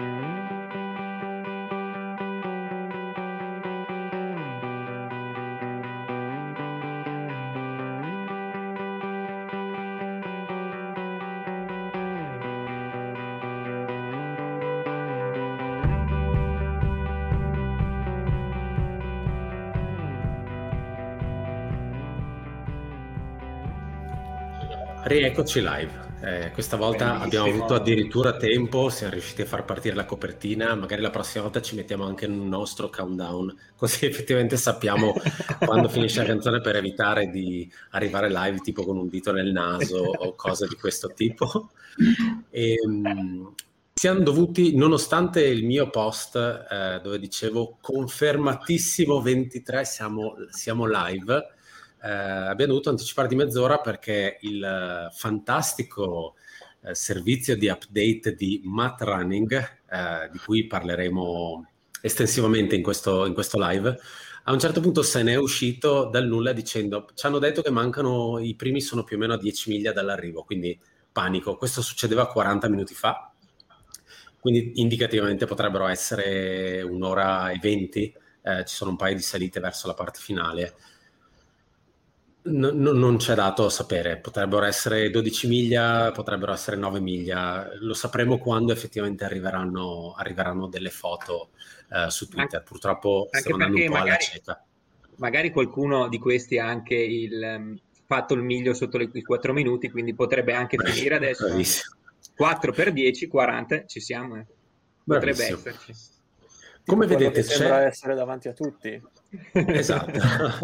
Rieccoci live. Questa volta abbiamo avuto addirittura tempo, siamo riusciti a far partire la copertina. Magari la prossima volta ci mettiamo anche un nostro countdown, così effettivamente sappiamo quando finisce la canzone, per evitare di arrivare live tipo con un dito nel naso o cose di questo tipo. Siamo dovuti, nonostante il mio post dove dicevo confermatissimo 23, siamo live. Abbiamo dovuto anticipare di mezz'ora perché il fantastico servizio di update di Math Running, di cui parleremo estensivamente in questo live, a un certo punto se ne è uscito dal nulla dicendo: ci hanno detto che mancano, i primi sono più o meno a 10 miglia dall'arrivo, quindi panico. Questo succedeva 40 minuti fa, quindi indicativamente potrebbero essere un'ora e 20. Ci sono un paio di salite verso la parte finale. Non c'è dato a sapere, potrebbero essere 12 miglia, potrebbero essere 9 miglia, lo sapremo quando effettivamente arriveranno delle foto su Twitter. Purtroppo stiamo andando un po' alla cieca. Magari qualcuno di questi ha anche fatto il miglio sotto i 4 minuti, quindi potrebbe anche finire adesso. Bravissimo. 4 per 10, 40, ci siamo. Potrebbe esserci. Come vedete, sembra essere davanti a tutti. Esatto.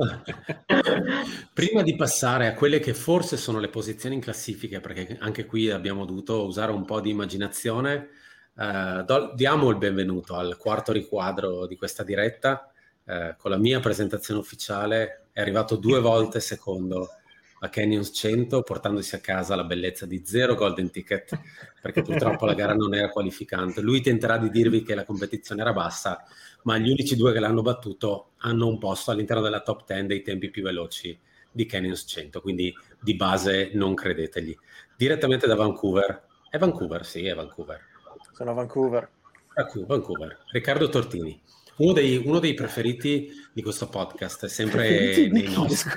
Prima di passare a quelle che forse sono le posizioni in classifica, perché anche qui abbiamo dovuto usare un po' di immaginazione, diamo il benvenuto al quarto riquadro di questa diretta. Con la mia presentazione ufficiale è arrivato 2 volte secondo a Canyons 100, portandosi a casa la bellezza di 0 golden ticket, perché purtroppo la gara non era qualificante. Lui tenterà di dirvi che la competizione era bassa, ma gli unici 2 che l'hanno battuto hanno un posto all'interno della top 10 dei tempi più veloci di Canyons 100, quindi di base non credetegli. Direttamente da Vancouver. È Vancouver? Sì, è Vancouver. Sono a Vancouver. Vancouver. Riccardo Tortini. Uno dei preferiti di questo podcast, sempre nei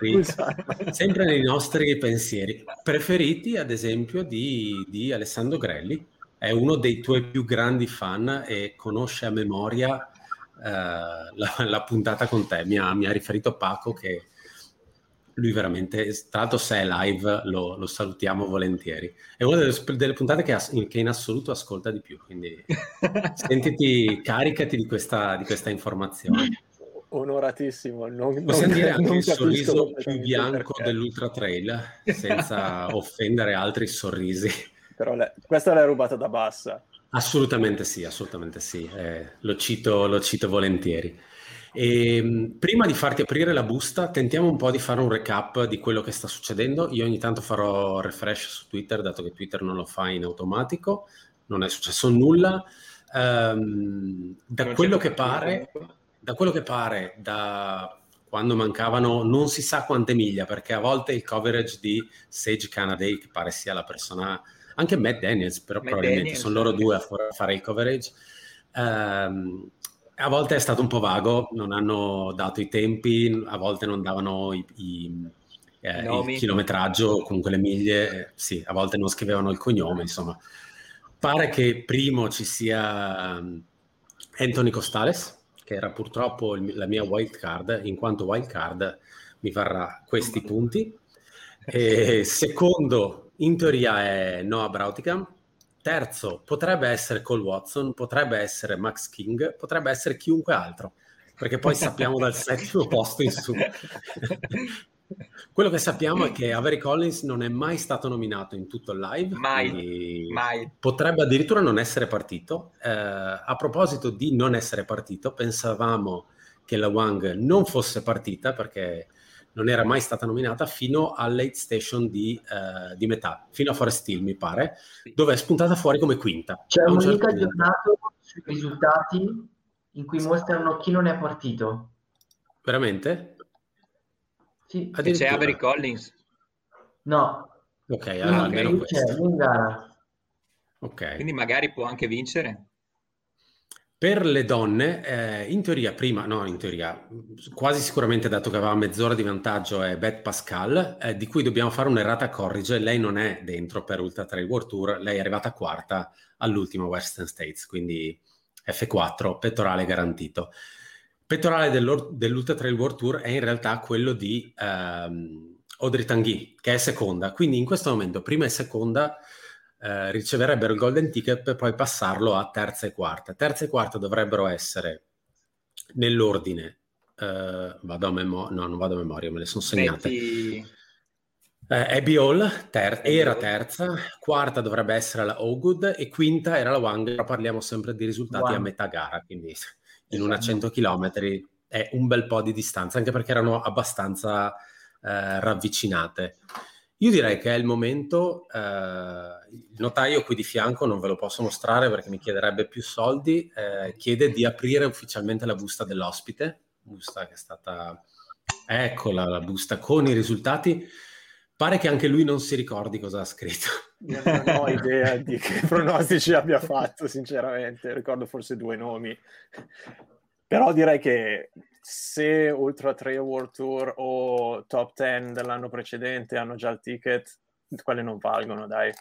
nostri pensieri. Preferiti, ad esempio, di Alessandro Grelli. È uno dei tuoi più grandi fan e conosce a memoria la puntata con te. Mi ha riferito Paco che lui veramente, tra l'altro se è live lo salutiamo volentieri. È una delle puntate che in assoluto ascolta di più, quindi caricati di questa informazione. Onoratissimo. Possiamo dire anche il sorriso più bianco dell'Ultra Trail, senza offendere altri sorrisi. Però questa l'hai rubata da Bassa. Assolutamente sì. Lo cito volentieri. E prima di farti aprire la busta, tentiamo un po' di fare un recap di quello che sta succedendo. Io ogni tanto farò refresh su Twitter, dato che Twitter non lo fa in automatico. Non è successo nulla. Da quello che pare, da quando mancavano non si sa quante miglia, perché a volte il coverage di Sage Canaday, che pare sia la persona, anche Matt Daniels, però probabilmente sono loro 2 a fare il coverage. A volte è stato un po' vago, non hanno dato i tempi, a volte non davano il chilometraggio, comunque le miglie, sì, a volte non scrivevano il cognome, insomma. Pare che primo ci sia Anthony Costales, che era purtroppo la mia wild card, in quanto wild card mi varrà questi punti. E secondo, in teoria, è Noah Brautigam. Terzo, potrebbe essere Cole Watson, potrebbe essere Max King, potrebbe essere chiunque altro, perché poi sappiamo dal 7° posto in su. Quello che sappiamo è che Avery Collins non è mai stato nominato in tutto il live, mai. Potrebbe addirittura non essere partito. A proposito di non essere partito, pensavamo che la Wang non fosse partita perché non era mai stata nominata fino al late station di metà, fino a Forest Hill mi pare, dove è spuntata fuori come quinta. C'è un link aggiornato sui risultati in cui mostrano chi non è partito. Veramente? Sì. E c'è Avery Collins? No. Ok, allora almeno questo. C'è in gara. Ok. Quindi magari può anche vincere? Per le donne, in teoria, quasi sicuramente, dato che aveva mezz'ora di vantaggio, è Beth Pascal, di cui dobbiamo fare un'errata corrige. Lei non è dentro per Ultra Trail World Tour, lei è arrivata quarta all'ultimo Western States, quindi F4, pettorale garantito. Pettorale dell'Ultra Trail World Tour è in realtà quello di Audrey Tanguy, che è seconda, quindi in questo momento prima e seconda riceverebbero il golden ticket per poi passarlo a terza e quarta. Terza e quarta dovrebbero essere nell'ordine, non vado a memoria, me le sono segnate. Abby Hall era terza, quarta dovrebbe essere la Ogood e quinta era la Wang, però parliamo sempre di risultati a metà gara, quindi in una 100 km è un bel po' di distanza, anche perché erano abbastanza ravvicinate. Io direi che è il momento, il notaio qui di fianco non ve lo posso mostrare perché mi chiederebbe più soldi, chiede di aprire ufficialmente la busta dell'ospite, busta che è stata, eccola la busta con i risultati. Pare che anche lui non si ricordi cosa ha scritto. Io non ho idea di che pronostici abbia fatto, sinceramente, ricordo forse 2 nomi, però direi che se Ultra Trail World Tour o Top 10 dell'anno precedente hanno già il ticket, quelle non valgono, dai.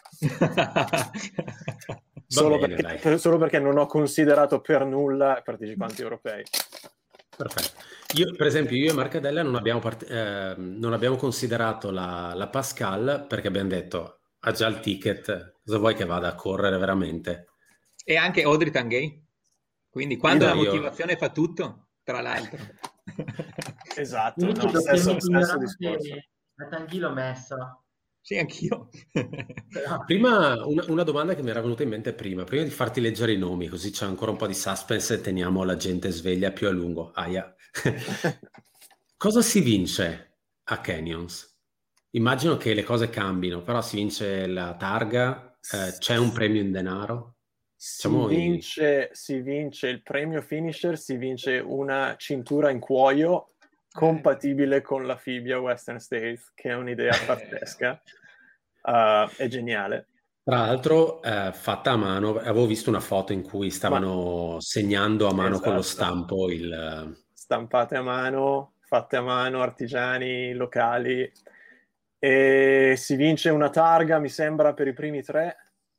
Solo perché non ho considerato per nulla i partecipanti europei. Perfetto. Per esempio, io e Marcadella non abbiamo considerato la Pascal perché abbiamo detto ha già il ticket, cosa vuoi che vada a correre veramente? E anche Audrey Tanguay. Quindi quando la motivazione fa tutto, tra l'altro. Esatto, Io no, stesso discorso. La Tanguy l'ho messa. Sì, anch'io. Prima, una domanda che mi era venuta in mente prima di farti leggere i nomi, così c'è ancora un po' di suspense e teniamo la gente sveglia più a lungo. Aia. Cosa si vince a Canyons? Immagino che le cose cambino, però si vince la targa, c'è un premio in denaro? Si vince il premio finisher, si vince una cintura in cuoio compatibile con la Fibia Western States, che è un'idea pazzesca, è geniale. Tra l'altro fatta a mano, avevo visto una foto in cui stavano segnando a mano con lo stampo stampate a mano, fatte a mano, artigiani locali, e si vince una targa, mi sembra, per i primi 3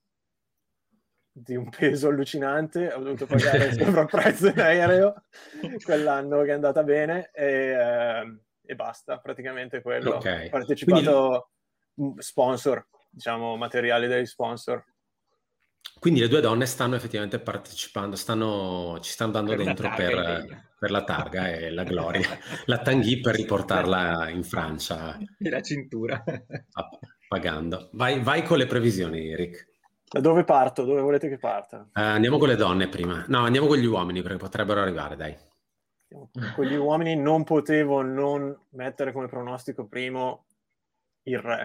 di un peso allucinante. Ho dovuto pagare il sovrapprezzo in aereo quell'anno, che è andata bene, e basta, praticamente quello. Okay. Ho partecipato sponsor, diciamo, materiali degli sponsor. Quindi le 2 donne stanno effettivamente partecipando, ci stanno dando per dentro per la targa e la gloria, la Tanguy per riportarla in Francia. E la cintura. Pagando. Vai con le previsioni, Rick. Da dove parto? Dove volete che parta? Andiamo con le donne prima. No, andiamo con gli uomini perché potrebbero arrivare, dai. Con gli uomini non potevo non mettere come pronostico primo il re.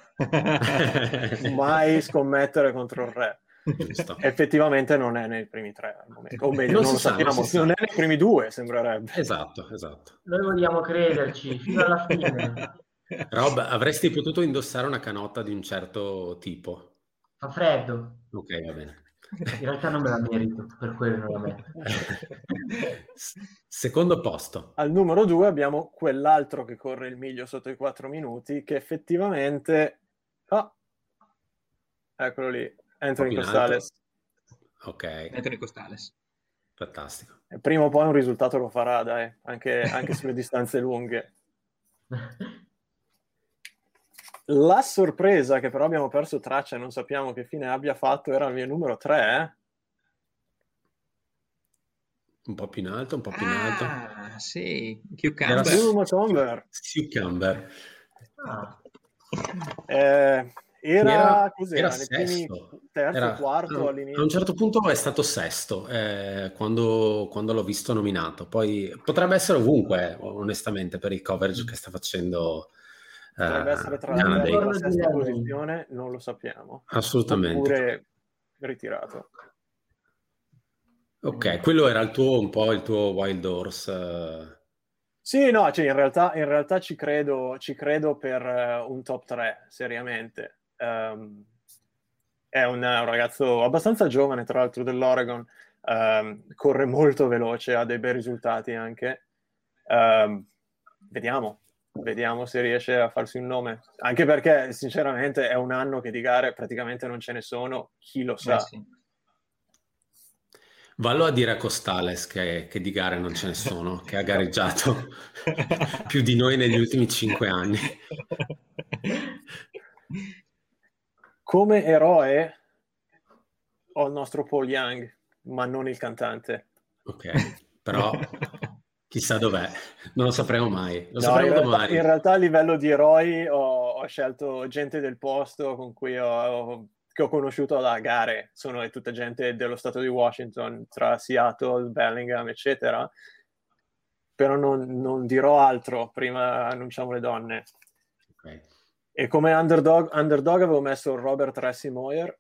Mai scommettere contro il re. Giusto. Effettivamente non è nei primi 3 al momento, o meglio, non lo sappiamo, non è nei primi 2, sembrerebbe. Esatto. Noi vogliamo crederci fino alla fine. Rob, avresti potuto indossare una canotta di un certo tipo. Fa freddo. Ok, va bene. In realtà non me la merito, per quello non la metto. Secondo posto. Al numero 2 abbiamo quell'altro che corre il miglio sotto i 4 minuti, che effettivamente... eccolo lì, Anthony Costales. Ok. Anthony Costales. Fantastico. E prima o poi un risultato lo farà, dai, anche sulle distanze lunghe. La sorpresa, che però abbiamo perso traccia e non sappiamo che fine abbia fatto, era il mio numero 3. Un po' più in alto, un po' più in alto. Ah, sì, Cucumber. Cucumber. Era sesto. Nei primi terzo, quarto all'inizio. A un certo punto è stato sesto quando l'ho visto nominato. Poi potrebbe essere ovunque, onestamente, per il coverage che sta facendo. Potrebbe essere tra la terza e la sesta posizione, non lo sappiamo. Assolutamente. Oppure ritirato. Ok, quello era un po' il tuo Wild Horse. Sì, no, cioè in realtà ci credo per un top 3, seriamente. È un ragazzo abbastanza giovane, tra l'altro, dell'Oregon, corre molto veloce, ha dei bei risultati anche. Vediamo se riesce a farsi un nome, anche perché sinceramente è un anno che di gare praticamente non ce ne sono, chi lo sa. Sì. Vallo a dire a Costales che di gare non ce ne sono, che ha gareggiato più di noi negli ultimi 5 anni. Come eroe ho il nostro Paul Young, ma non il cantante. Ok, però chissà dov'è, non lo sapremo mai. Lo No, sapremo domani. in realtà a livello di eroi ho scelto gente del posto con cui che ho conosciuto da gare, sono tutta gente dello stato di Washington, tra Seattle, Bellingham, eccetera. Però non dirò altro, prima annunciamo le donne. Okay. E come underdog avevo messo Robert Tracy Moyer.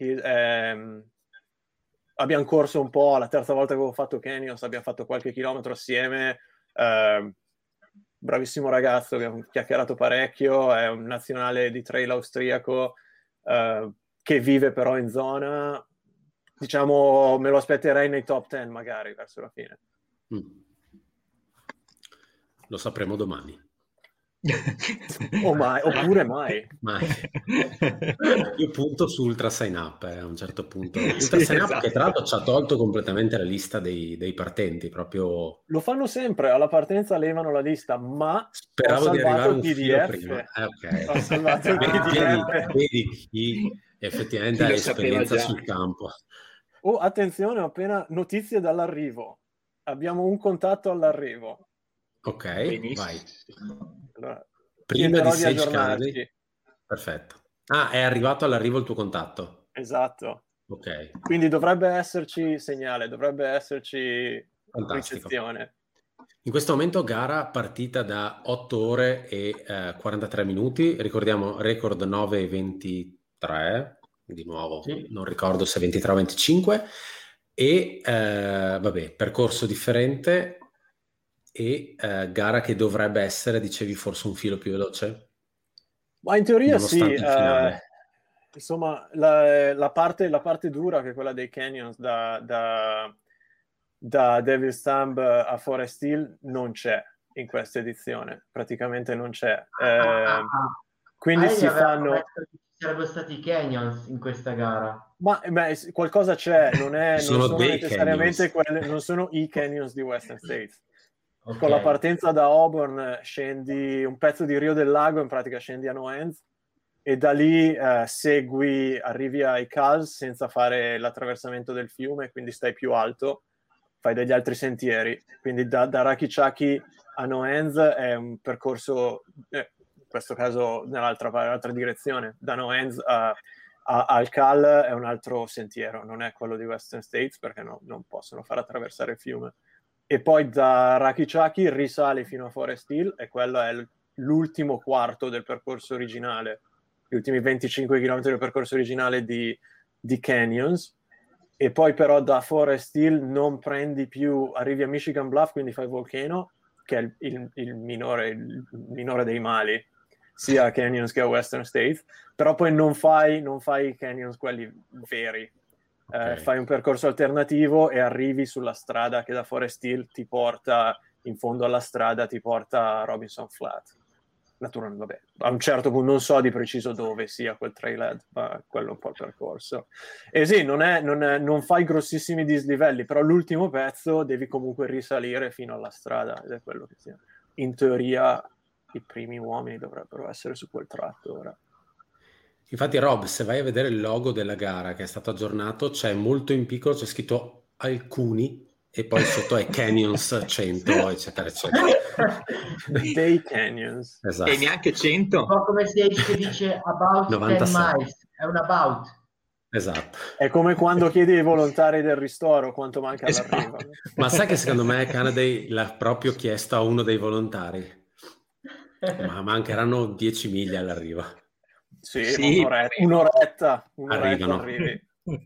Abbiamo corso un po', la terza volta che avevo fatto Canyons, abbiamo fatto qualche chilometro assieme. Bravissimo ragazzo, abbiamo chiacchierato parecchio, è un nazionale di trail austriaco che vive però in zona, diciamo, me lo aspetterei nei top 10 magari verso la fine. Lo sapremo domani. Oppure mai. Io punto su Ultra Sign Up a un certo punto. Ultra Sign Up, esatto. Che tra l'altro ci ha tolto completamente la lista dei partenti, proprio. Lo fanno sempre, alla partenza levano la lista, ma speravo di arrivare un filo PDF. prima. Okay. Ho salvato il PDF. Vedi chi effettivamente ha esperienza sul campo. Oh, attenzione, ho appena notizie dall'arrivo. Abbiamo un contatto all'arrivo. Ok, benissimo. Vai. Allora, prima di Sage Kennedy. Perfetto. Ah, è arrivato all'arrivo il tuo contatto. Esatto. Ok. Quindi dovrebbe esserci segnale, dovrebbe esserci ricezione. In questo momento gara partita da 8 ore e 43 minuti. Ricordiamo record 9:23. Di nuovo, sì. Non ricordo se 23 o 25. E vabbè, percorso differente. E gara che dovrebbe essere, dicevi, forse un filo più veloce? Ma in teoria sì, insomma la parte dura, che è quella dei canyons da Devil's Thumb a Forest Hill, non c'è in questa edizione, praticamente non c'è. Quindi si fanno... Ci sarebbero stati i canyons in questa gara. Ma qualcosa c'è, non sono necessariamente non sono i canyons di Western States. Okay. Con la partenza da Auburn scendi un pezzo di Rio del Lago, in pratica scendi a Noens e da lì arrivi ai Cals senza fare l'attraversamento del fiume, quindi stai più alto, fai degli altri sentieri. Quindi da Rakichaki a Noens è un percorso, in questo caso nell'altra direzione, da Noens al Cal è un altro sentiero, non è quello di Western States perché non possono far attraversare il fiume. E poi da Rakichaki risale fino a Forest Hill e quello è l'ultimo quarto del percorso originale, gli ultimi 25 km del percorso originale di Canyons. E poi però da Forest Hill non prendi più, arrivi a Michigan Bluff, quindi fai Volcano, che è il minore dei mali, sia a Canyons che a Western States, però poi non fai i Canyons quelli veri. Okay. Fai un percorso alternativo e arrivi sulla strada che da Forest Hill ti porta in fondo alla strada, ti porta a Robinson Flat. Naturalmente, vabbè, a un certo punto non so di preciso dove sia quel trailhead, ma quello è un po' il percorso. E sì, non fai grossissimi dislivelli, però l'ultimo pezzo devi comunque risalire fino alla strada, ed è quello che sia. In teoria i primi uomini dovrebbero essere su quel tratto ora. Infatti Rob, se vai a vedere il logo della gara che è stato aggiornato, c'è molto in piccolo, c'è scritto alcuni e poi sotto è Canyons 100 eccetera eccetera. Dei Canyons. Esatto. E neanche 100. Un po' come se dice about 96. 10 miles, è un about. Esatto. È come quando chiedi ai volontari del ristoro quanto manca all'arrivo. Ma sai che secondo me Canady l'ha proprio chiesto a uno dei volontari? Ma mancheranno 10 miglia all'arrivo. Sì. Un'oretta arrivano. Arrivi.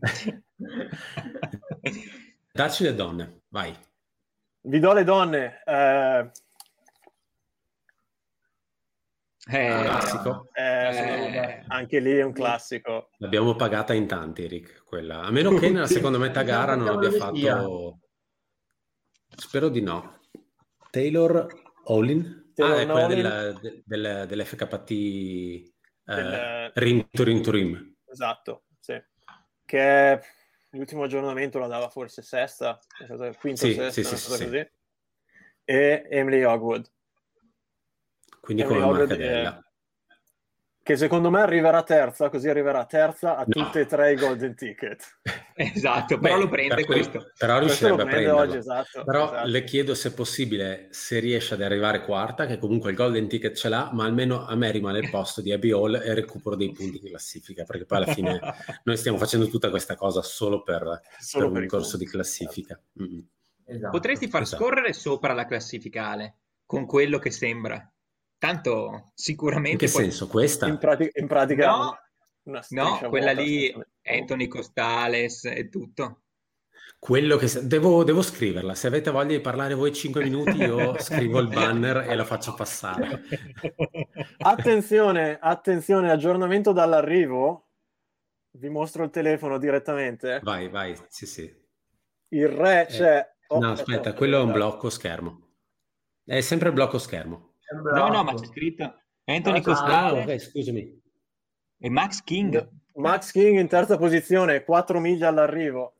Dacci le donne, vai. Vi do le donne. Classico. Anche lì è un classico. L'abbiamo pagata in tanti, Rick, quella. A meno che nella seconda metà gara non abbia fatto... Spero di no. Taylor Olin? È quella dell'FKT Rim to Rim to Rim. Esatto, sì. Che l'ultimo aggiornamento la dava forse sesta, quinto o sesta, così. E Emily Hogwood. Quindi come Marcadella. Che secondo me arriverà terza, così arriverà terza a tutte e tre i golden ticket. Esatto, però lo prende questo. Però riuscirebbe a prenderlo. Oggi, esatto. Le chiedo se è possibile, se riesce ad arrivare quarta, che comunque il golden ticket ce l'ha, ma almeno a me rimane il posto di Abby Hall e recupero dei punti di classifica, perché poi alla fine noi stiamo facendo tutta questa cosa solo per un corso di classifica. Esatto. Potresti far scorrere sopra la classificale con quello che sembra. Tanto sicuramente... In che senso? Questa? In pratica no, quella lì, Anthony Costales e tutto. Quello che... Devo scriverla. Se avete voglia di parlare voi 5 minuti, io scrivo il banner e la faccio passare. Attenzione, aggiornamento dall'arrivo. Vi mostro il telefono direttamente. Vai, sì. Il re c'è... No, aspetta, quello è un blocco schermo. È sempre il blocco schermo. No, ma c'è scritto Anthony Costales. Ok, scusami. E Max King. Max King in terza posizione, 4 miglia all'arrivo.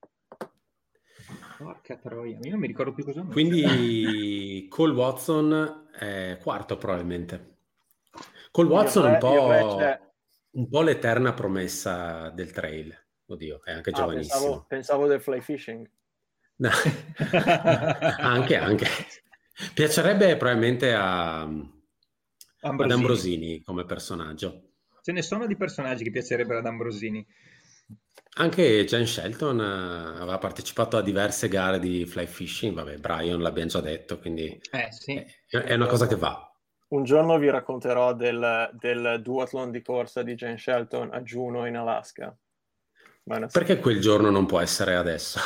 Porca troia, io non mi ricordo più cosa. Quindi Cole Watson è quarto probabilmente. Cole Watson un po' l'eterna promessa del trail. Oddio, è anche giovanissimo. Pensavo del fly fishing. No. anche. Piacerebbe probabilmente ad Ambrosini come personaggio. Ce ne sono di personaggi che piacerebbero ad Ambrosini. Anche Jen Shelton aveva partecipato a diverse gare di fly fishing. Vabbè, Brian l'abbiamo già detto, quindi sì. È una cosa che va. Un giorno vi racconterò del duathlon di corsa di Jen Shelton a Juneau in Alaska. Perché quel giorno non può essere adesso?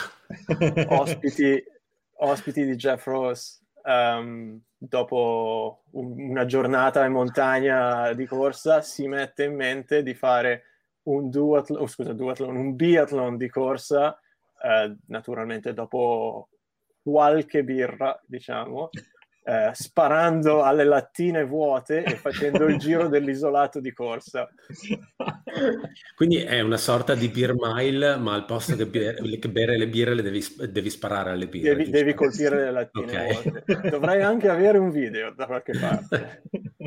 Ospiti di Jeff Ross. Dopo una giornata in montagna di corsa si mette in mente di fare un biathlon di corsa, naturalmente dopo qualche birra, diciamo, sparando alle lattine vuote e facendo il giro dell'isolato di corsa. Quindi è una sorta di beer mile, ma al posto che bere le birre devi sparare alle birre. Devi colpire le lattine vuote. Dovrei anche avere un video da qualche parte.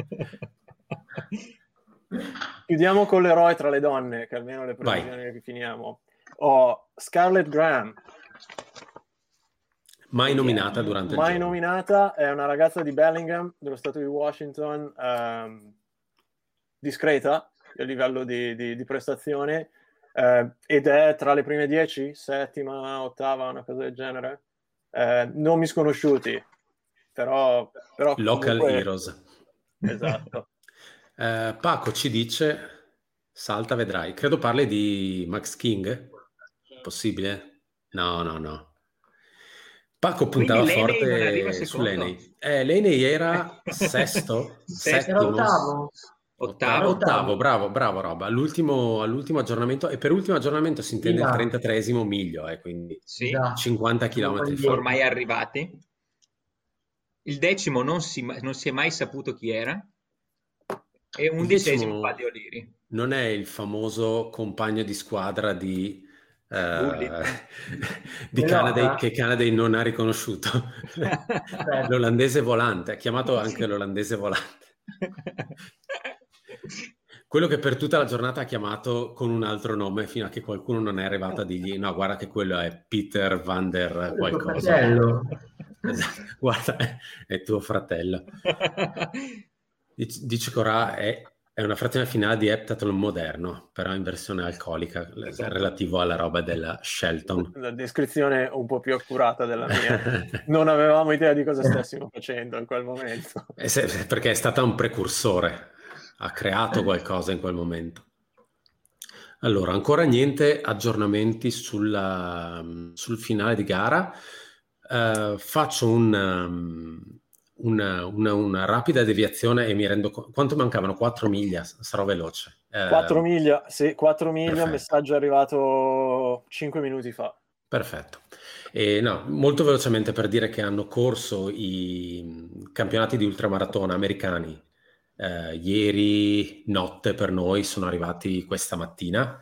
Chiudiamo con l'eroe tra le donne, che almeno le previsioni che finiamo. Scarlett Graham. Mai nominata durante il Mai giorno. nominata, è una ragazza di Bellingham, dello stato di Washington, discreta a livello di prestazione, ed è tra le prime 10, settima, ottava, una cosa del genere. Nomi sconosciuti, però Local comunque... heroes. Esatto. Paco ci dice, salta vedrai, credo parli di Max King? Possibile? No. Paco puntava forte su Laney. Laney era sesto? Settimo? Ottavo, bravo Rob. All'ultimo aggiornamento, e per ultimo aggiornamento si intende il 33esimo miglio, quindi 50 km ormai arrivati. Il decimo non si è mai saputo chi era, e 11esimo Fabio Liri. Non è il famoso compagno di squadra di Canada, che Canada non ha riconosciuto. L'olandese volante, ha chiamato anche l'olandese volante. Quello che per tutta la giornata ha chiamato con un altro nome, fino a che qualcuno non è arrivato a dirgli no, guarda che quello è Peter van der qualcosa. Esatto. Guarda, è tuo fratello. Dice Corà è una frazione finale di heptathlon moderno, però in versione alcolica, relativo alla roba della Shelton. La descrizione un po' più accurata della mia. Non avevamo idea di cosa stessimo facendo in quel momento. Perché è stata un precursore, ha creato qualcosa in quel momento. Allora, ancora niente aggiornamenti sul finale di gara. Faccio un una rapida deviazione e mi rendo conto... Quanto mancavano? 4 miglia? Sarò veloce. 4 miglia, sì, 4 miglia, Perfetto. messaggio è arrivato 5 minuti fa. Perfetto. E no, molto velocemente per dire che hanno corso i campionati di ultramaratona americani ieri notte per noi, sono arrivati questa mattina.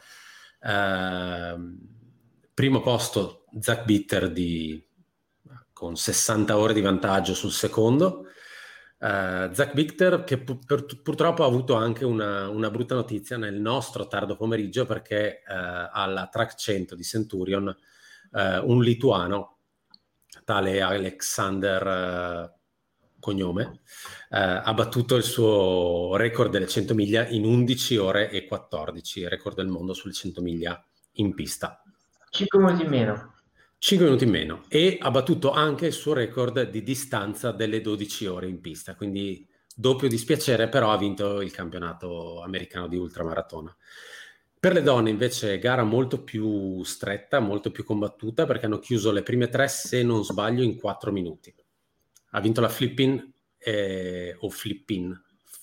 Primo posto Zach Bitter con 60 ore di vantaggio sul secondo. Zach Bitter che purtroppo ha avuto anche una brutta notizia nel nostro tardo pomeriggio perché alla Track 100 di Centurion un lituano, tale Alexander cognome, ha battuto il suo record delle 100 miglia in 11 ore e 14, record del mondo sulle 100 miglia in pista. 5 minuti in meno. 5 minuti in meno, e ha battuto anche il suo record di distanza delle 12 ore in pista, quindi doppio dispiacere, però ha vinto il campionato americano di ultramaratona. Per le donne invece gara molto più stretta, molto più combattuta, perché hanno chiuso le prime 3, se non sbaglio, in 4 minuti. Ha vinto la Flippin o Flippin.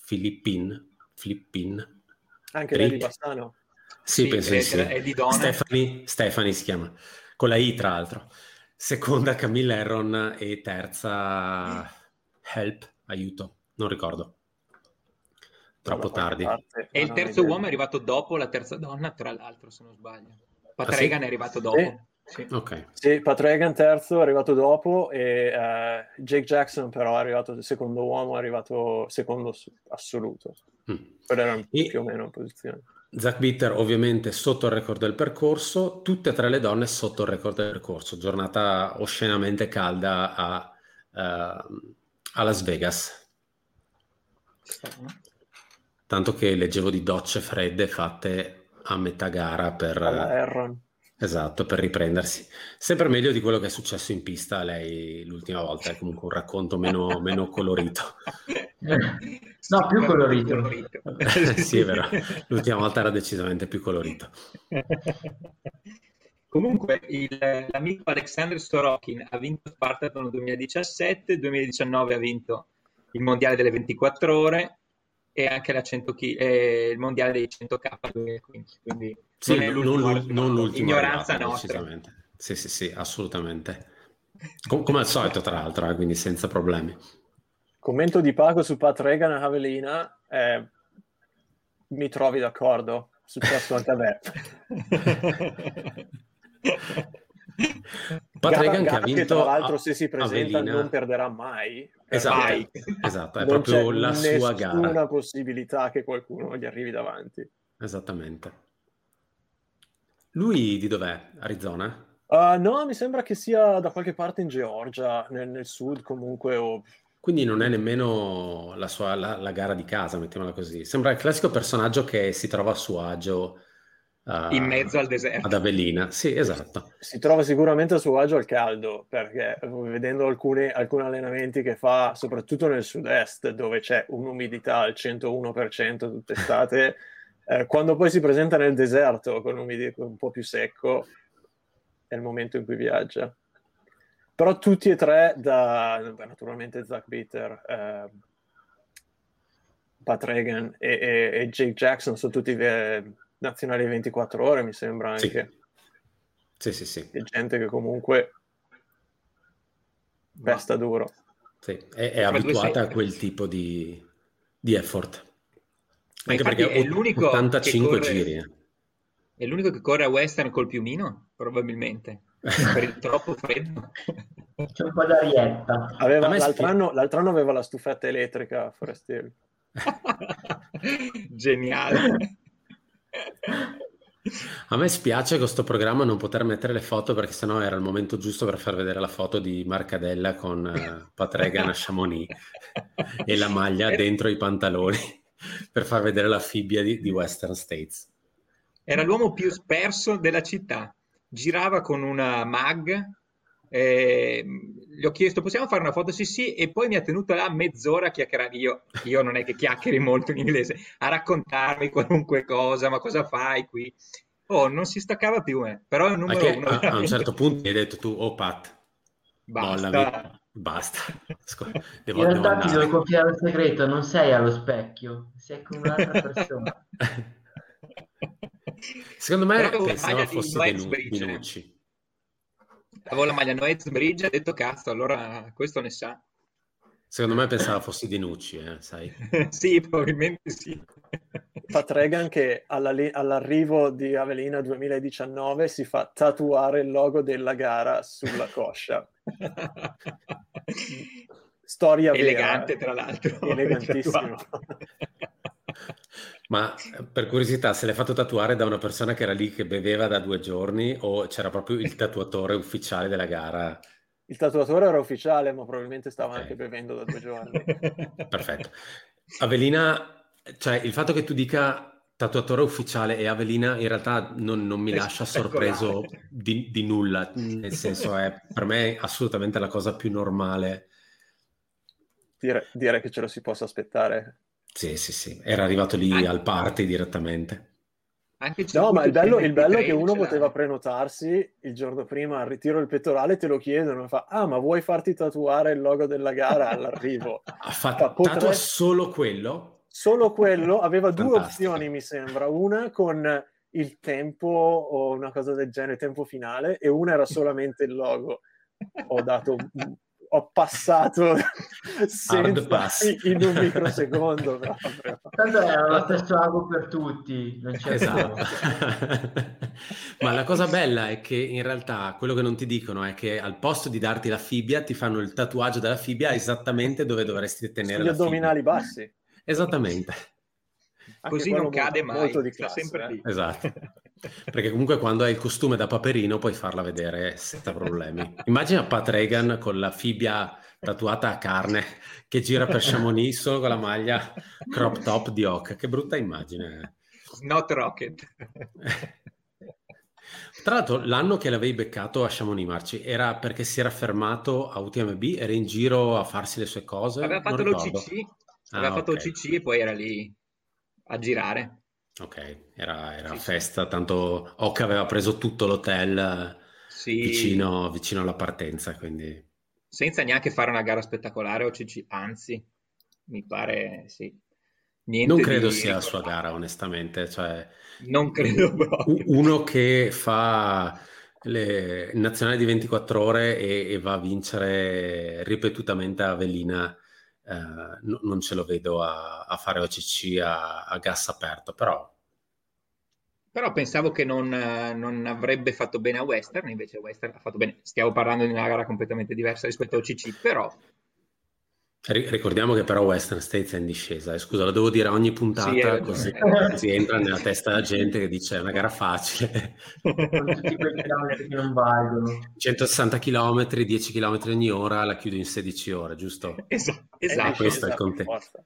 Anche lei di Bassano? Sì, penso di sì. È di donne. Stephanie si chiama, con la I tra l'altro. Seconda Camille Herron e terza Help, aiuto, non ricordo. Troppo tardi. E il terzo uomo è arrivato dopo la terza donna, tra l'altro, se non sbaglio. Pat Regan è arrivato dopo. Sì. Okay. Sì, Pat Regan terzo è arrivato dopo e Jake Jackson però è arrivato il secondo uomo, è arrivato secondo assoluto. Però erano più o meno in posizione. Zach Bitter ovviamente sotto il record del percorso, tutte e 3 le donne sotto il record del percorso. Giornata oscenamente calda a Las Vegas. Tanto che leggevo di docce fredde fatte a metà gara esatto, per riprendersi. Sempre meglio di quello che è successo in pista lei l'ultima volta, è comunque un racconto meno colorito. No, più colorito. Sì, è vero, l'ultima volta era decisamente più colorito. Comunque l'amico Alexander Sorokin ha vinto Spartathlon 2017, 2019 ha vinto il mondiale delle 24 ore e anche il mondiale dei 100K 2015, quindi sì, non l'ultimo ignoranza arrivato, nostra. Decisamente. Sì, assolutamente. Come al solito, tra l'altro, quindi senza problemi. Commento di Paco su Pat Regan e Havelina, mi trovi d'accordo, è successo anche a me. Pat Regan che ha vinto, che tra l'altro se si presenta Avelina... non perderà mai. Esatto, è non proprio c'è la sua gara. nessuna possibilità che qualcuno gli arrivi davanti. Esattamente. Lui di dov'è? Arizona? No, mi sembra che sia da qualche parte in Georgia, nel sud comunque. Quindi non è nemmeno la gara di casa, mettiamola così. Sembra il classico personaggio che si trova a suo agio in mezzo al deserto. Ad Avellina, sì, esatto. Si trova sicuramente a suo agio al caldo, perché vedendo alcuni allenamenti che fa, soprattutto nel sud-est, dove c'è un'umidità al 101% tutta estate, quando poi si presenta nel deserto con un po' più secco, è il momento in cui viaggia. Però tutti e 3, naturalmente Zach Bitter, Pat Regan e Jake Jackson, sono tutti nazionali 24 ore, mi sembra anche. Sì. È gente che comunque pesta duro. Sì, è abituata a quel tipo di effort. Anche infatti perché è l'unico 85 che corre, giri. È l'unico che corre a Western col piumino, probabilmente. Per il troppo freddo. C'è un po' d'arietta. L'altro anno aveva la stufetta elettrica a Forest Hill. Geniale. A me spiace questo programma non poter mettere le foto, perché sennò era il momento giusto per far vedere la foto di Marcadella con Pat Regan a Chamonix e la maglia dentro i pantaloni per far vedere la fibbia di Western States. Era l'uomo più sperso della città, girava con una mag, gli ho chiesto possiamo fare una foto? Sì, e poi mi ha tenuto là mezz'ora a chiacchierare, io non è che chiacchieri molto in inglese, a raccontarmi qualunque cosa, ma cosa fai qui? Non si staccava più, però è il numero uno. A un certo punto mi hai detto tu, Pat, basta, Basta. In Devo realtà ti devo andare. confiare un segreto, non sei allo specchio, sei con un'altra persona. Secondo Però me avevo la pensava maglia di fossi Noetsbridge. Nucci. Avevo la maglia Noetsbridge, ho detto cazzo, allora questo ne sa. Secondo me pensava fossi di Nucci, sai. Sì, probabilmente sì. Pat Regan che all'arrivo di Avellina 2019 si fa tatuare il logo della gara sulla coscia. Storia vera, Elegante, tra l'altro. elegantissimo. Ma per curiosità, se l'hai fatto tatuare da una persona che era lì che beveva da 2 giorni o c'era proprio il tatuatore ufficiale della gara? Il tatuatore era ufficiale, ma probabilmente stava Ok. anche bevendo da 2 giorni. Perfetto. Avelina, cioè il fatto che tu dica tatuatore ufficiale e Avelina in realtà non mi È lascia spettacolare. sorpreso di nulla, nel senso è per me assolutamente la cosa più normale. Dire che ce lo si possa aspettare. Sì, era arrivato lì An- al party direttamente. Anche il No, ma circuito il bello è che TMT3 uno ce poteva l'ha. prenotarsi il giorno prima al ritiro del pettorale, te lo chiedono, e fa, ah, ma vuoi farti tatuare il logo della gara all'arrivo? Ha Fa, tatua potrei... solo quello? Solo quello, aveva due Fantastico. opzioni, mi sembra, una con il tempo o una cosa del genere, tempo finale, e una era solamente il logo. Ho passato Hard senza pass. in un microsecondo proprio. Tanto era Tra lo l'altro- stesso ago per tutti, non c'è Esatto. problema. Ma la cosa bella è che in realtà quello che non ti dicono è che al posto di darti la fibbia ti fanno il tatuaggio della fibbia esattamente dove dovresti tenere Sugli la fibbia. addominali bassi. Esattamente. Anche Così non quello cade molto mai, di sta classe. sempre lì. Esatto. Perché comunque quando hai il costume da Paperino puoi farla vedere senza problemi. Immagina Pat Regan con la fibbia tatuata a carne che gira per Chamonix solo con la maglia crop top di Oak. Che brutta immagine. Not rocket. Tra l'altro, l'anno che l'avevi beccato a Chamonix, Marci, era perché si era fermato a UTMB, era in giro a farsi le sue cose? Aveva Non fatto ricordo. l'OCC, aveva Ah, fatto ok. OCC e poi era lì a girare. Ok, era Sì, sì. festa, tanto Oak aveva preso tutto l'hotel Sì, vicino alla partenza, quindi senza neanche fare una gara spettacolare OCC, anzi, mi pare sì, non niente credo di sia la sua gara, ricordabile. onestamente. Cioè, Non credo proprio. uno che fa le nazionali di 24 ore e va a vincere ripetutamente a Avellina, non ce lo vedo a fare OCC a gas aperto, però Però pensavo che non avrebbe fatto bene a Western, invece Western ha fatto bene. Stiamo parlando di una gara completamente diversa rispetto a OCC, però ricordiamo che però Western States è in discesa. Scusa, lo devo dire a ogni sì, hai puntata, ragione, così, hai ragione. così entra nella testa della gente che dice è una gara facile. Con tutti quei chilometri che non valgono. 160 km, 10 km ogni ora, la chiudo in 16 ore, giusto? È in Esatto. Questo è il discesa per contesto. forza.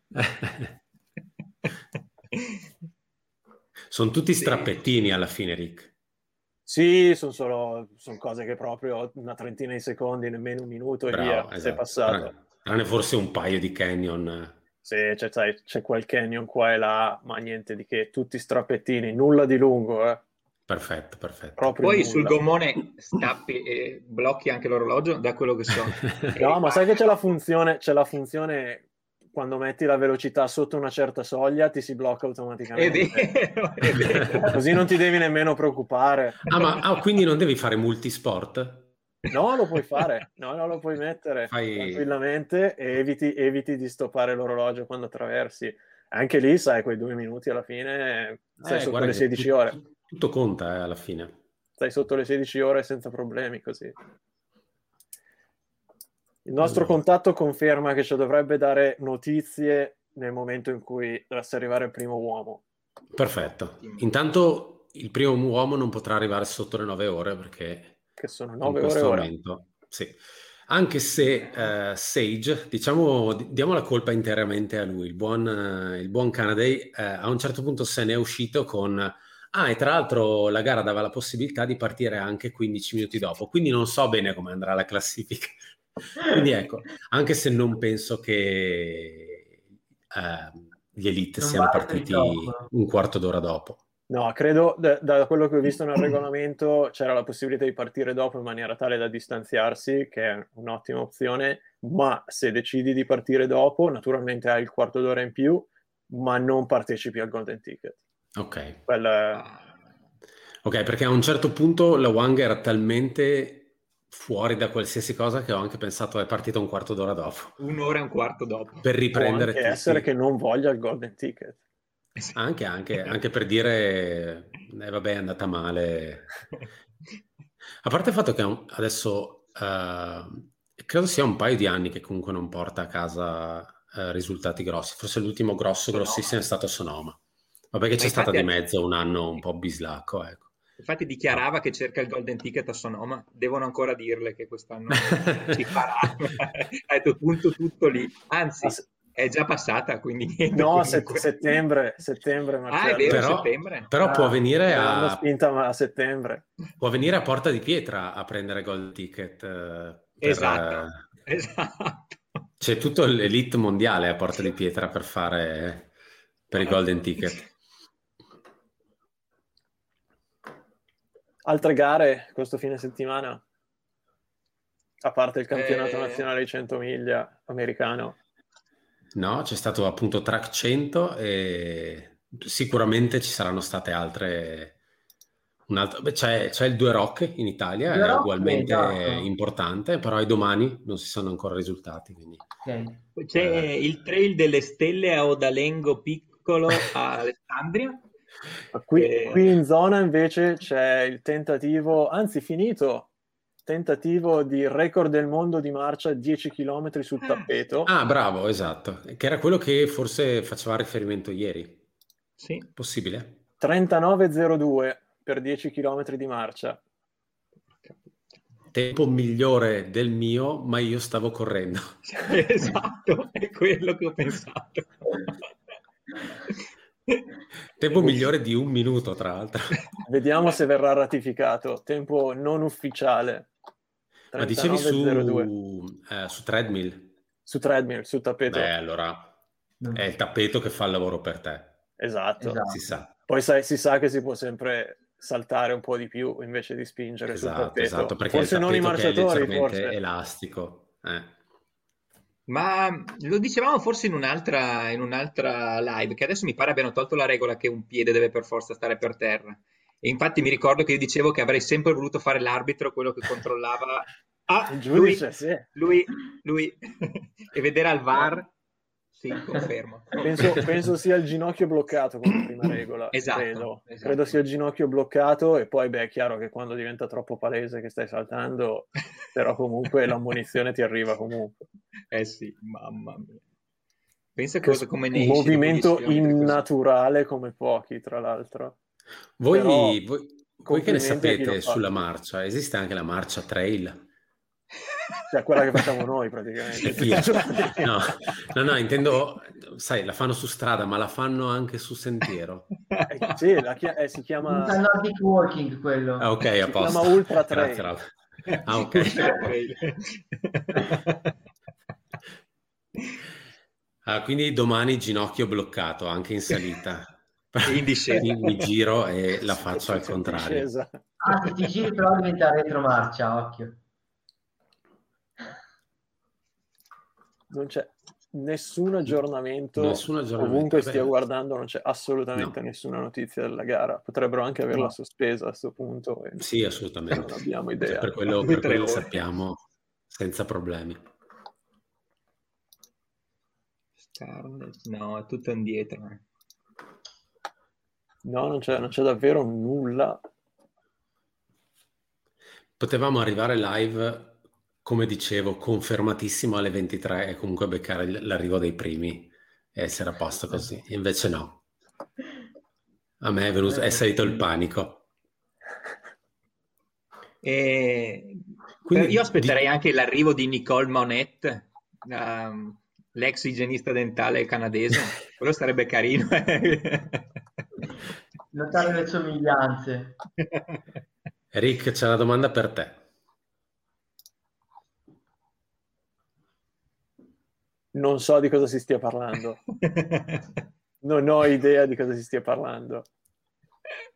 Sono tutti Sì. strappettini alla fine, Rick. Sì, sono cose che proprio una trentina di secondi, nemmeno un minuto e via, Bravo, sei esatto. passato. Tranne forse un paio di canyon. Sì, c'è quel canyon qua e là, ma niente di che, tutti strappettini, nulla di lungo, Perfetto, perfetto. proprio Poi sul nulla. gommone stappi e blocchi anche l'orologio, da quello che so. E No, ma sai che riparte. c'è la funzione quando metti la velocità sotto una certa soglia ti si blocca È automaticamente. vero, è vero. Così non ti devi nemmeno preoccupare. Quindi non devi fare multisport? No, lo puoi fare, no, lo puoi mettere Fai... tranquillamente e eviti di stoppare l'orologio quando attraversi. Anche lì, sai, quei 2 minuti alla fine stai sotto guarda le che 16 ore. tutto conta, alla fine. Stai sotto le 16 ore senza problemi, così. Il nostro Allora. contatto conferma che ci dovrebbe dare notizie nel momento in cui dovesse arrivare il primo uomo. Perfetto. Intanto il primo uomo non potrà arrivare sotto le 9 ore perché Che sono in 9 ore questo ora. momento, sì. Anche se Sage, diciamo, diamo la colpa interamente a lui, il buon Canadei, a un certo punto se ne è uscito con e tra l'altro la gara dava la possibilità di partire anche 15 minuti dopo, quindi non so bene come andrà la classifica. Quindi ecco, anche se non penso che gli Elite Non siano vale per il partiti gioco. un quarto d'ora dopo. No, credo, da quello che ho visto nel regolamento, c'era la possibilità di partire dopo in maniera tale da distanziarsi, che è un'ottima opzione, ma se decidi di partire dopo, naturalmente hai il quarto d'ora in più, ma non partecipi al Golden Ticket. Ok. Ah, Ok, perché a un certo punto la Wang era talmente fuori da qualsiasi cosa che ho anche pensato è partita un quarto d'ora dopo, un'ora e un quarto dopo. per Può riprendere anche essere tutti. che non voglia il Golden Ticket. Anche per dire, vabbè, è andata male. A parte il fatto che adesso credo sia un paio di anni che comunque non porta a casa risultati grossi. Forse l'ultimo grossissimo è stato Sonoma. Vabbè che Ma c'è stata infatti, di mezzo un anno un po' bislacco, ecco. infatti dichiarava che cerca il Golden Ticket a Sonoma. Devono ancora dirle che quest'anno si farà. Ha detto punto tutto lì. Ah, Anzi, è già passata, quindi niente no, comunque. settembre, Ah, è Marcello. vero, Però, settembre. però può venire L'hanno a, spinta a settembre. può venire a Porta di Pietra a prendere Gold Ticket Esatto, esatto. c'è tutto l'elite mondiale a Porta di Pietra per i Golden Ticket. Altre gare questo fine settimana, a parte il campionato Eh, nazionale di 100 miglia americano. No, c'è stato appunto Track 100 e sicuramente ci saranno state altre. Beh, c'è il Due Rock in Italia, Due è Rock, ugualmente esatto. importante, però ai domani non si sanno ancora i risultati. Quindi, Ok. C'è il Trail delle Stelle a Odalengo Piccolo a Alessandria. Qui in zona invece c'è il tentativo, anzi finito, tentativo di record del mondo di marcia 10 km sul tappeto. Ah, bravo, esatto, che era quello che forse faceva riferimento ieri. Sì. Possibile? 39,02 per 10 km di marcia. Tempo migliore del mio, ma io stavo correndo. Esatto, è quello che ho pensato. Tempo migliore di un minuto, tra l'altro. Vediamo se verrà ratificato. Tempo non ufficiale. Ma dicevi 39,02. su treadmill? Su treadmill, sul tappeto. Beh, allora è il tappeto che fa il lavoro per te. Esatto. Si sa. Poi si sa che si può sempre saltare un po' di più invece di spingere sul tappeto. Esatto, perché Forse il non i tappeto che è marciatori, leggermente forse. elastico. Ma lo dicevamo forse in un'altra live, che adesso mi pare abbiano tolto la regola che un piede deve per forza stare per terra. E infatti mi ricordo che io dicevo che avrei sempre voluto fare l'arbitro, quello che controllava. Ah, Il giudice, sì. lui. E vedere al VAR. Sì, confermo. Penso sia il ginocchio bloccato come prima regola. Esatto. Credo sia il ginocchio bloccato e poi beh, è chiaro che quando diventa troppo palese che stai saltando, però comunque l'ammonizione ti arriva comunque. Eh sì, mamma mia. Pensa come ne Un esci dopo 10 movimento chilometri così. innaturale come pochi, tra l'altro. Però Voi che ne complimenti a chi lo sapete fa. sulla marcia? Esiste anche la marcia trail? Cioè quella che facciamo noi praticamente. No, intendo, sai, la fanno su strada, ma la fanno anche su sentiero. Sì, si chiama Un Nordic Walking quello. Ah, ok, a si posto. chiama Ultra Trail. Grazie, Ralph. Ah, ok. Ultra Trail. Quindi domani ginocchio bloccato, anche in salita. E in discesa. Mi giro e la faccio al contrario. Discesa. Ah, se ti giri però diventa retromarcia, occhio. Non c'è nessun aggiornamento, ovunque Vabbè. stia guardando non c'è assolutamente No. nessuna notizia della gara. Potrebbero anche averla sospesa a questo punto. Sì, assolutamente. Non abbiamo idea. Per quello ore. sappiamo senza problemi. Scarlett, no, è tutto indietro. No, non c'è davvero nulla. Potevamo arrivare live, come dicevo, confermatissimo alle 23 e comunque beccare l'arrivo dei primi e essere a posto così. Invece no. A me è salito il panico. Io aspetterei anche l'arrivo di Nicole Monette, l'ex igienista dentale canadese. Quello sarebbe carino. Notare le somiglianze. Rick, c'è una domanda per te. Non so di cosa si stia parlando. Non ho idea di cosa si stia parlando.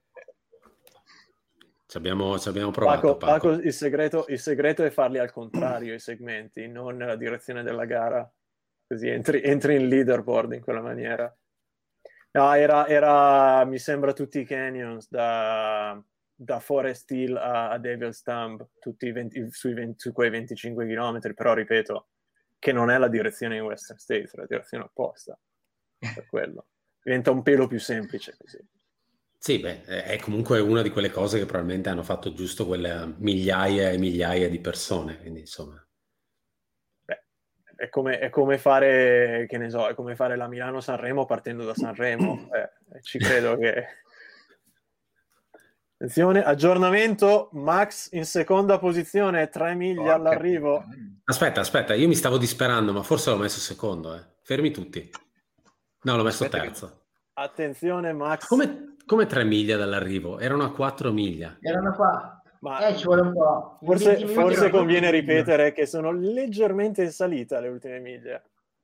ci abbiamo provato, Paco, il segreto è farli al contrario i segmenti, non nella direzione della gara, così entri in leaderboard in quella maniera. No, era mi sembra tutti i canyons da Forest Hill a Devil's Thumb, tutti su quei 25 km, però ripeto che non è la direzione in Western States, è la direzione opposta, per quello. Diventa un pelo più semplice così. Sì, beh, è comunque una di quelle cose che probabilmente hanno fatto giusto quelle migliaia e migliaia di persone, quindi insomma. Beh, è come fare, che ne so, è come fare la Milano-Sanremo partendo da Sanremo. Ci credo che... Attenzione, aggiornamento, Max in seconda posizione, 3 miglia all'arrivo. Aspetta, io mi stavo disperando, ma forse l'ho messo secondo, Fermi tutti. No, l'ho messo terzo. Attenzione, Max. Come 3 miglia dall'arrivo? Erano a 4 miglia. Erano qua. Ma ci vuole un po'. Forse conviene ripetere che sono leggermente in salita le ultime miglia.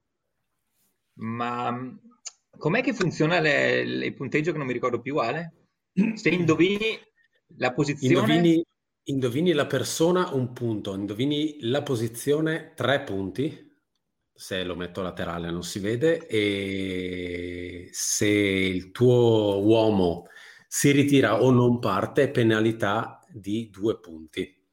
Ma com'è che funziona il punteggio che non mi ricordo più, Ale? Se indovini la posizione... Indovini la persona, 1 punto. Indovini la posizione, 3 punti. Se lo metto laterale non si vede. E se il tuo uomo si ritira o non parte, penalità di 2 punti.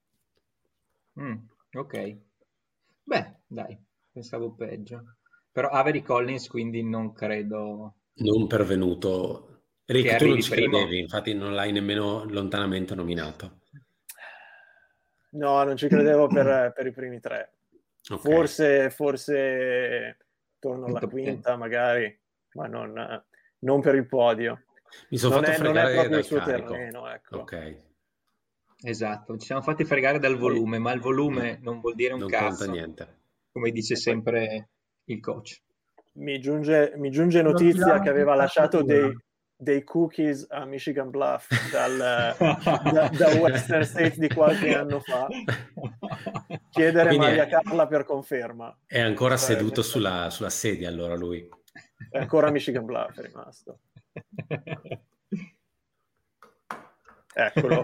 Ok. Beh, dai, pensavo peggio. Però Avery Collins, quindi non credo... Non pervenuto. Rick, tu non ci credevi, infatti non l'hai nemmeno lontanamente nominato. No, non ci credevo per i primi 3. Okay. Forse torno alla quinta magari, ma non per il podio. Mi sono fatto fregare non è proprio dal il suo carico. terreno, ecco. Ok. Esatto, ci siamo fatti fregare dal volume, ma il volume non vuol dire un non cazzo, conta niente. come dice sempre il coach. Mi giunge notizia che aveva lasciato dei cookies a Michigan Bluff da Western States di qualche anno fa. Chiedere Quindi Maria Carla per conferma. È ancora seduto sulla sedia allora lui. È ancora Michigan Bluff è rimasto. Eccolo.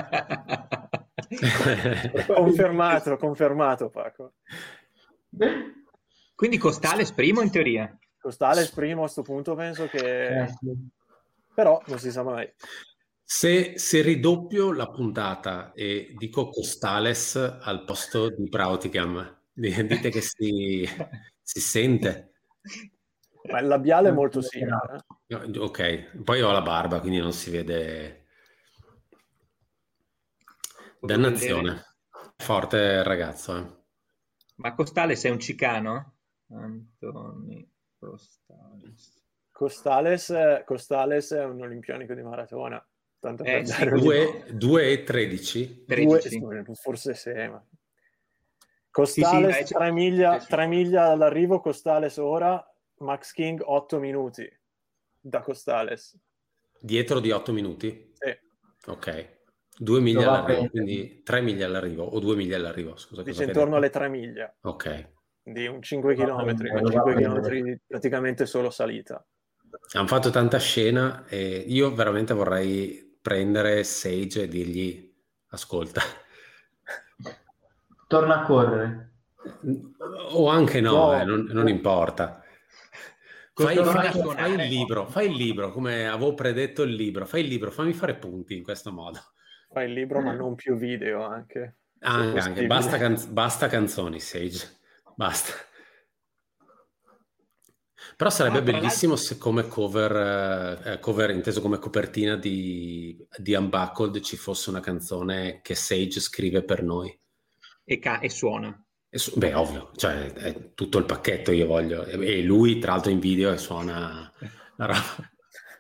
Confermato Paco. Quindi Costales primo in teoria. Costales primo a sto punto penso che... Però non si sa mai. Se ridoppio la puntata e dico Costales al posto di Prautigam, dite che si sente. Ma il labiale è molto simile. Ok, poi ho la barba, quindi non si vede. Dannazione. Forte il ragazzo. Ma Costales è un cicano? Antoni Costales è un olimpionico di maratona. Tanto per sì, 2,13. Forse sì, ma... Costales sì, 3 miglia dall'arrivo, Costales ora, Max King 8 minuti da Costales. Dietro di 8 minuti? Sì. Ok. 2 miglia all'arrivo, quindi 3 miglia all'arrivo o 2 miglia all'arrivo, scusa. Dice intorno alle 3 miglia. Ok. Di un 5 km, ma 5 km praticamente solo salita. Hanno fatto tanta scena e io veramente vorrei prendere Sage e dirgli ascolta. Torna a correre. O anche no. Non importa. Fai il libro, come avevo predetto il libro, fai il libro, fammi fare punti in questo modo. Fai il libro, ma non più video anche. Anche. Basta canzoni, Sage. Basta. Però sarebbe bellissimo se come cover inteso come copertina di Unbuckled ci fosse una canzone che Sage scrive per noi. E suona. Beh, ovvio, cioè è tutto il pacchetto io voglio. E lui, tra l'altro, in video suona la roba.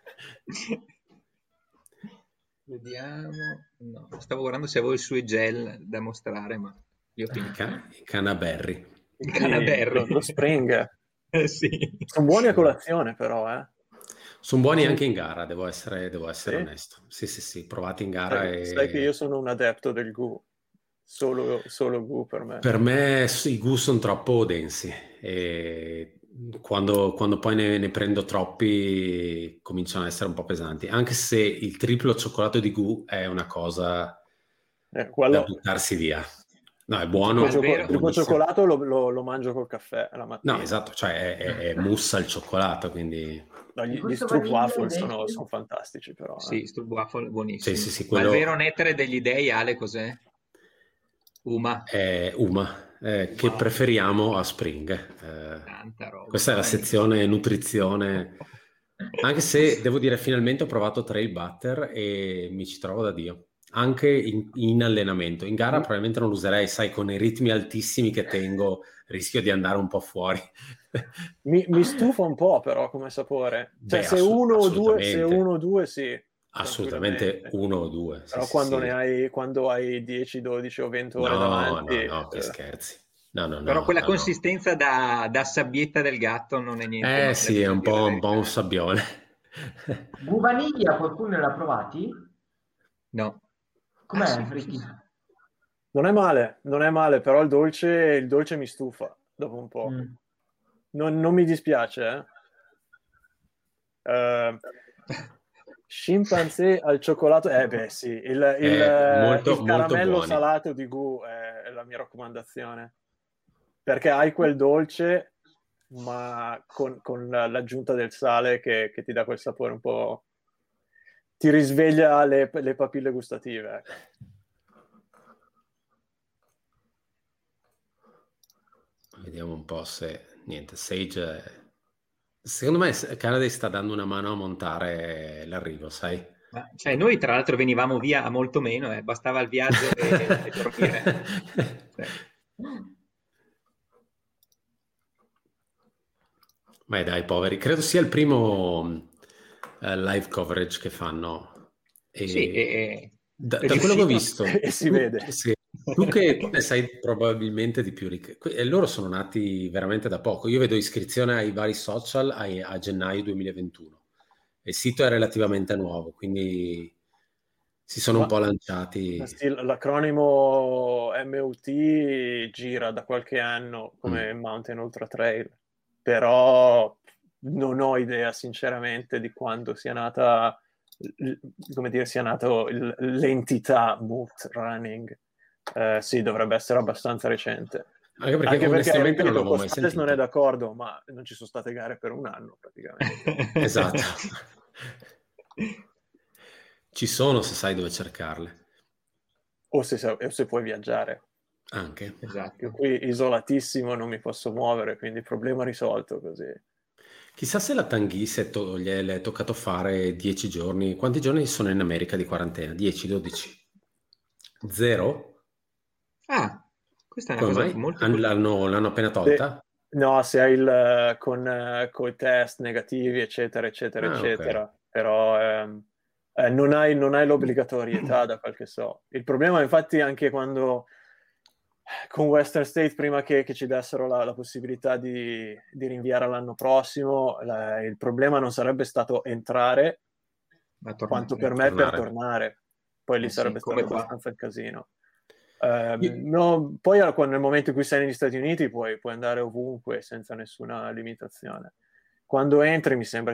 Vediamo. No, stavo guardando se avevo i suoi gel da mostrare, ma io ho finito. Il Canaberry. Il Canaberry. Lo Spring. Sì. Sono buoni a colazione, però, Sono buoni anche in gara, devo essere onesto. Sì, provati in gara. Sai che io sono un adepto del GU. Solo GU per me. Per me i GU sono troppo densi e quando poi ne prendo troppi cominciano ad essere un po' pesanti, anche se il triplo cioccolato di Gu è una cosa da Quello, buttarsi via. No, è il buono, è Alvero, triplo buonissimo. cioccolato lo mangio col caffè la No, mattina. esatto, cioè è mussa al cioccolato, quindi No, Il gli gusto vaniglia stroopwafel invece? sono fantastici, però. sì, Stroopwafel sì, buonissimo. sì, sì, Ma il vero quello nettare degli dei, Ale, cos'è? Uma. è Uma, che Wow, preferiamo a Spring. tanta roba, Questa è la mamma mia. sezione nutrizione, anche se devo dire finalmente ho provato Trail Butter e mi ci trovo da Dio. Anche in allenamento. In gara Mi, probabilmente non lo userei, sai, con i ritmi altissimi che tengo rischio di andare un po' fuori. mi stufa un po', però, come sapore. Cioè, Beh, se assolutamente. uno o due, sì, Assolutamente tranquillamente. uno o due, sì, Però sì, sì. quando hai 10, 12 o 20 ore No, davanti, no, no, che scherzi. No, no, Però no, quella no, no. consistenza da sabbietta del gatto non è niente male, Sì, è devo dire la un po' un verità. sabbione. Guvaniglia, qualcuno l'ha provati? No. Ah, Com'è, sì, sì, Fricky? sì. non è male, però il dolce mi stufa dopo un po'. Mm. Non mi dispiace, eh. Scimpanzé al cioccolato, beh sì, il Molto, molto caramello buoni. salato di Gu è la mia raccomandazione, perché hai quel dolce, ma con l'aggiunta del sale che ti dà quel sapore un po', ti risveglia le papille gustative, ecco. Vediamo un po' se... Niente, secondo me Canada sta dando una mano a montare l'arrivo, sai? Ma, cioè, noi tra l'altro venivamo via a molto meno, bastava il viaggio e dormire. Cioè, Ma dai, poveri. Credo sia il primo live coverage che fanno. sì, E è da quello che ho riuscito. visto, E si vede. sì, tu che ne sai probabilmente di più, Rick, e loro sono nati veramente da poco. Io vedo iscrizione ai vari social a gennaio 2021. Il sito è relativamente nuovo, quindi si sono un Ma po' lanciati. sì, l'acronimo MUT gira da qualche anno come Mm. Mountain Ultra Trail, però non ho idea sinceramente di quando sia nata, come dire, sia nato l'entità Moot Running. Sì, dovrebbe essere abbastanza recente. Anche perché Anche perché, onestamente non ripeto, l'avevo mai Costales non è sentito. d'accordo, ma non ci sono state gare per un anno praticamente. Esatto. Ci sono se sai dove cercarle. O se puoi viaggiare. Anche. Io Esatto. qui isolatissimo non mi posso muovere, quindi problema risolto così. Chissà se la Tanghise gli è toccato fare 10 giorni. Quanti giorni sono in America di quarantena? 10, 12? Zero? Ah, questa è una Come cosa mai? molto curiosa. L'hanno appena tolta? No, se hai con i test negativi, eccetera, eccetera, Ah, ok. eccetera, però non hai l'obbligatorietà da quel che so. Il problema, infatti, anche quando con Western State, prima che ci dessero la possibilità di rinviare all'anno prossimo, il problema non sarebbe stato entrare, A quanto per tornare. me per Tornare. tornare. Poi lì Sì, sarebbe stato come qua. abbastanza il casino. Io- No, poi nel momento in cui sei negli Stati Uniti puoi andare ovunque senza nessuna limitazione. Quando entri mi sembra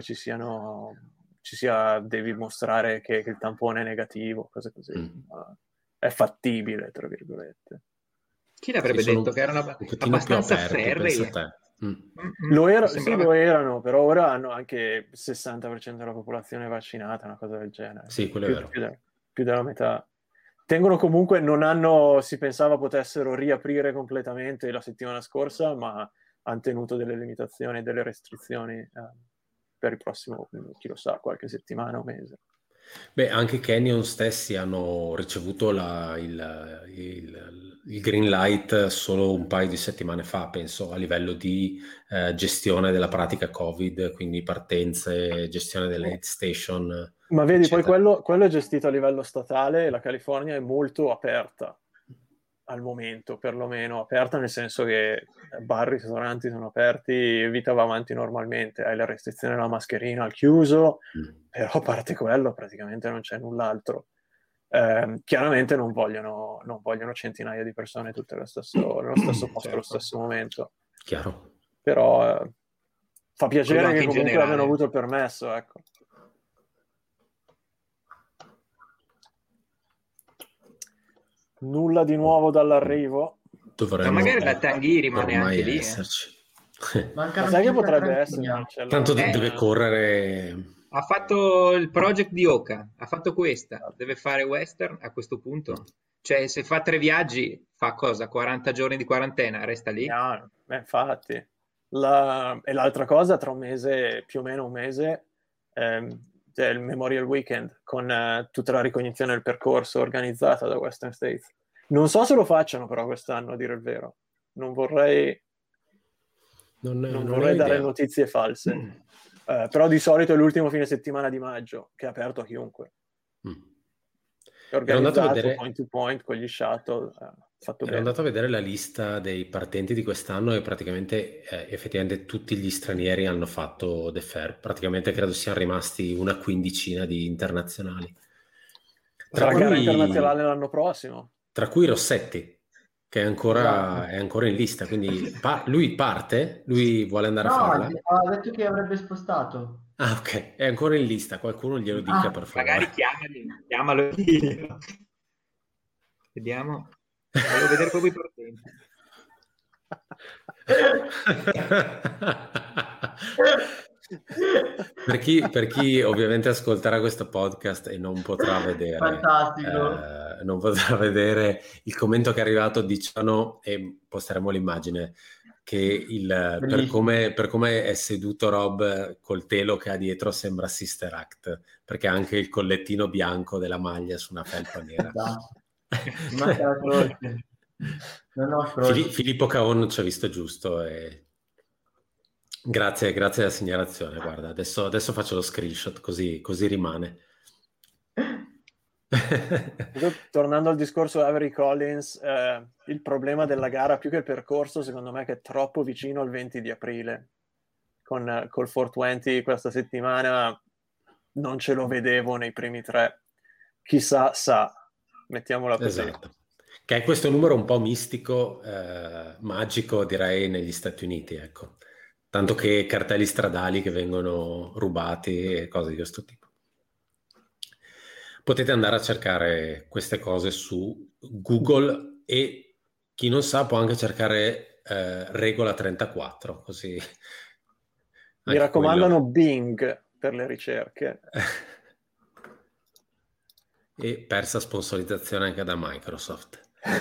devi mostrare che il tampone è negativo, cose così. mm. Ma è fattibile, tra virgolette. Chi Sì, l'avrebbe sono detto che un erano pochettino più abbastanza aperti, pensa a ferrei? te. Mm. Mi Sì, sembrava... lo erano, però ora hanno anche il 60% della popolazione vaccinata, una cosa del genere. Sì, quello è Più, vero. più della metà. Tengono comunque, si pensava potessero riaprire completamente la settimana scorsa, ma hanno tenuto delle limitazioni e delle restrizioni per il prossimo, chi lo sa, qualche settimana o mese. Beh, anche i Canyon stessi hanno ricevuto il green light solo un paio di settimane fa, penso, a livello di gestione della pratica Covid, quindi partenze, gestione delle aid station, Ma vedi, poi eccetera. quello è gestito a livello statale e la California è molto aperta al momento, perlomeno aperta nel senso che bar, ristoranti sono aperti, vita va avanti normalmente, hai la restrizione della mascherina al chiuso, Mm. però a parte quello praticamente non c'è null'altro. Chiaramente non vogliono centinaia di persone tutte nello stesso posto allo Certo. stesso momento, Chiaro. però Fa Quello piacere anche che in comunque generale. abbiano avuto il permesso, ecco. Nulla di nuovo dall'arrivo. Ma Dovremmo magari la Tanguy rimane ormai anche lì. esserci. Ma Mancano sai che circa potrebbe 30 essere giorni. Marcello? Tanto deve correre. Ha fatto il project di Oka, ha fatto questa, deve fare western a questo punto. Cioè, se fa 3 viaggi, fa cosa? 40 giorni di quarantena, resta lì? No, infatti. E l'altra cosa, tra un mese, più o meno un mese, c'è il Memorial Weekend con tutta la ricognizione del percorso organizzata da Western States. Non so se lo facciano però quest'anno, a dire il vero. Non vorrei Non vorrei ho dare idea. notizie false. Però di solito è l'ultimo fine settimana di maggio, che è aperto a chiunque. Mm. È Ero andato a organizzato vedere, point to point con gli shuttle, fatto ero bene. andato a vedere la lista dei partenti di quest'anno e praticamente effettivamente tutti gli stranieri hanno fatto defer. Praticamente credo siano rimasti una quindicina di internazionali. Sarà gara internazionale l'anno prossimo. Tra cui Rossetti, che è Esatto. ancora in lista, quindi lui parte, lui vuole andare a No, farla. ha detto che avrebbe spostato. Ah, ok, è ancora in lista, qualcuno glielo dica per Magari favore. chiamalo lì. Vediamo. Volevo vedere proprio i partenti. Per chi ovviamente ascolterà questo podcast e non potrà Fantastico. il commento che è arrivato, dicano, e posteremo l'immagine, che Bellissimo. per come è seduto Rob col telo che ha dietro sembra Sister Act, perché ha anche il collettino bianco della maglia su una felpa nera. Esatto. Mi manca la croce. Non ho croce. Filippo Caon ci ha visto giusto e grazie della segnalazione. Guarda, adesso faccio lo screenshot così rimane. Tornando al discorso Avery Collins, il problema della gara più che il percorso secondo me è che è troppo vicino al 20 di aprile col 420 questa settimana non ce lo vedevo nei primi 3, chissà mettiamola così. Esatto, che è questo numero un po' mistico, magico direi negli Stati Uniti, ecco, tanto che cartelli stradali che vengono rubati e cose di questo tipo. Potete andare a cercare queste cose su Google e chi non sa può anche cercare regola 34, così. Mi raccomandano Bing per le ricerche. E persa sponsorizzazione anche da Microsoft.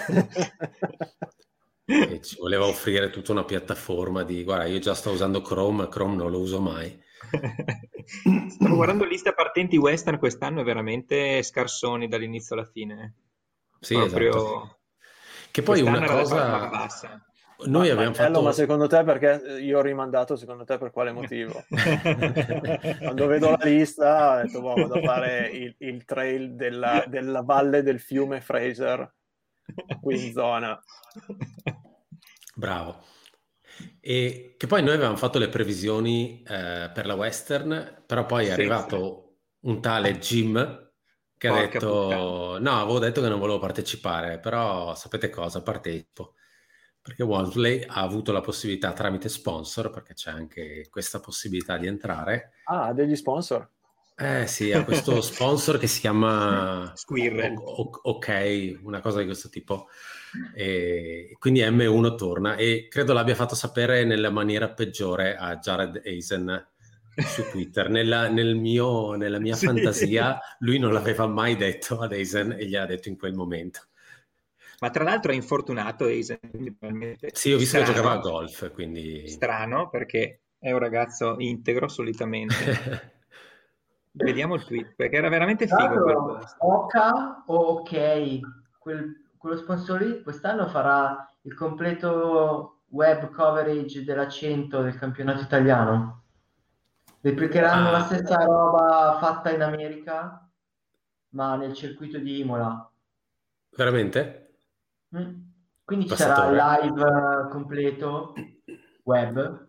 Che ci voleva offrire tutta una piattaforma guarda, io già sto usando Chrome non lo uso mai. Stavo guardando lista partenti western quest'anno, è veramente scarsoni dall'inizio alla fine. Sì, Proprio... esatto. Che poi quest'anno una era la cosa... barba bassa. Noi abbiamo fatto... Ma secondo te perché io ho rimandato, secondo te per quale motivo? Quando vedo la lista ho detto vado a fare il trail della valle del fiume Fraser qui in zona. Bravo. E che poi noi avevamo fatto le previsioni per la Western, però poi è arrivato un tale Jim che ha detto no, avevo detto che non volevo partecipare, però sapete cosa, partecipo. Perché Walmsley ha avuto la possibilità tramite sponsor, perché c'è anche questa possibilità di entrare. Ah, degli sponsor? Sì, ha questo sponsor che si chiama Squirrel. Ok, una cosa di questo tipo. E quindi M1 torna e credo l'abbia fatto sapere nella maniera peggiore a Jared Eisen su Twitter. Nella mia fantasia lui non l'aveva mai detto ad Eisen e gliel'ha detto in quel momento. Ma tra l'altro è infortunato Eisen. Sì, ho visto che giocava a golf, quindi... Strano, perché è un ragazzo integro solitamente. Vediamo il tweet, perché era veramente figo quel post. Oka o ok, quello sponsor lì quest'anno farà il completo web coverage della 100 del campionato italiano. Replicheranno la stessa roba fatta in America, ma nel circuito di Imola. Veramente? Quindi ci sarà Passatore. il live completo web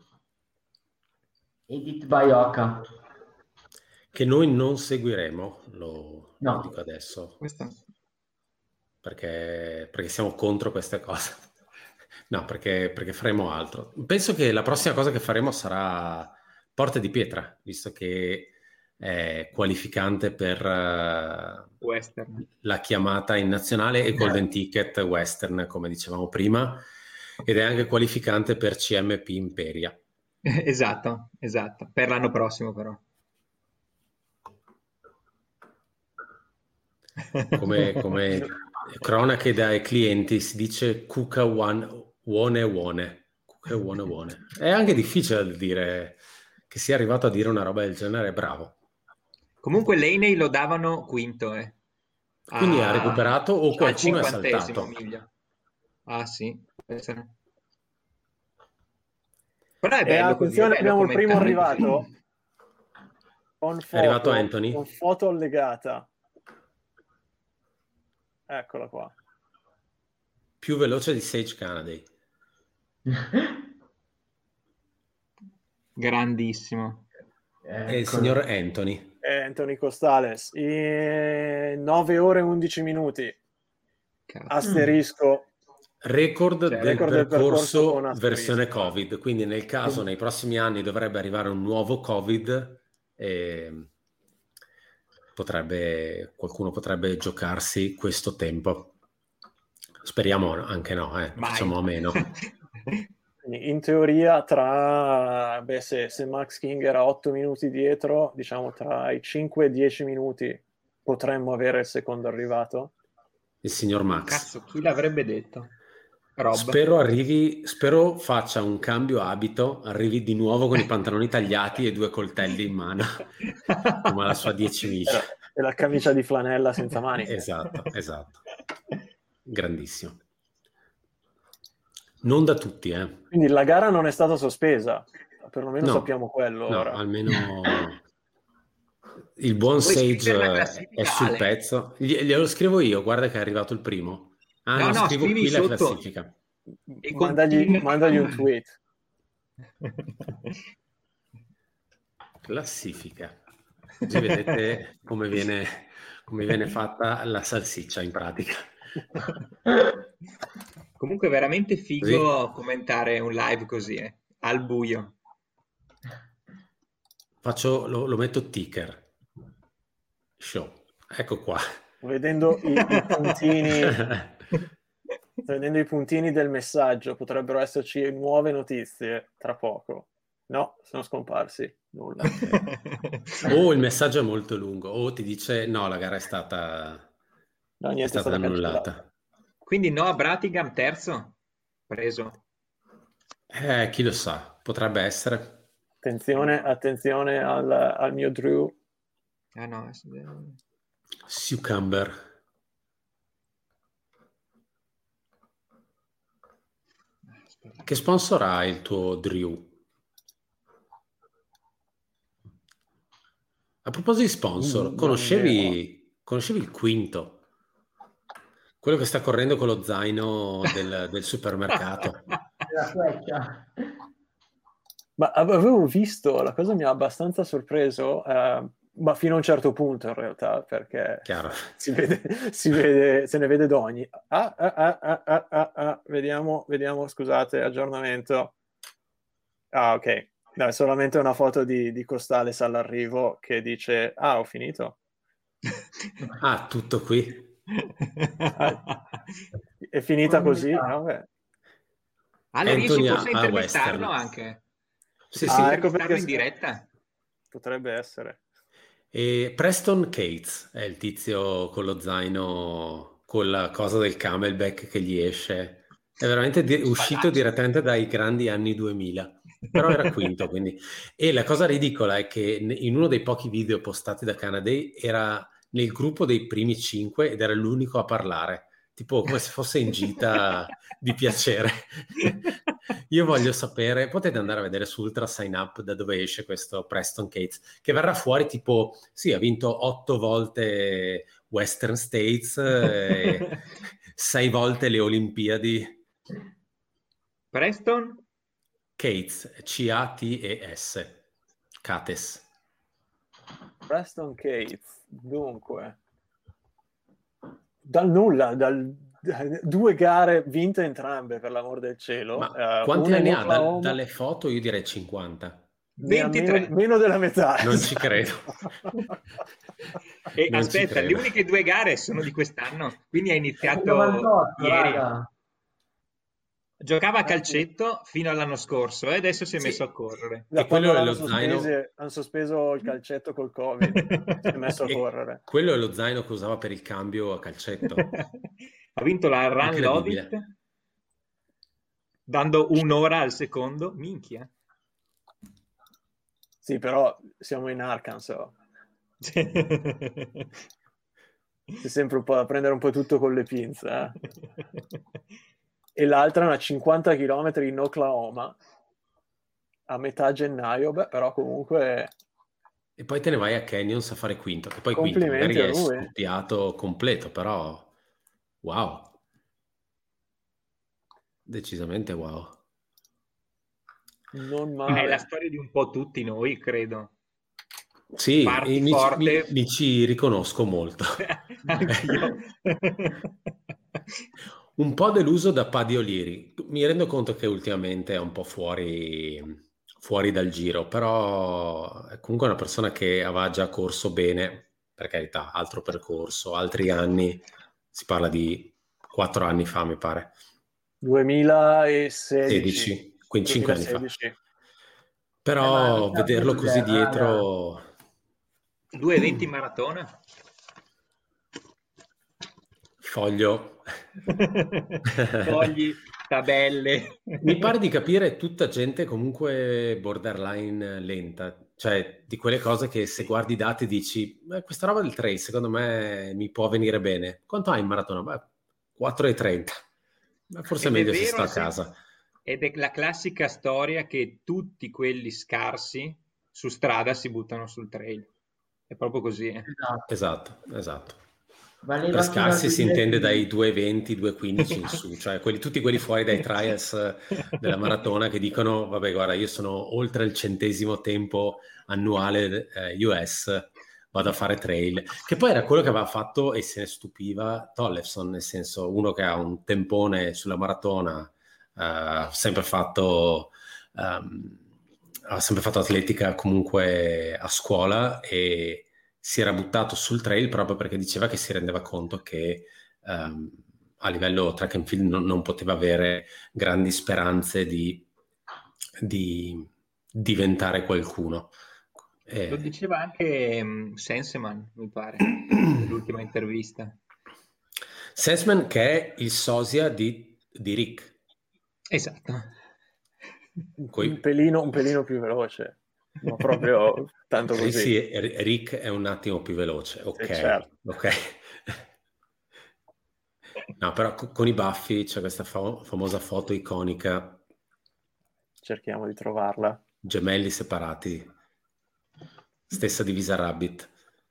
edit by Oka. Che noi non seguiremo, lo dico adesso, perché siamo contro queste cose. No, perché faremo altro. Penso che la prossima cosa che faremo sarà Porte di Pietra, visto che è qualificante per Western. la chiamata in nazionale e Golden Ticket Western, come dicevamo prima, ed è anche qualificante per CMP Imperia. Esatto, per l'anno prossimo però. Come cronache dai clienti si dice Kuka Wone Wone. Kuka Wone Wone. È anche difficile da dire, che sia arrivato a dire una roba del genere, bravo. Comunque Laney lo davano quinto, Quindi ha recuperato o qualcuno è al saltato? 50° miglio. Ah sì, può essere. Però è bello così, attenzione, è bello abbiamo il primo commentare arrivato. così. Con foto, È arrivato Anthony? con foto allegata. Eccola qua. Più veloce di Sage Canaday. Grandissimo. È il signor Anthony. Anthony Costales. 9 ore e 11 minuti. Cazzo. Asterisco. Record del record del percorso con percorso versione asterisco. Covid, quindi nel caso nei prossimi anni dovrebbe arrivare un nuovo Covid e qualcuno potrebbe giocarsi questo tempo. Speriamo anche no, facciamo a meno. In teoria se Max King era 8 minuti dietro, diciamo tra i 5 e 10 minuti potremmo avere il secondo arrivato. Il signor Max. Cazzo, chi l'avrebbe detto? Rob. Spero faccia un cambio abito, arrivi di nuovo con i pantaloni tagliati e 2 coltelli in mano, come alla sua 10 miglia. E la camicia di flanella senza maniche. Esatto. Grandissimo. Non da tutti, Quindi la gara non è stata sospesa, perlomeno No, sappiamo quello no, ora. almeno il buon Sage è sul pezzo. Glielo scrivo io, guarda che è arrivato il primo. No, scrivo qui la classifica. E mandagli un tweet. Classifica. Così vedete come viene fatta la salsiccia in pratica. Comunque è veramente figo commentare un live così, al buio. Lo metto ticker. Show. Ecco qua. Vedendo i puntini del messaggio, potrebbero esserci nuove notizie tra poco. No, sono scomparsi. Nulla. O il messaggio è molto lungo, o ti dice no, la gara è stata annullata. Quindi no a Bratingham, terzo? Preso. Chi lo sa, potrebbe essere. Attenzione al mio Drew. Ah no. Sucumber. Che sponsor ha il tuo Drew? A proposito di sponsor, conoscevi il quinto? Quello che sta correndo con lo zaino del supermercato. La freccia. Ma avevo visto, la cosa mi ha abbastanza sorpreso, ma fino a un certo punto in realtà, perché Chiaro. si vede, se ne vede d'ogni. Vediamo, scusate, aggiornamento. Ok. No, è solamente una foto di Costales all'arrivo che dice, ho finito. Tutto qui. È finita così? Vabbè. Riesci forse a intervistarlo anche? Sì, ecco perché in diretta? Potrebbe essere. E Preston Cates è il tizio con lo zaino, con la cosa del Camelback che gli esce. È veramente uscito direttamente dai grandi anni 2000, però era quinto, quindi. E la cosa ridicola è che in uno dei pochi video postati da Canaday era nel gruppo dei primi 5 ed era l'unico a parlare, tipo come se fosse in gita di piacere. Io voglio sapere, potete andare a vedere su Ultra Sign Up da dove esce questo Preston Cates, che verrà fuori tipo, sì, ha vinto 8 volte Western States, 6 volte le Olimpiadi. Preston? Cates, C-A-T-E-S. Cates. Preston Cates, dunque, dal nulla, 2 gare vinte entrambe, per l'amor del cielo. Ma quanti anni ha? Dalle foto io direi 50. 23. Meno della metà. Non ci credo. E Non ci aspetta, le credo. uniche 2 gare sono di quest'anno, quindi ha iniziato 98, ieri. raga. Giocava a calcetto fino all'anno scorso e adesso si è Sì. messo a correre. Da E quello quando è lo zaino. hanno sospeso il calcetto col Covid, si è messo a E correre. quello è lo zaino che usava per il cambio a calcetto. Ha vinto la Run Love Incredibile. It, dando 1 ora al secondo. Minchia. Sì, però siamo in Arkansas. C'è sempre un po' da prendere un po' tutto con le pinze. E l'altra è una 50 km in Oklahoma a metà gennaio, beh, però comunque E poi te ne vai a Canyons a fare quinto, che poi quinto complimenti magari a è lui. scoppiato completo, però wow, decisamente wow. Non Ma è la male. storia di un po' tutti noi, credo. Sì, Parti mi forte. ci riconosco molto. Anch'io. Un po' deluso da Paddy O'Leary. Mi rendo conto che ultimamente è un po' fuori dal giro, però è comunque una persona che aveva già corso bene, per carità, altro percorso, altri anni, si parla di 4 anni fa, mi pare. 2016. 16, quindi 5 anni fa. 2016. Però Ma vederlo così raga, dietro... 2 eventi in maratona. Foglio. Fogli, tabelle. Mi pare di capire tutta gente comunque borderline lenta, cioè di quelle cose che se guardi i dati dici questa roba del trail secondo me mi può venire bene. Quanto hai in maratona? Beh, 4,30. Ma forse è Ed è meglio se vero, sto a casa. ed è la classica storia che tutti quelli scarsi su strada si buttano sul trail. È proprio così. esatto. Esatto. Valeva Per fino al scarsi si intende 2015. dai 2,20, 2,15 in su, cioè tutti quelli fuori dai trials della maratona che dicono, vabbè guarda, io sono oltre il 100° tempo annuale US, vado a fare trail, che poi era quello che aveva fatto e se ne stupiva Tollefson, nel senso uno che ha un tempone sulla maratona, ha sempre fatto atletica comunque a scuola e si era buttato sul trail proprio perché diceva che si rendeva conto che a livello track and field non poteva avere grandi speranze di diventare qualcuno. Lo diceva anche Senseman, mi pare, nell'ultima intervista. Sensman che è il sosia di Rick. Esatto. Un pelino più veloce, ma proprio tanto così. Sì, Rick è un attimo più veloce, ok. Certo. Ok. No, però con i baffi c'è questa famosa foto iconica. Cerchiamo di trovarla. Gemelli separati, stessa divisa Rabbit.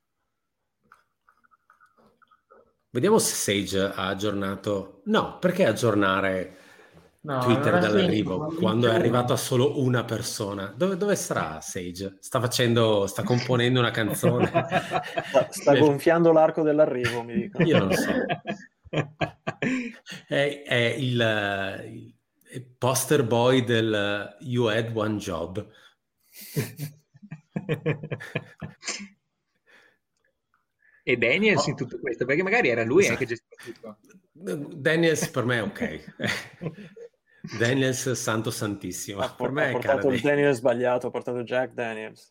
Vediamo se Sage ha aggiornato. No, perché aggiornare No, Twitter non ha dall'arrivo senso, quando è vince arrivato a uno. solo una persona? Dove sarà Sage? Sta componendo una canzone? Sta gonfiando l'arco dell'arrivo, mi dicono. Io non so. È il poster boy del You Had One Job. E Daniels in tutto questo, perché magari era lui che gestiva tutto. Daniels per me è ok. Daniels santo santissimo. Per me Ha è portato il Canadese. Daniels sbagliato, ha portato Jack Daniels.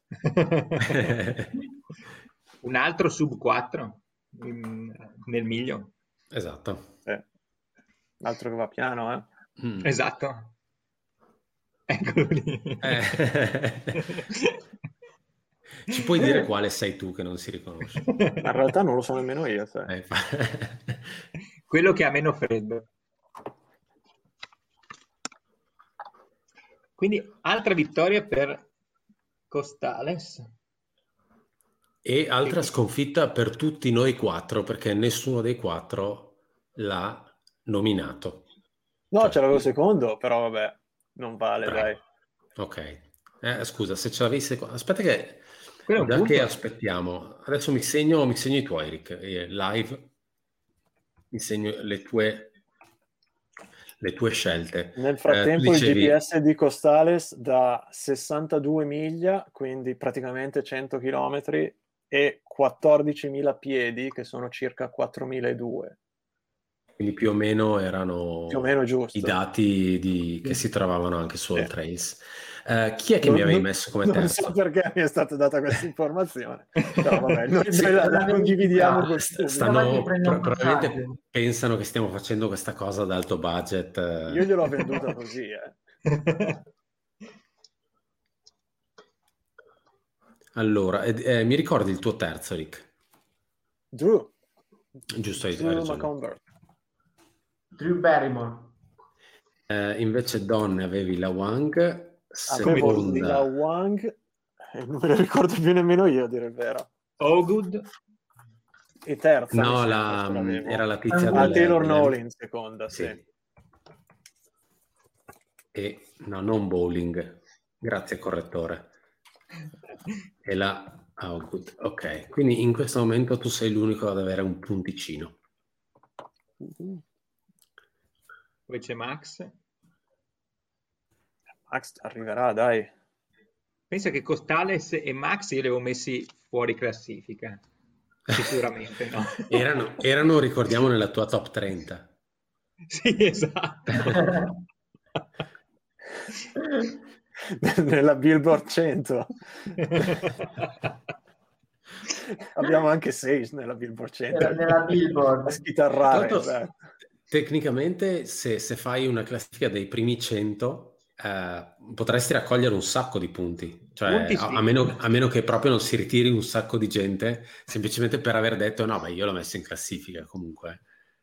Un altro sub 4 nel miglio. Un Esatto. altro che va piano, eh. Esatto. Eccolo lì. Ci puoi dire quale sei tu che non si riconosce? Ma in realtà non lo so nemmeno io. Quello che ha meno freddo. Quindi altra vittoria per Costales. E altra sconfitta per tutti noi 4, perché nessuno dei 4 l'ha nominato. No, ce l'avevo secondo, però vabbè, non vale, Bravo. dai. Ok. Scusa, se ce l'avevi secondo... Aspetta che... Quello è un Da punto. che aspettiamo? Adesso mi segno i tuoi, Rick. Live. Mi segno le tue le tue scelte. Nel frattempo tu dicevi... il GPS di Costales da 62 miglia, quindi praticamente 100 km, e 14.000 piedi, che sono circa 4.200. Quindi più o meno erano Più o meno i giusto. dati che si trovavano anche su All Trails. Chi è che Non- mi avevi non- messo come Non terzo? so perché mi è stata data questa informazione. Però vabbè, noi Sì. la condividiamo No, col Stanno, prendo un probabilmente passaggio. pensano che stiamo facendo questa cosa ad alto budget. Io gliel'ho venduta così, Allora, mi ricordi il tuo terzo, Rick? Drew Giusto, hai ragione. McComber. Drew Barrymore. Invece donne avevi la Wang, Avevo la seconda Wang, e non me ne ricordo più nemmeno io, a dire il vero. Good. E terza, mi no, sembra, ce l'avevo. era la tizia Taylor delle... Nowley in seconda, sì. E no, non Bowling, grazie correttore. E la Good. Ok, quindi in questo momento tu sei l'unico ad avere un punticino. Poi c'è Max. Max arriverà, dai. Pensa che Costales e Max io li avevo messi fuori classifica. Sicuramente no. Erano, ricordiamo, nella tua top 30. Sì, esatto. Nella Billboard 100. Abbiamo anche Sage nella Billboard 100. Nella Billboard. A schitarrare, Tanto, esatto. tecnicamente, se fai una classifica dei primi 100, potresti raccogliere un sacco di punti. Cioè, Punti sì. a meno che proprio non si ritiri un sacco di gente, semplicemente per aver detto no, ma io l'ho messo in classifica comunque.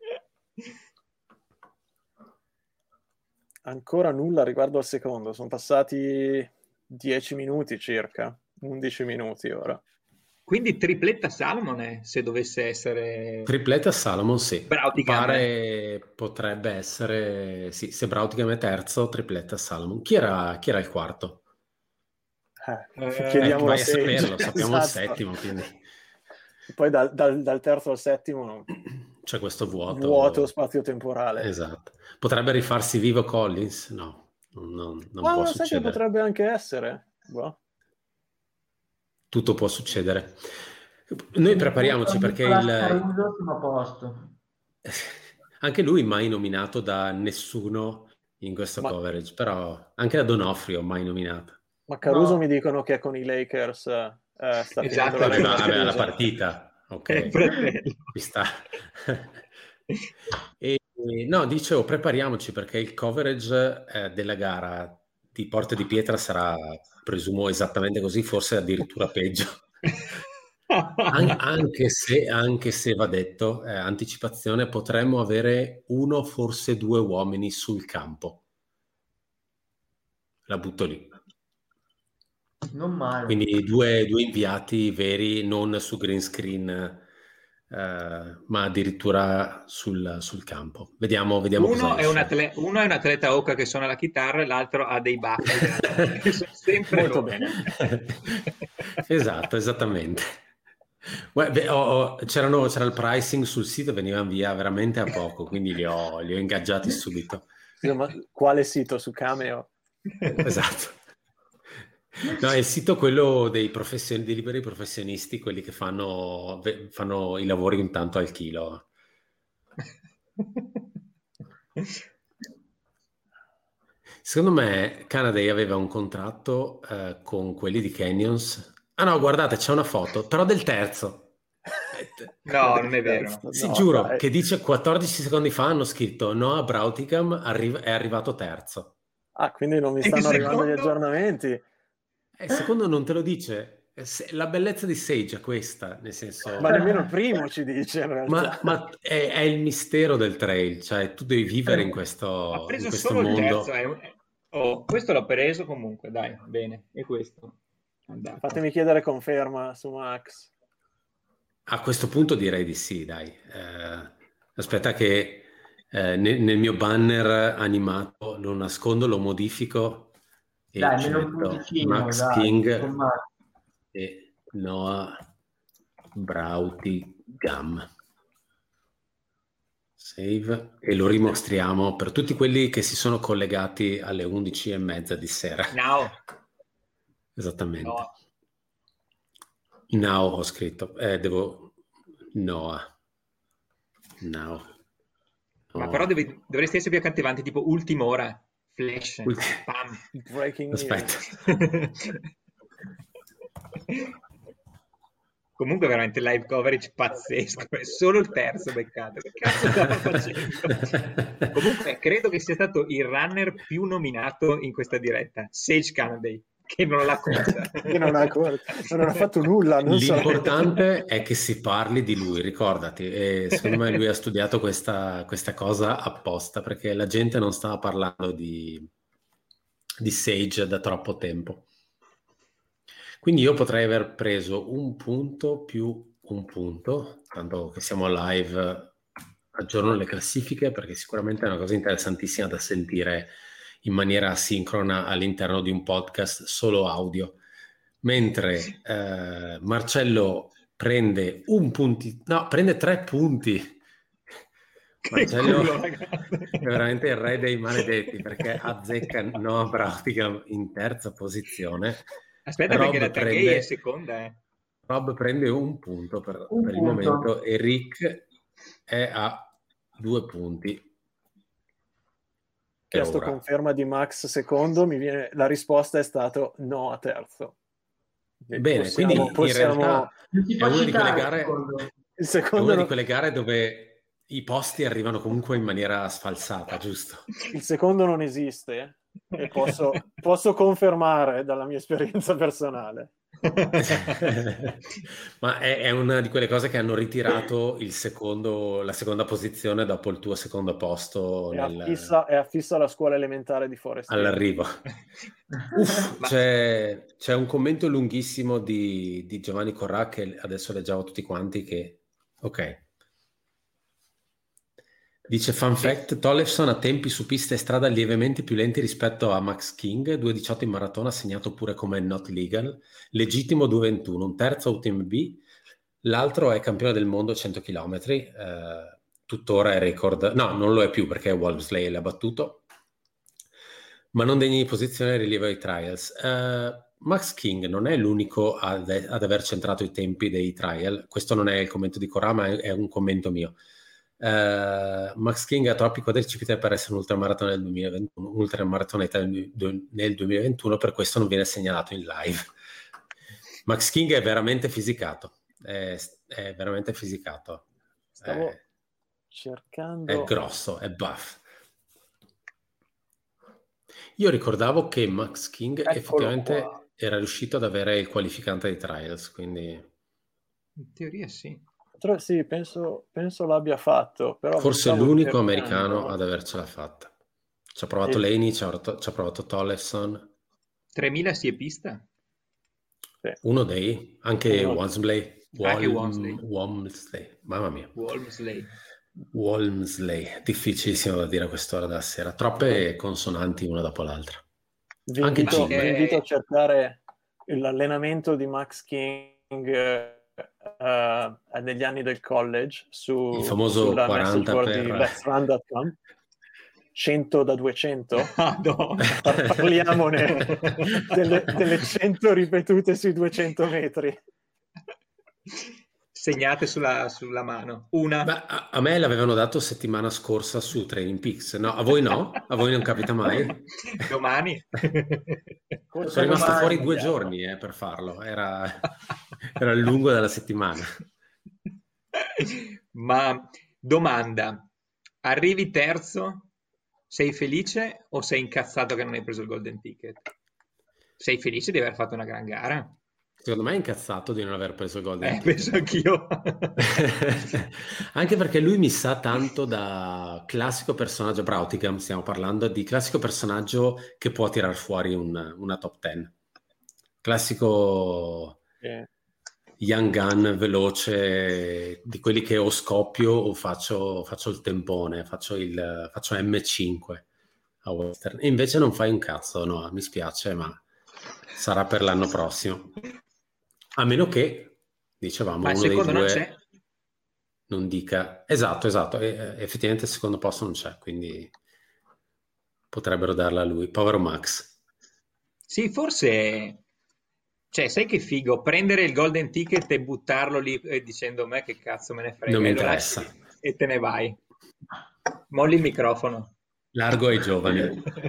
Ancora nulla riguardo al secondo. Sono passati 10 minuti circa, 11 minuti ora. Quindi tripletta Salmon, se dovesse essere... Tripletta Salomon, sì. Brautigam. Potrebbe essere... Sì, se Brautigam è terzo, tripletta Salomon. Chi era il quarto? Chiediamo vai a a Sage. saperlo, sappiamo il Esatto. settimo, quindi... Poi dal terzo al settimo c'è questo vuoto spazio-temporale. Esatto. Potrebbe rifarsi vivo Collins? No, non può Sai che succedere. potrebbe anche essere. Boh. Tutto può succedere. Noi prepariamoci perché Caruso sono a posto. anche lui mai nominato da nessuno in questo coverage, però anche da Donofrio mai nominato. Ma Caruso No. mi dicono che con i Lakers sta finendo Esatto, aveva la partita. Ok, ci sta. No, dicevo, prepariamoci perché il coverage della gara di Porte di Pietra sarà, presumo, esattamente così, forse addirittura peggio. Anche se va detto, anticipazione, potremmo avere uno, forse due uomini sul campo. La butto lì. Non male. Quindi due inviati veri, non su green screen, ma addirittura sul campo. Vediamo uno è un cosa atleta Oca che suona la chitarra e l'altro ha dei baffi che sono sempre molto loro. bene. Esatto, esattamente. C'era il pricing sul sito, venivano via veramente a poco, quindi li ho ingaggiati subito. Scusa, ma quale sito? Su Cameo? Esatto. No, è il sito quello dei liberi professionisti, quelli che fanno i lavori un tanto al chilo. Secondo me Canada aveva un contratto con quelli di Canyons. Ah no, guardate, c'è una foto, però del terzo. No, non è vero. Sì, No, giuro, dai. che dice 14 secondi fa hanno scritto Noah Brautigam è arrivato terzo. Ah, quindi non mi stanno arrivando gli aggiornamenti. Secondo non te lo dice. La bellezza di Sage è questa, nel senso... Ma nemmeno il primo ci dice, in realtà. Ma è il mistero del trail, cioè tu devi vivere in questo, Ha preso in questo solo mondo. il terzo. Questo l'ho preso comunque, dai, bene. E questo? Andato. Fatemi chiedere conferma su Max. A questo punto direi di sì, dai. Aspetta che nel mio banner animato lo nascondo, lo modifico e Dai, ci meno un metto punticino, Max dai, King con Max. e Noah Brautigam. Save, e lo rimostriamo per tutti quelli che si sono collegati alle 11:30 di sera. Now. Esattamente. No. Now ho scritto. Noah. Now. Ma però dovresti essere più accattivanti, tipo ultima ora. Flash. Pam. Breaking Aspetta. Comunque veramente live coverage pazzesco, è solo il terzo beccato. Che cazzo stava facendo? Comunque credo che sia stato il runner più nominato in questa diretta, Sage Canaday, che non l'ha corta. Che non ha fatto nulla. L'importante è che si parli di lui, ricordati, e secondo me lui ha studiato questa cosa apposta, perché la gente non stava parlando di Sage da troppo tempo. Quindi io potrei aver preso un punto più un punto, tanto che siamo live, aggiorno le classifiche, perché sicuramente è una cosa interessantissima da sentire in maniera asincrona all'interno di un podcast solo audio. Mentre Marcello prende prende 3 punti. Marcello è veramente il re dei maledetti, perché azzecca Noah Broughton in terza posizione. Aspetta, perché la Tagay è seconda. Rob prende un punto per il momento e Rick è a 2 punti. Chiesto conferma di Max secondo, la risposta è stato no a terzo. Bene, quindi in realtà è una di quelle gare, di quelle gare dove i posti arrivano comunque in maniera sfalsata, giusto? Il secondo non esiste e posso confermare dalla mia esperienza personale. Ma è una di quelle cose che hanno ritirato la seconda posizione dopo il tuo secondo posto. È affissa alla scuola elementare di Forest all'arrivo. C'è un commento lunghissimo di Giovanni Corrà che adesso leggiamo tutti quanti, che ok. Dice fun fact, Tollefson ha tempi su pista e strada lievemente più lenti rispetto a Max King, 2.18 in maratona, segnato pure come not legal, legittimo 2.21, un terzo UTMB, l'altro è campione del mondo 100 km, tuttora è record, no, non lo è più perché Walmsley l'ha battuto, ma non degni di posizione rilievo ai trials. Max King non è l'unico ad aver centrato i tempi dei trial, questo non è il commento di Corrà, ma è un commento mio. Max King ha troppi quadricipiti per essere un ultramaratona nel 2021, un ultramaratoneta nel 2021, per questo non viene segnalato in live. Max King è veramente fisicato, è veramente fisicato. Stavo cercando. È grosso, è buff. Io ricordavo che Max King effettivamente era riuscito ad avere il qualificante dei trials, quindi in teoria sì. Sì, penso l'abbia fatto. Però forse è l'unico americano ad avercela fatta. Ci ha provato Laney, ci ha provato Tollefson. 3000 si è pista? Sì. Uno dei, anche Walmsley. Walmsley. Mamma mia. Walmsley. Difficilissimo da dire a quest'ora della sera. Troppe consonanti una dopo l'altra. Vi invito a cercare l'allenamento di Max King negli anni del college il famoso 40 per Let'sRun.com, 100 da 200. Parliamone delle 100 ripetute sui 200 metri segnate sulla mano. Una. Beh, a me l'avevano dato settimana scorsa su Training Peaks, no? A voi no? A voi non capita mai? Domani. Sono rimasto fuori 2 giorni per farlo, era il lungo della settimana. Ma domanda, arrivi terzo, sei felice o sei incazzato che non hai preso il golden ticket? Sei felice di aver fatto una gran gara? Secondo me è incazzato di non aver preso il golden ticket. Penso anch'io. Anche perché lui mi sa tanto da classico personaggio, Broughton, stiamo parlando di classico personaggio che può tirar fuori una top 10. Classico young gun veloce, di quelli che o scoppio o faccio il tempone, faccio M5 a Western. E invece non fai un cazzo, no, mi spiace, ma sarà per l'anno prossimo. A meno che, dicevamo, ma uno secondo dei due... non c'è? non dica... Esatto, effettivamente il secondo posto non c'è, quindi potrebbero darla a lui. Povero Max. Sì, forse, cioè, sai che figo, prendere il golden ticket e buttarlo lì dicendo a me che cazzo me ne frega, Non mi e lo lasci interessa. lì e te ne vai. Molli il microfono. Largo ai giovani.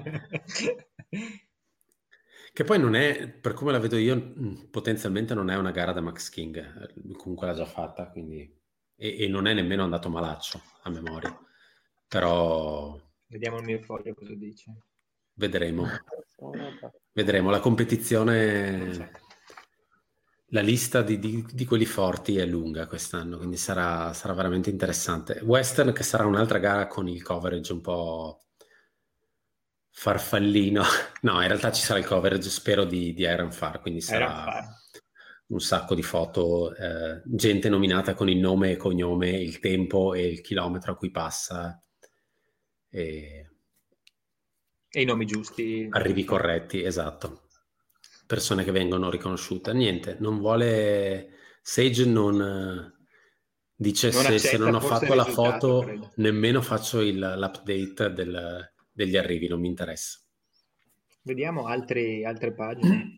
Che poi non è, per come la vedo io, potenzialmente non è una gara da Max King. Lui comunque l'ha già fatta, quindi... E non è nemmeno andato malaccio, a memoria. Però Vediamo il mio foglio cosa dice. vedremo. Vedremo. La competizione, la lista di quelli forti è lunga quest'anno, quindi sarà veramente interessante. Western, che sarà un'altra gara con il coverage un po' farfallino. No, in realtà ci sarà il coverage, spero, di Iron Far, quindi sarà un sacco di foto, gente nominata con il nome e cognome, il tempo e il chilometro a cui passa, e i nomi giusti. Arrivi corretti, esatto. Persone che vengono riconosciute. Niente, non vuole... Sage non... dice Non se non ho accetta forse fatto il la risultato, foto, credo. nemmeno faccio l'update degli arrivi, non mi interessa. Vediamo altre pagine.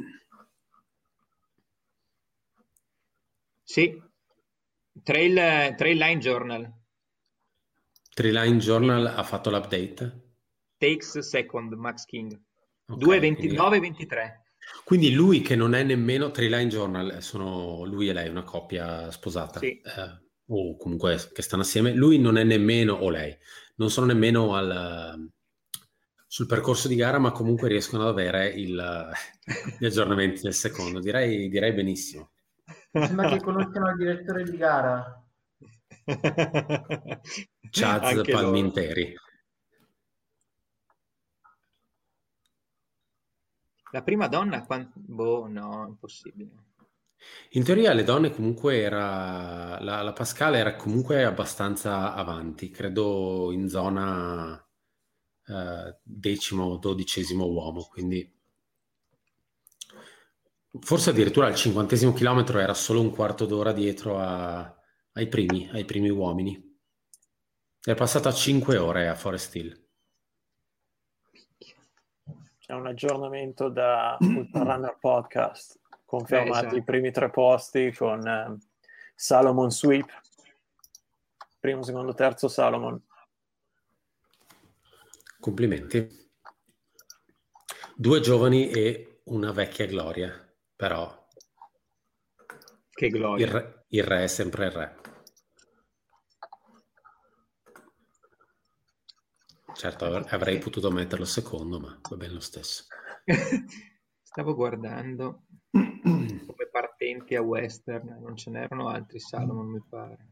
Sì, Trail Line Journal. Treeline Journal ha fatto l'update? Takes second, Max King. Ok, 2:29:23. Quindi lui che non è nemmeno Treeline Journal, sono lui e lei, una coppia sposata, Sì. o comunque che stanno assieme, lui non è nemmeno, o lei, non sono nemmeno sul percorso di gara, ma comunque riescono ad avere gli aggiornamenti del secondo. Direi benissimo. Mi sembra che conoscano il direttore di gara. Chaz Anche Palminteri. La prima donna? Boh, no, impossibile. In teoria le donne comunque la Pascal era comunque abbastanza avanti, credo in zona 10º, 12º uomo, quindi forse addirittura al 50° chilometro era solo un quarto d'ora dietro ai primi uomini. È passata 5 ore a Forest Hill. C'è un aggiornamento da Ultra Runner Podcast, confermati esatto. I primi 3 posti con Salomon Sweep, primo, secondo, terzo Salomon. Complimenti. 2 giovani e una vecchia gloria, però che gloria. Il re è sempre il re. Certo, avrei potuto metterlo secondo, ma va bene lo stesso. Stavo guardando come partenti a Western, non ce n'erano altri Salomon, mi pare.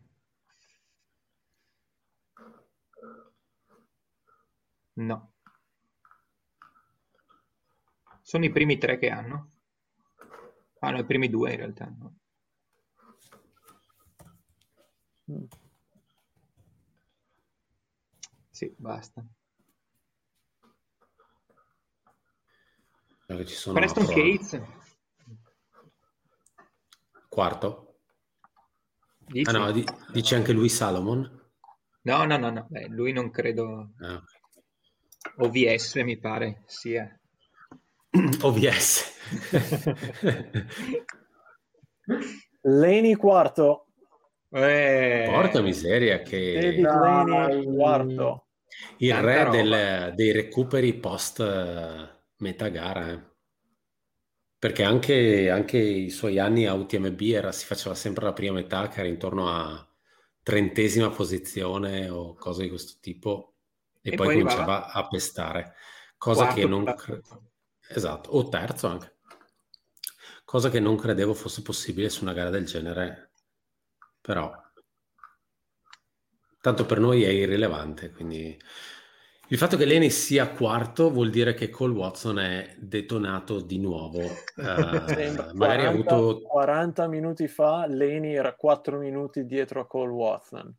No. Sono i primi 3 che hanno. Ah no, i primi 2 in realtà, no. Sì, basta. Ci sono Preston Cates. Quarto? Dici? Ah no, dice anche lui Salomon? No. Beh, lui non credo. Ah. OVS mi pare sia. OVS. Laney quarto. Porca miseria che... David Laney quarto. Il Tanta re dei recuperi post metagara. Perché anche i suoi anni a UTMB si faceva sempre la prima metà che era intorno a 30ª posizione o cose di questo tipo e poi cominciava a pestare. Cosa che non... Esatto, o terzo anche. Cosa che non credevo fosse possibile su una gara del genere, però tanto per noi è irrilevante, quindi il fatto che Laney sia quarto vuol dire che Cole Watson è detonato di nuovo. Magari ha avuto 40 minuti fa Laney era 4 minuti dietro a Cole Watson.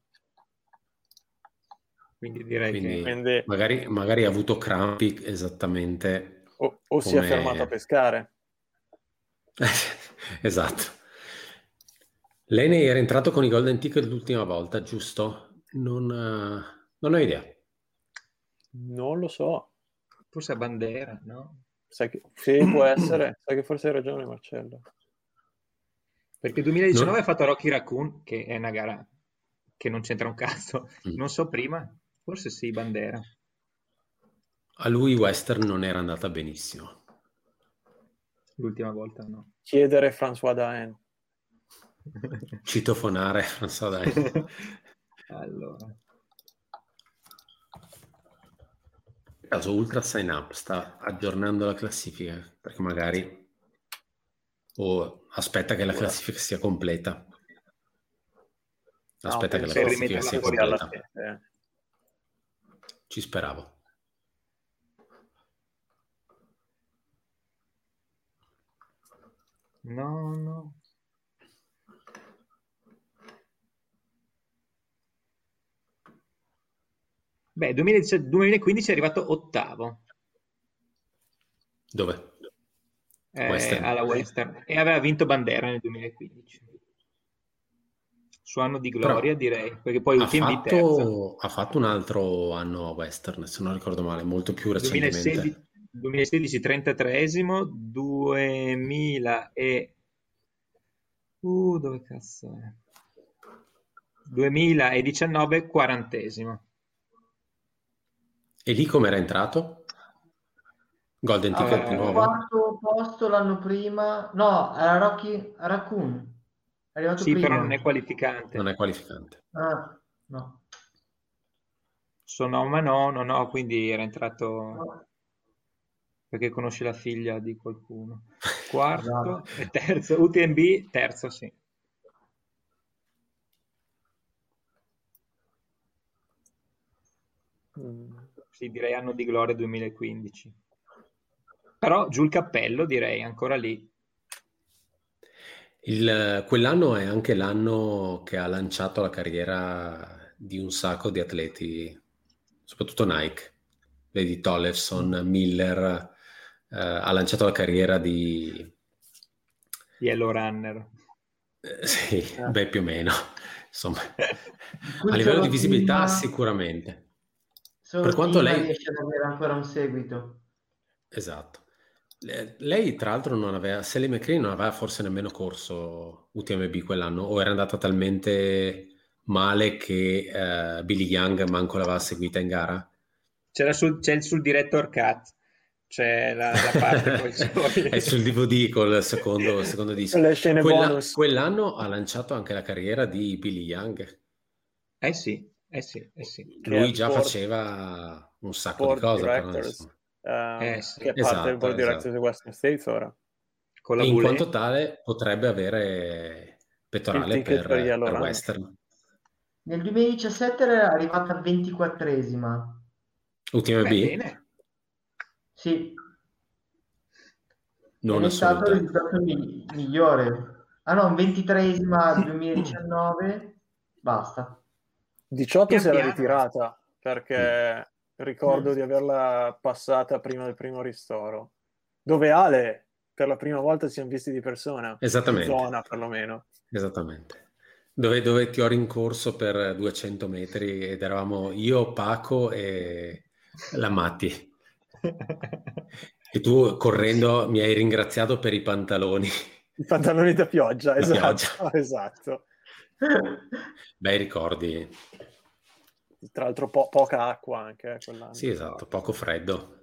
Quindi direi che magari ha avuto crampi esattamente o si è fermato a pescare. Esatto. Lei era entrato con i Golden Ticket l'ultima volta, giusto? Non ho idea. Non lo so. Forse a Bandera, no? Sai che, sì, può essere. Sai che forse hai ragione, Marcello. Perché il 2019 No. ha fatto Rocky Raccoon, che è una gara che non c'entra un cazzo. Non so prima, forse sì, Bandera. A lui Western non era andata benissimo. L'ultima volta no. Chiedere François Daen. Citofonare, non so, dai. Allora. Per caso Ultra Sign Up sta aggiornando la classifica, perché magari aspetta che la classifica sia completa. Aspetta che la penso classifica sia fuori alla completa. fine. Ci speravo. No. Beh, 2015 è arrivato ottavo. Dove? Western. Alla Western e aveva vinto Bandera nel 2015. Suo anno di gloria, direi, perché poi UTMB terzo. Ha fatto un altro anno a Western, se non ricordo male, molto più recentemente. 2016 33esimo, 2000 e... dove cazzo è? 2019 40esimo. E lì come era entrato? Golden Ticket di nuovo? Quarto posto l'anno prima, no, era Rocky Raccoon, è arrivato Sì, prima. però non è qualificante. Non è qualificante. Ah, no. Sonoma no, quindi era entrato No. perché conosce la figlia di qualcuno. Quarto Esatto. e terzo, UTMB terzo, sì. Sì, direi anno di gloria 2015. Però giù il cappello, direi, ancora lì. Quell'anno è anche l'anno che ha lanciato la carriera di un sacco di atleti, soprattutto Nike. Vedi Tollefson, Miller, ha lanciato la carriera di... Yellow Runner. Sì, beh, più o meno. Insomma, Qui a livello di solo visibilità Tima- sicuramente. Solo Per quanto Tima lei... riesce ad avere ancora un seguito. Esatto. Lei, tra l'altro, non aveva, Sally McCree non aveva forse nemmeno corso UTMB quell'anno, o era andata talmente male che Billy Young manco l'aveva seguita in gara? C'è sul director cut, c'è la parte con i suoi... È sul DVD col secondo disco. Le scene bonus. Quell'anno ha lanciato anche la carriera di Billy Young. Sì. Lui già faceva un sacco di cose, però insomma. Sì. Che è parte del board directors di Western States ora. Con la E in Boulet. quanto tale potrebbe avere pettorale Il ticket per Yellow per Run. Western. Nel 2017 era arrivata 24esima. UTMB? Bene. Sì. Non Ed è stato il assoluta. risultato migliore. Ah no, 23esima 2019, basta. 18 Pian si era piano. ritirata perché ricordo di averla passata prima del primo ristoro, dove Ale per la prima volta ci siamo visti di persona, Esattamente. in zona perlomeno. Esattamente. Dove ti ho rincorso per 200 metri ed eravamo io, Paco e la Matti. E tu correndo mi hai ringraziato per i pantaloni. I pantaloni da pioggia, Da esatto, pioggia. esatto. Bei ricordi. Tra l'altro poca acqua anche quell'anno. Sì, esatto, poco freddo.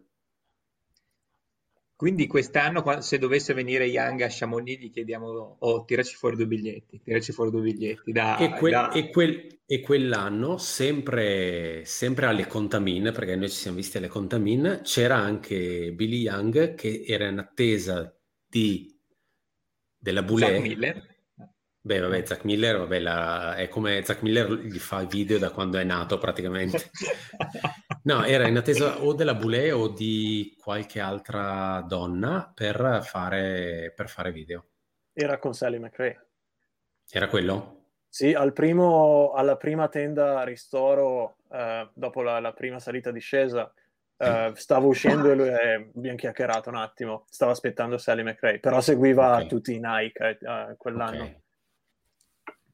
Quindi quest'anno, se dovesse venire Young a Chamonix, gli chiediamo, tiraci fuori due biglietti. E quell'anno, sempre alle Contamin, perché noi ci siamo visti alle Contamin, c'era anche Billy Young che era in attesa della Zach Boulet. Miller. Beh, vabbè, Zach Miller, vabbè, è come Zach Miller gli fa video da quando è nato praticamente. No, era in attesa o della Boulet o di qualche altra donna per fare video. Era con Sally McRae. Era quello? Sì, alla prima tenda ristoro, dopo la prima salita discesa, stavo uscendo e lui abbiamo chiacchierato un attimo, stavo aspettando Sally McRae, però seguiva tutti i Nike quell'anno. Okay.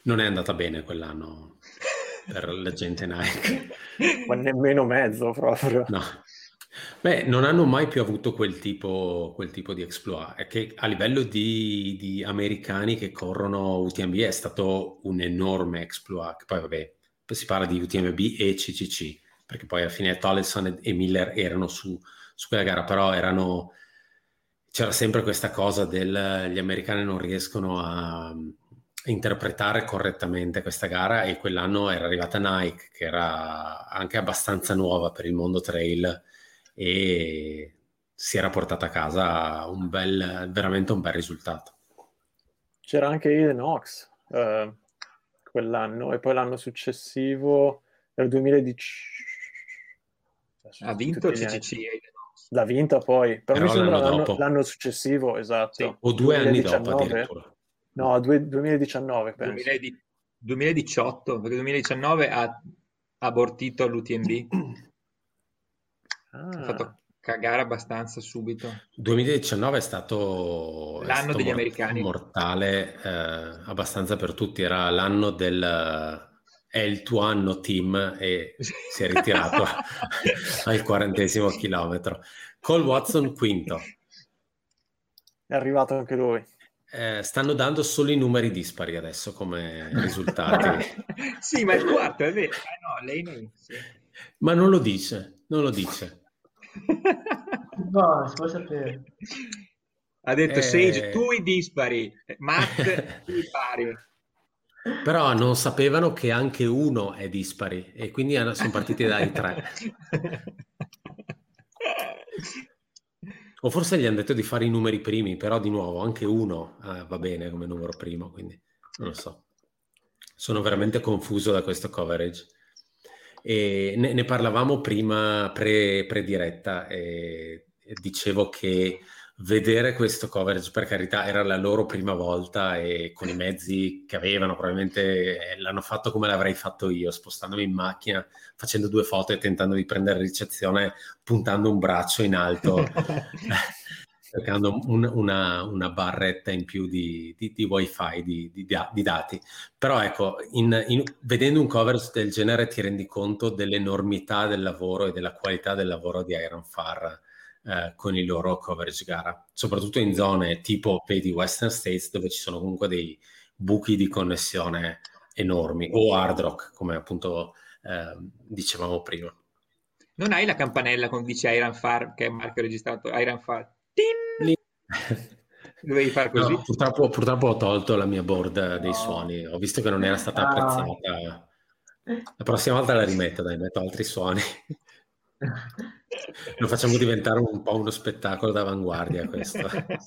Non è andata bene quell'anno per la gente Nike. Ma nemmeno mezzo proprio. No. Beh, non hanno mai più avuto quel tipo di exploit. È che a livello di americani che corrono UTMB è stato un enorme exploit. Che poi vabbè, poi si parla di UTMB e CCC, perché poi alla fine Tollefson e Miller erano su quella gara, però c'era sempre questa cosa gli americani non riescono a interpretare correttamente questa gara, e quell'anno era arrivata Nike, che era anche abbastanza nuova per il mondo trail, e si era portata a casa veramente un bel risultato. C'era anche Eden Ox quell'anno, e poi l'anno successivo, nel 2010... Ha vinto il CCC Eden Ox. L'ha vinta poi, però mi Però sembra l'anno dopo. l'anno successivo, esatto. Sì. O 2 anni dopo 2019? addirittura. No, 2019 penso. 2018, perché 2019 ha abortito all'UTMB. Ha fatto cagare abbastanza subito. 2019 è stato L'anno degli americani. Mortale abbastanza per tutti. Era l'anno è il tuo anno team, e si è ritirato al 40° chilometro. Cole Watson quinto. È arrivato anche lui. Stanno dando solo i numeri dispari adesso come risultati. Sì, ma il quarto è vero. No, lei non... Sì. Ma non lo dice. No, si può sapere. Ha detto Sage, tu i dispari, Matt, tu i pari. Però non sapevano che anche uno è dispari, e quindi sono partiti dai 3. O forse gli hanno detto di fare i numeri primi, però di nuovo anche uno va bene come numero primo, quindi non lo so. Sono veramente confuso da questo coverage. E ne parlavamo prima, pre-diretta, e dicevo che vedere questo coverage, per carità, era la loro prima volta, e con i mezzi che avevano probabilmente l'hanno fatto come l'avrei fatto io, spostandomi in macchina, facendo 2 foto e tentando di prendere ricezione puntando un braccio in alto, cercando una barretta in più di wifi, di dati. Però ecco, vedendo un coverage del genere ti rendi conto dell'enormità del lavoro e della qualità del lavoro di Ironfar con il loro coverage gara, soprattutto in zone tipo vedi Western States, dove ci sono comunque dei buchi di connessione enormi, o Hard Rock, come appunto dicevamo prima. Non hai la campanella con dice Ironfar, che è il marchio registrato Ironfar? Dovevi fare così? No, purtroppo ho tolto la mia board dei suoni, ho visto che non era stata apprezzata. La prossima volta la rimetto, dai, metto altri suoni. Lo facciamo diventare un po' uno spettacolo d'avanguardia questo.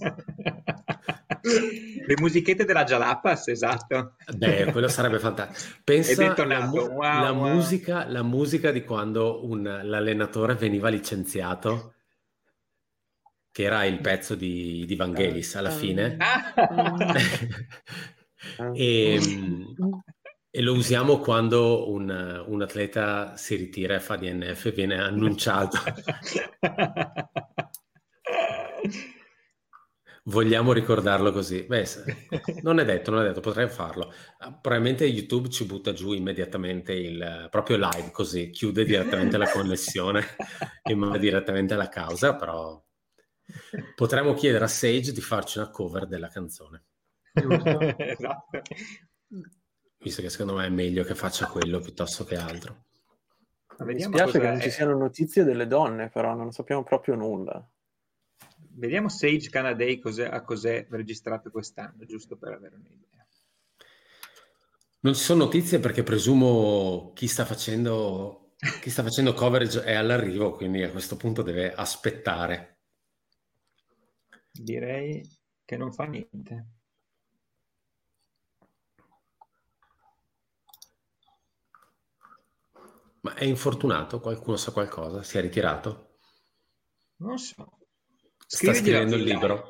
Le musichette della Jalapas, esatto. Beh, quello sarebbe fantastico. Pensa la musica di quando l'allenatore veniva licenziato, che era il pezzo di Vangelis alla fine. E lo usiamo quando un atleta si ritira e fa DNF, viene annunciato. Vogliamo ricordarlo così? Beh, non è detto, potrei farlo. Probabilmente YouTube ci butta giù immediatamente proprio live, così chiude direttamente la connessione e manda direttamente la causa, però potremmo chiedere a Sage di farci una cover della canzone. Giusto. Esatto. Visto che secondo me è meglio che faccia quello piuttosto che altro. Mi spiace che non ci siano notizie delle donne, però non sappiamo proprio nulla. Vediamo Sage Canaday a cos'è registrato quest'anno, giusto per avere un'idea. Non ci sono notizie perché presumo chi sta facendo coverage è all'arrivo, quindi a questo punto deve aspettare. Direi che non fa niente. Ma è infortunato? Qualcuno sa qualcosa? Si è ritirato? Non so. Sta scrivendo il libro.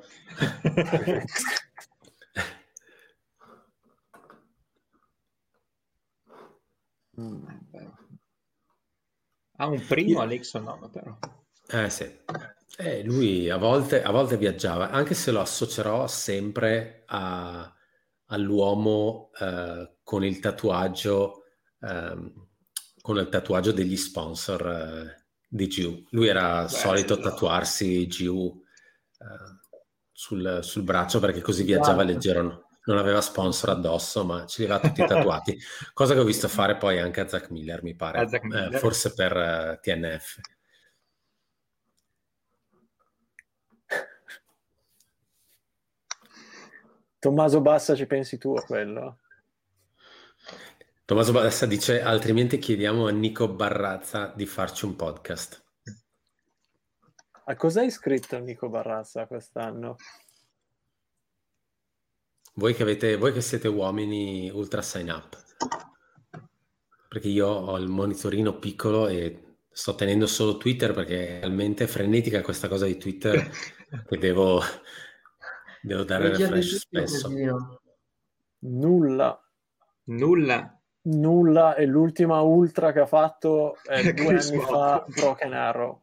Ha un primo all'exonometro. Sì. Lui a volte viaggiava, anche se lo associerò sempre all'uomo con il tatuaggio degli sponsor di GU. Lui era solito tatuarsi GU sul braccio perché così viaggiava leggero, non aveva sponsor addosso, ma ce li aveva tutti tatuati. Cosa che ho visto fare poi anche a Zach Miller, mi pare, forse per TNF. Tommaso Bassa, ci pensi tu a quello? Tommaso Bassa dice: altrimenti chiediamo a Nico Barrazza di farci un podcast. A cosa hai scritto Nico Barrazza quest'anno? Voi che siete uomini ultra sign up, perché io ho il monitorino piccolo e sto tenendo solo Twitter perché è talmente frenetica questa cosa di Twitter che devo dare refresh spesso. Nulla. E l'ultima ultra che ha fatto è 2 anni fa, Broken Arrow.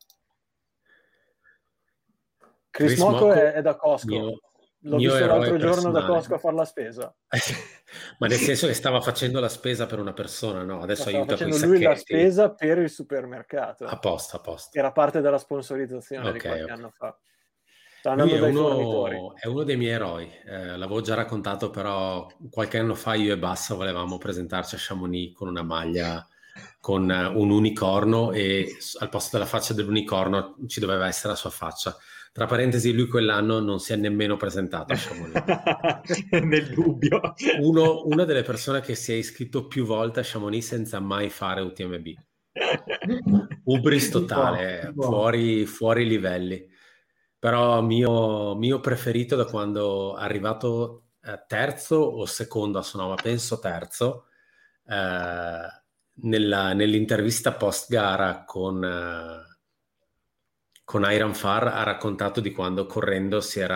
Chris Mocco è da Costco. L'ho visto l'altro giorno da Costco a fare la spesa. Ma nel senso che stava facendo la spesa per una persona, no? Adesso aiuta con i sacchetti. Lui la spesa per il supermercato. A posto. Era parte della sponsorizzazione di qualche anno fa. Lui è uno dei miei eroi. L'avevo già raccontato, però qualche anno fa io e Bassa volevamo presentarci a Chamonix con una maglia con un unicorno e al posto della faccia dell'unicorno ci doveva essere la sua faccia. Tra parentesi, lui quell'anno non si è nemmeno presentato a Chamonix. Nel dubbio. Una delle persone che si è iscritto più volte a Chamonix senza mai fare UTMB. Ubris totale, fuori livelli. Però mio preferito da quando è arrivato terzo o secondo a Sonoma, penso terzo, nell'intervista post gara con Iron Far ha raccontato di quando correndo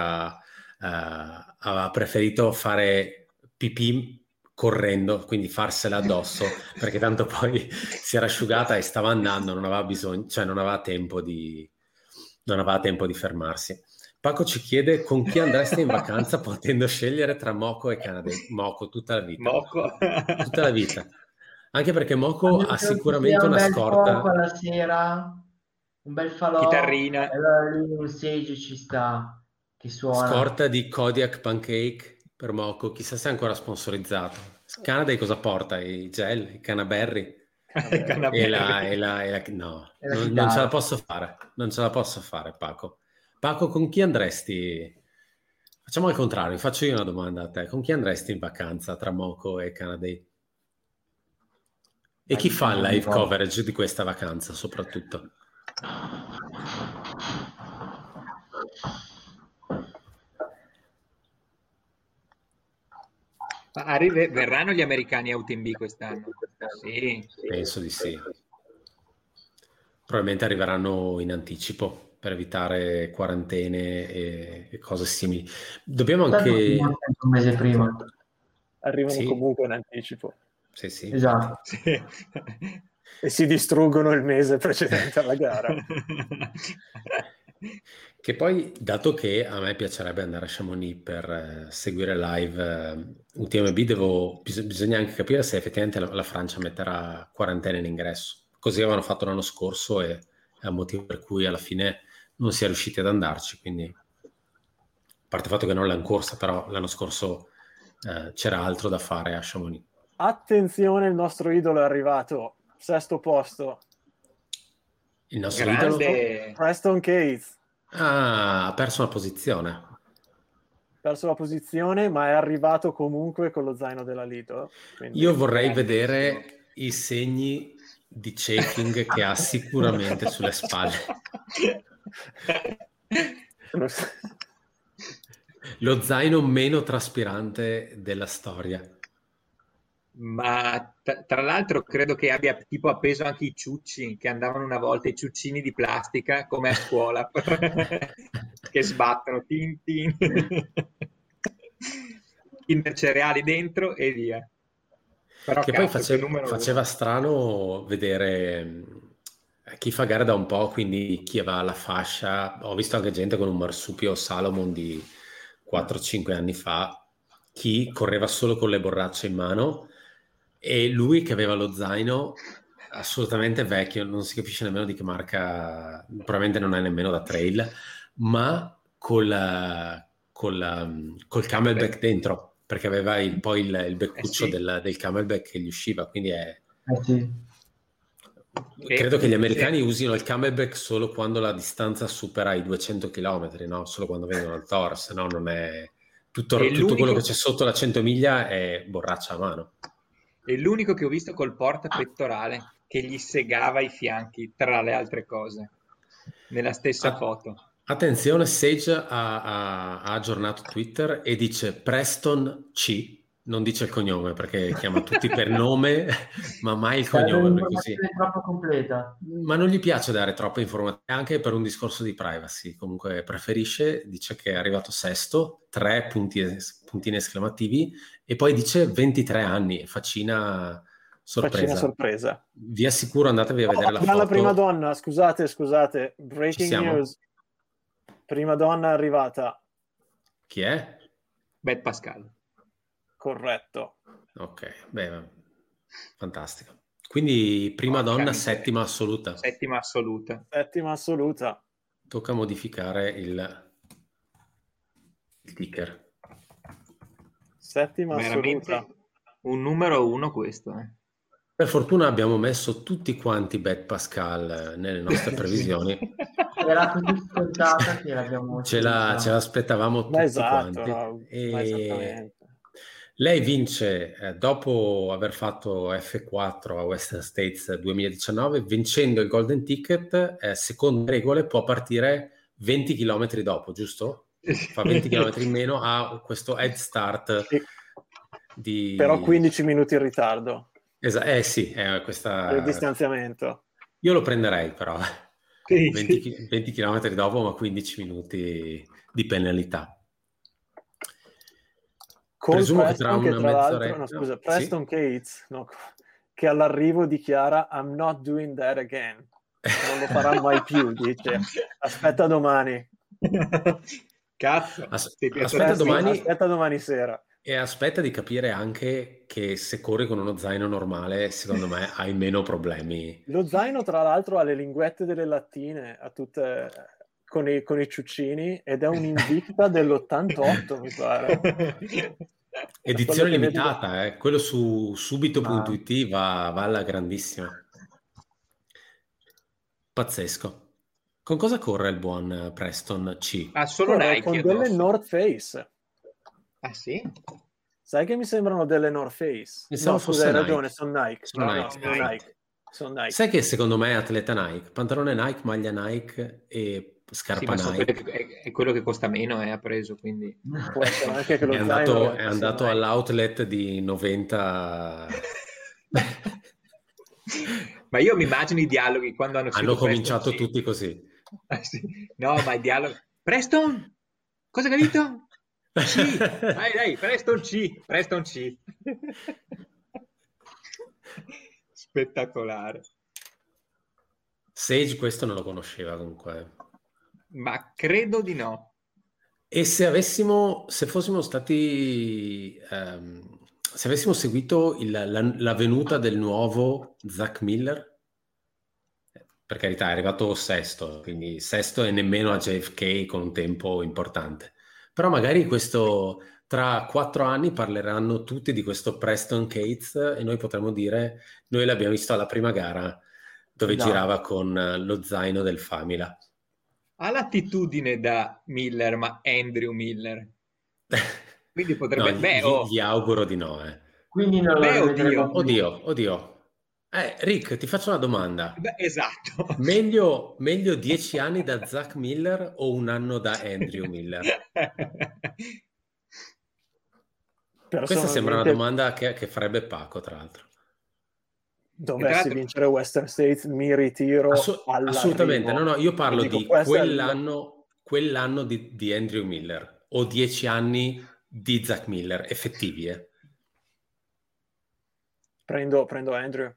aveva preferito fare pipì correndo, quindi farsela addosso perché tanto poi si era asciugata e stava andando, non aveva bisogno, cioè non aveva tempo di fermarsi. Paco ci chiede: con chi andresti in vacanza potendo scegliere tra Moco e Canada? Moco tutta la vita. Tutta la vita. Anche perché Moco ha sicuramente una scorta. Alla sera, un bel falò, chitarrina, e allora lì un sage ci sta, che suona. Scorta di Kodiak Pancake per Moco, chissà se è ancora sponsorizzato. Canada cosa porta? I gel, i Canaberry? No, non ce la posso fare. Non ce la posso fare, Paco. Paco, con chi andresti? Facciamo al contrario, faccio io una domanda a te. Con chi andresti in vacanza tra Moco e Canada? E chi fa il live coverage di questa vacanza, soprattutto? Verranno gli americani a UTMB quest'anno? Sì. Penso di sì. Probabilmente arriveranno in anticipo per evitare quarantene e cose simili. Dobbiamo anche... Un mese prima. Arrivano comunque in anticipo. Sì. Esatto. Sì. E si distruggono il mese precedente alla gara. Che poi, dato che a me piacerebbe andare a Chamonix per seguire live UTMB, bisogna anche capire se effettivamente la Francia metterà quarantena in ingresso. Così avevano fatto l'anno scorso e è il motivo per cui alla fine non si è riusciti ad andarci. Quindi, a parte il fatto che non l'ha in corsa, però l'anno scorso c'era altro da fare a Chamonix. Attenzione, il nostro idolo è arrivato, 6º posto. Il nostro idolo Preston Cates. ha perso una posizione. Perso la posizione, ma è arrivato comunque con lo zaino della Lido. Io vorrei vedere i segni di chafing che ha sicuramente sulle spalle. Lo zaino meno traspirante della storia. Ma tra l'altro credo che abbia tipo appeso anche i ciucci che andavano una volta, i ciuccini di plastica come a scuola che sbattono tin tin cereali dentro e via. Però che poi faceva strano vedere chi fa gara da un po', quindi chi aveva la fascia. Ho visto anche gente con un marsupio Salomon di 4-5 anni fa chi correva solo con le borracce in mano e lui che aveva lo zaino assolutamente vecchio, non si capisce nemmeno di che marca, probabilmente non è nemmeno da trail, ma col camelback dentro, perché aveva poi il beccuccio sì. del camelback che gli usciva, quindi Sì. credo che gli americani usino il camelback solo quando la distanza supera i 200 km, no? Solo quando vengono al Thor, se no non è... Tutto quello che c'è sotto la 100 miglia è borraccia a mano. È l'unico che ho visto col portapettorale che gli segava i fianchi, tra le altre cose, nella stessa foto. Attenzione, Sage ha aggiornato Twitter e dice Preston C, non dice il cognome perché chiama tutti per nome, ma mai il cognome. Un'informazione troppo completa. Ma non gli piace dare troppe informazioni, anche per un discorso di privacy. Comunque preferisce, dice che è arrivato sesto, 3 puntini esclamativi, e poi dice 23 anni, faccina sorpresa. Vi assicuro, andatevi a vedere la foto. La prima donna, scusate, breaking news. Prima donna arrivata. Chi è? Beth Pascal. Corretto. Ok, beh, fantastico. Quindi prima donna, settima assoluta. Settima assoluta. Tocca modificare il ticker. Settima veramente assoluta. Un numero 1 questo. Per fortuna abbiamo messo tutti quanti Beth Pascal nelle nostre previsioni. Era così scontata che l'abbiamo... Ce l'aspettavamo tutti esatto, quanti. no, esattamente. Lei vince dopo aver fatto F4 a Western States 2019, vincendo il Golden Ticket, secondo le regole può partire 20 km dopo, giusto? Fa 20 km in meno, ha questo head start Però 15 minuti in ritardo. Sì, è questa... Il distanziamento. Io lo prenderei però. Sì. 20 km dopo, ma 15 minuti di penalità. Presumo che tra una mezz'oretta... Preston Cates, che all'arrivo dichiara "I'm not doing that again". Non lo farà mai più, dice. Aspetta domani. Cazzo. Aspetta domani sera. E aspetta di capire anche che se corri con uno zaino normale, secondo me hai meno problemi. Lo zaino, tra l'altro, ha le linguette delle lattine, a tutte... con i ciuccini, ed è un'Invicta dell'88, mi pare. Edizione limitata, quello su subito.it va alla grandissima. Pazzesco. Con cosa corre il buon Preston C? Solo Nike con addosso. Delle North Face. Ah sì? Sai che mi sembrano delle North Face? No, scusa, hai ragione, sono Nike. Sono Nike. Sai che secondo me è atleta Nike, pantalone Nike, maglia Nike e scarpa Nike. È quello che costa meno, ha preso, quindi può essere anche che lo è andato all'outlet di 90. Ma io mi immagino i dialoghi quando hanno cominciato tutti così. Sì. No, ma i dialoghi. Preston? Cosa hai detto? C. Dai, Preston C. Spettacolare. Sage questo non lo conosceva comunque. Ma credo di no. E se avessimo seguito la venuta del nuovo Zach Miller, per carità è arrivato sesto, quindi sesto e nemmeno a JFK con un tempo importante. Però magari tra 4 anni parleranno tutti di questo Preston Cates e noi potremo dire, noi l'abbiamo visto alla prima gara dove girava con lo zaino del Famila. Ha l'attitudine da Miller, ma Andrew Miller. Quindi potrebbe... Gli auguro di no. Quindi non Oddio. Rick, ti faccio una domanda. Esatto. Meglio 10 anni da Zach Miller o un anno da Andrew Miller? Questa sembra una domanda che farebbe Paco, tra l'altro. Dovessi vincere Western States, mi ritiro assolutamente. No, io parlo di quell'anno di Andrew Miller o 10 anni di Zach Miller effettivi. Prendo Andrew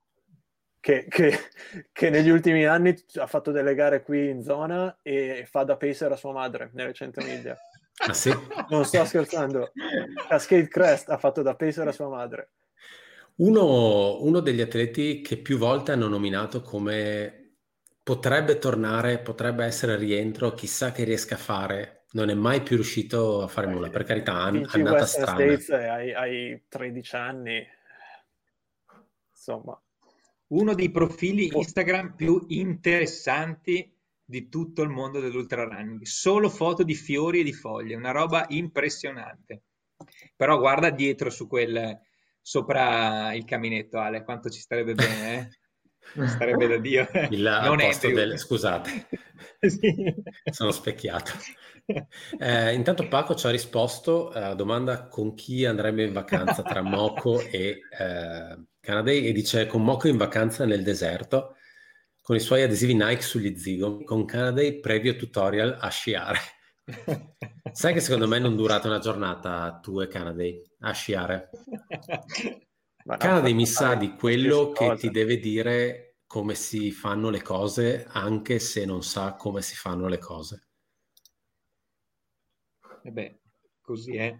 che negli ultimi anni ha fatto delle gare qui in zona e fa da pacer a sua madre nelle 100 miglia. Ah sì? Non sto scherzando. Cascade Crest ha fatto da pacer a sua madre. Uno degli atleti che più volte hanno nominato come potrebbe tornare, potrebbe essere rientro, chissà che riesca a fare, non è mai più riuscito a fare nulla. Per carità, Vinci annata Western strana. States e hai 13 anni. Insomma. Uno dei profili Instagram più interessanti di tutto il mondo dell'ultrarunning. Solo foto di fiori e di foglie, una roba impressionante. Però guarda dietro sopra il caminetto, Ale, quanto ci starebbe bene, eh? Starebbe da Dio. Al Non posto Andrew. Scusate, Sì. sono specchiato. Intanto Paco ci ha risposto alla domanda con chi andrebbe in vacanza tra Moco e Canadair e dice con Moco in vacanza nel deserto con i suoi adesivi Nike sugli zigomi, con Canadair previo tutorial a sciare. Sai che secondo me non durate una giornata tu e Canadair a sciare? Ma no, Canadair mi sa di quello che cosa. ti deve dire come si fanno le cose anche se non sa come si fanno le cose. E beh, così è.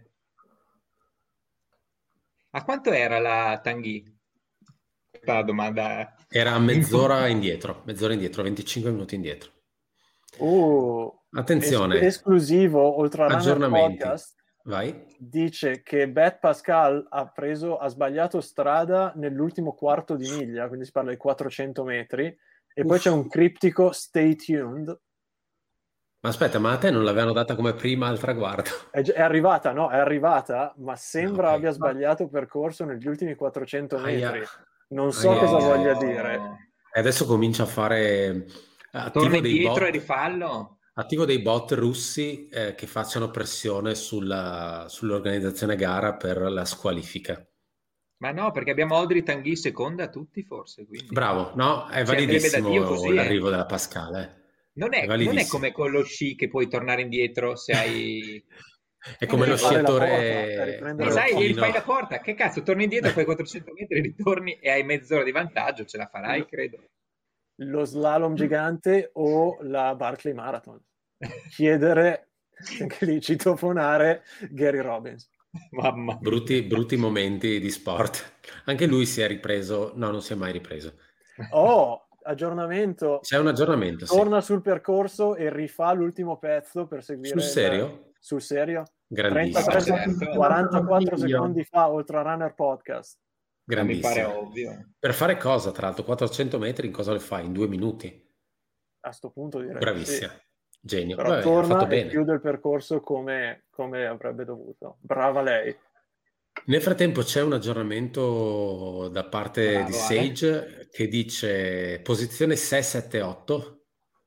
A quanto era la Tanguy? Questa domanda. Era mezz'ora indietro, 25 minuti indietro. Attenzione, esclusivo Ultrarunner aggiornamenti. Podcast Vai. dice che Beth Pascal ha sbagliato strada nell'ultimo quarto di miglia, quindi si parla di 400 metri, e poi c'è un criptico Stay tuned. Ma aspetta, ma a te non l'avevano data come prima al traguardo? È arrivata, no? È arrivata, ma sembra Ok. abbia sbagliato percorso negli ultimi 400 Aia. metri. Non so Aia, cosa aia, voglia aia. dire. E adesso comincia a fare Torna indietro e rifallo. attivo dei bot russi che facciano pressione sull'organizzazione gara per la squalifica. Ma no, perché abbiamo Audrey Tanguy seconda tutti forse, quindi. Bravo, no? È Cioè, andrebbe da Dio validissimo così, l'arrivo della Pascale. Non È è validissimo. come con lo sci che puoi tornare indietro se hai... È come lo rifare la sciatore porta, riprendere Ma sai, gli marocchino. rifai la porta, che cazzo, torni indietro, fai 400 metri, ritorni e hai mezz'ora di vantaggio, ce la farai, credo. Lo slalom gigante o la Barclay Marathon. Chiedere, anche lì, citofonare Gary Robbins. Mamma. Brutti momenti di sport. Anche lui si è ripreso. No, non si è mai ripreso. Oh, aggiornamento. C'è un aggiornamento, sì. Torna sul percorso e rifà l'ultimo pezzo per seguire. Sul serio? Sul serio? Grandissimo. 33, 44 secondi fa, Ultrarunner Podcast. Grandissimo. Mi pare ovvio. Per fare cosa, tra l'altro? 400 metri in cosa le fai? In 2 minuti? A sto punto direi Bravissima. sì. Genio. Però Vabbè, ha torna fatto e bene. chiude il percorso come avrebbe dovuto. Brava lei. Nel frattempo c'è un aggiornamento da parte di Sage che dice posizione 678.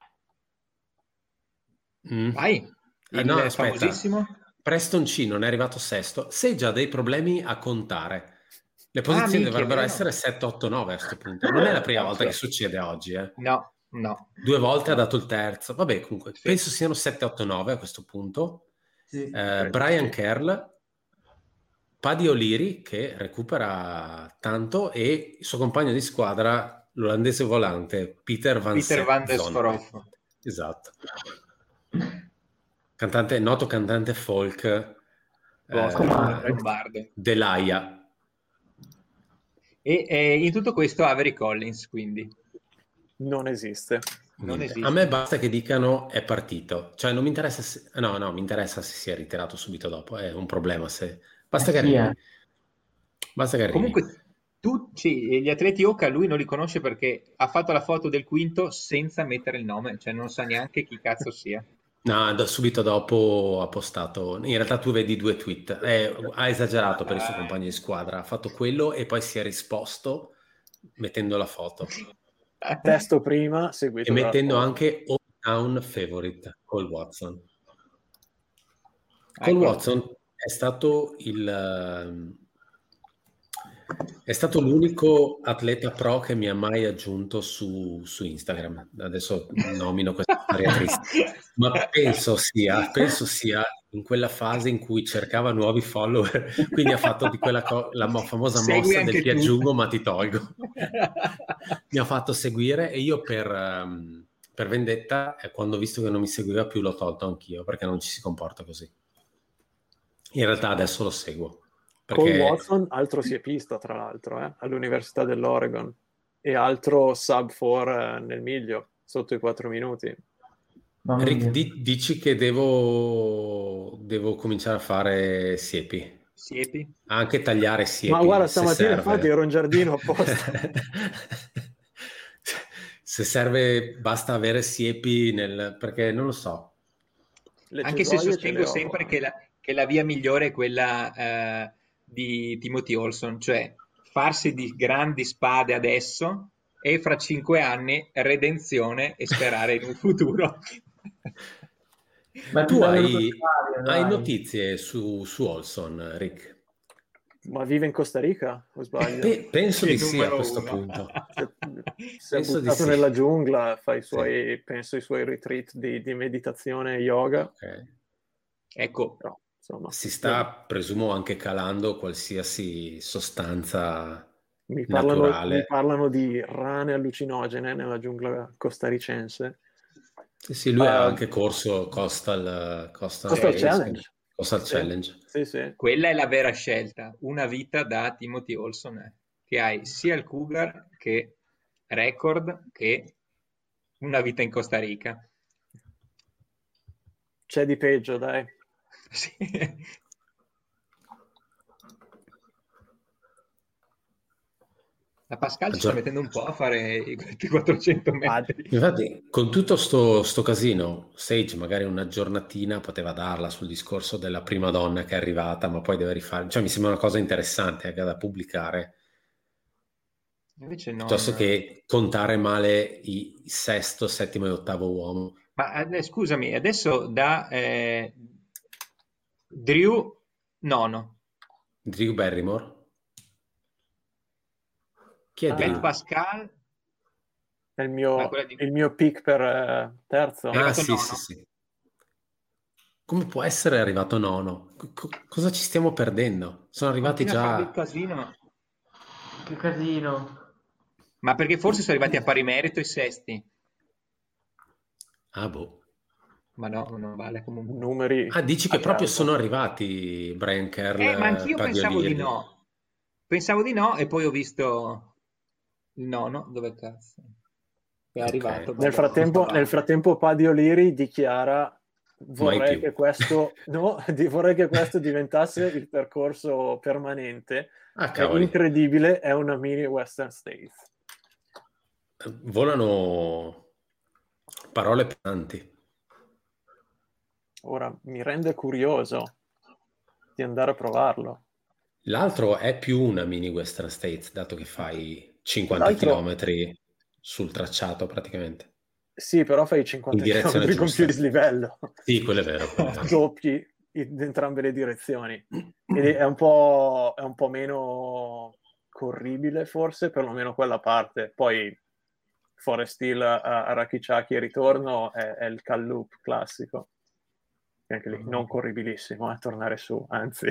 Vai, no, aspetta. famosissimo. Preston C non è arrivato sesto. Sage ha dei problemi a contare. Le posizioni dovrebbero essere 7, 8, 9 a questo punto. Non è la prima volta che succede oggi. No. 2 volte ha dato il terzo. Vabbè, comunque, penso siano 7, 8, 9 a questo punto. Sì. Brian Kerl, Paddy O'Leary che recupera tanto e il suo compagno di squadra, l'olandese volante, Peter Van der Schoroff. Esatto. Noto cantante folk Lombardo. dell'Aia. E in tutto questo Avery Collins, quindi. Non esiste. A me basta che dicano è partito. Cioè non mi interessa se... No, mi interessa se si è ritirato subito dopo. È un problema se... Basta che arrivi. Basta che arrivi. Comunque gli atleti Oca lui non li conosce perché ha fatto la foto del quinto senza mettere il nome. Cioè non sa neanche chi cazzo sia. No, subito dopo ha postato. In realtà tu vedi 2 tweet. Ha esagerato per il suo compagno di squadra. Ha fatto quello e poi si è risposto mettendo la foto. Testo prima, seguito e mettendo anche All-Town Favorite Cole Watson. Cole Watson è stato l'unico atleta pro che mi ha mai aggiunto su Instagram. Adesso nomino questa storia triste, ma penso sia in quella fase in cui cercava nuovi follower, quindi ha fatto di quella la famosa mossa del ti aggiungo ma ti tolgo. Mi ha fatto seguire e io per vendetta, quando ho visto che non mi seguiva più l'ho tolto anch'io, perché non ci si comporta così. In realtà adesso lo seguo. Cole Watson, altro siepista tra l'altro, all'Università dell'Oregon, e altro sub 4 nel miglio, sotto i 4 minuti. Rick, dici che devo cominciare a fare siepi. Anche tagliare siepi. Ma guarda, stamattina infatti ero in giardino apposta. Se serve, basta avere siepi perché non lo so. Anche se sostengo sempre che la via migliore è quella di Timothy Olson, cioè farsi di grandi spade adesso e fra 5 anni redenzione e sperare in un futuro. Ma tu hai notizie su Olson, Rick? Ma vive in Costa Rica, o sbaglio? Penso di sì a questo punto. Si è buttato nella giungla, fa i suoi, penso, i suoi retreat di meditazione e yoga. Okay. Ecco. Però, insomma, si sta, presumo, anche calando qualsiasi sostanza naturale. Mi parlano di rane allucinogene nella giungla costaricense. Sì, lui ha anche corso Coastal Challenge. Coastal Challenge. Sì. Quella è la vera scelta, una vita da Timothy Olson, che hai sia il Cougar che record che una vita in Costa Rica. C'è di peggio, dai. Sì. La Pascal ci sta mettendo un po' a fare i 400 metri. Infatti, con tutto sto casino, Sage magari una giornatina poteva darla sul discorso della prima donna che è arrivata, ma poi deve rifare. Cioè, mi sembra una cosa interessante anche da pubblicare. Invece piuttosto che contare male il sesto, settimo e ottavo uomo. Ma scusami, adesso da Drew nono. Drew Barrymore? Chi è Drew? Pascal è il mio pick per terzo. Sì. Come può essere arrivato nono? Cosa ci stiamo perdendo? Sono arrivati già... Che casino. Ma perché forse sono arrivati a pari merito i sesti? Ah, boh. Ma no, non vale comunque. Numeri. Dici che proprio sono arrivati Brian Kerr, ma anch'io pensavo di no. Pensavo di no e poi ho visto il nono. Dove cazzo? È arrivato. Nel frattempo Paddy O'Leary dichiara vorrei che questo diventasse il percorso permanente. È incredibile, è una mini Western States. Volano parole pesanti. Ora mi rende curioso di andare a provarlo. L'altro è più una mini Western States, dato che fai 50 km sul tracciato praticamente. Sì, però fai 50 km con più dislivello. Sì, quello è vero. Doppi in entrambe le direzioni. Ed è un po' meno corribile forse, perlomeno quella parte. Poi Forest Hill a Rakichaki e ritorno è il Cal Loop classico. Anche lì non corribilissimo, tornare su, anzi.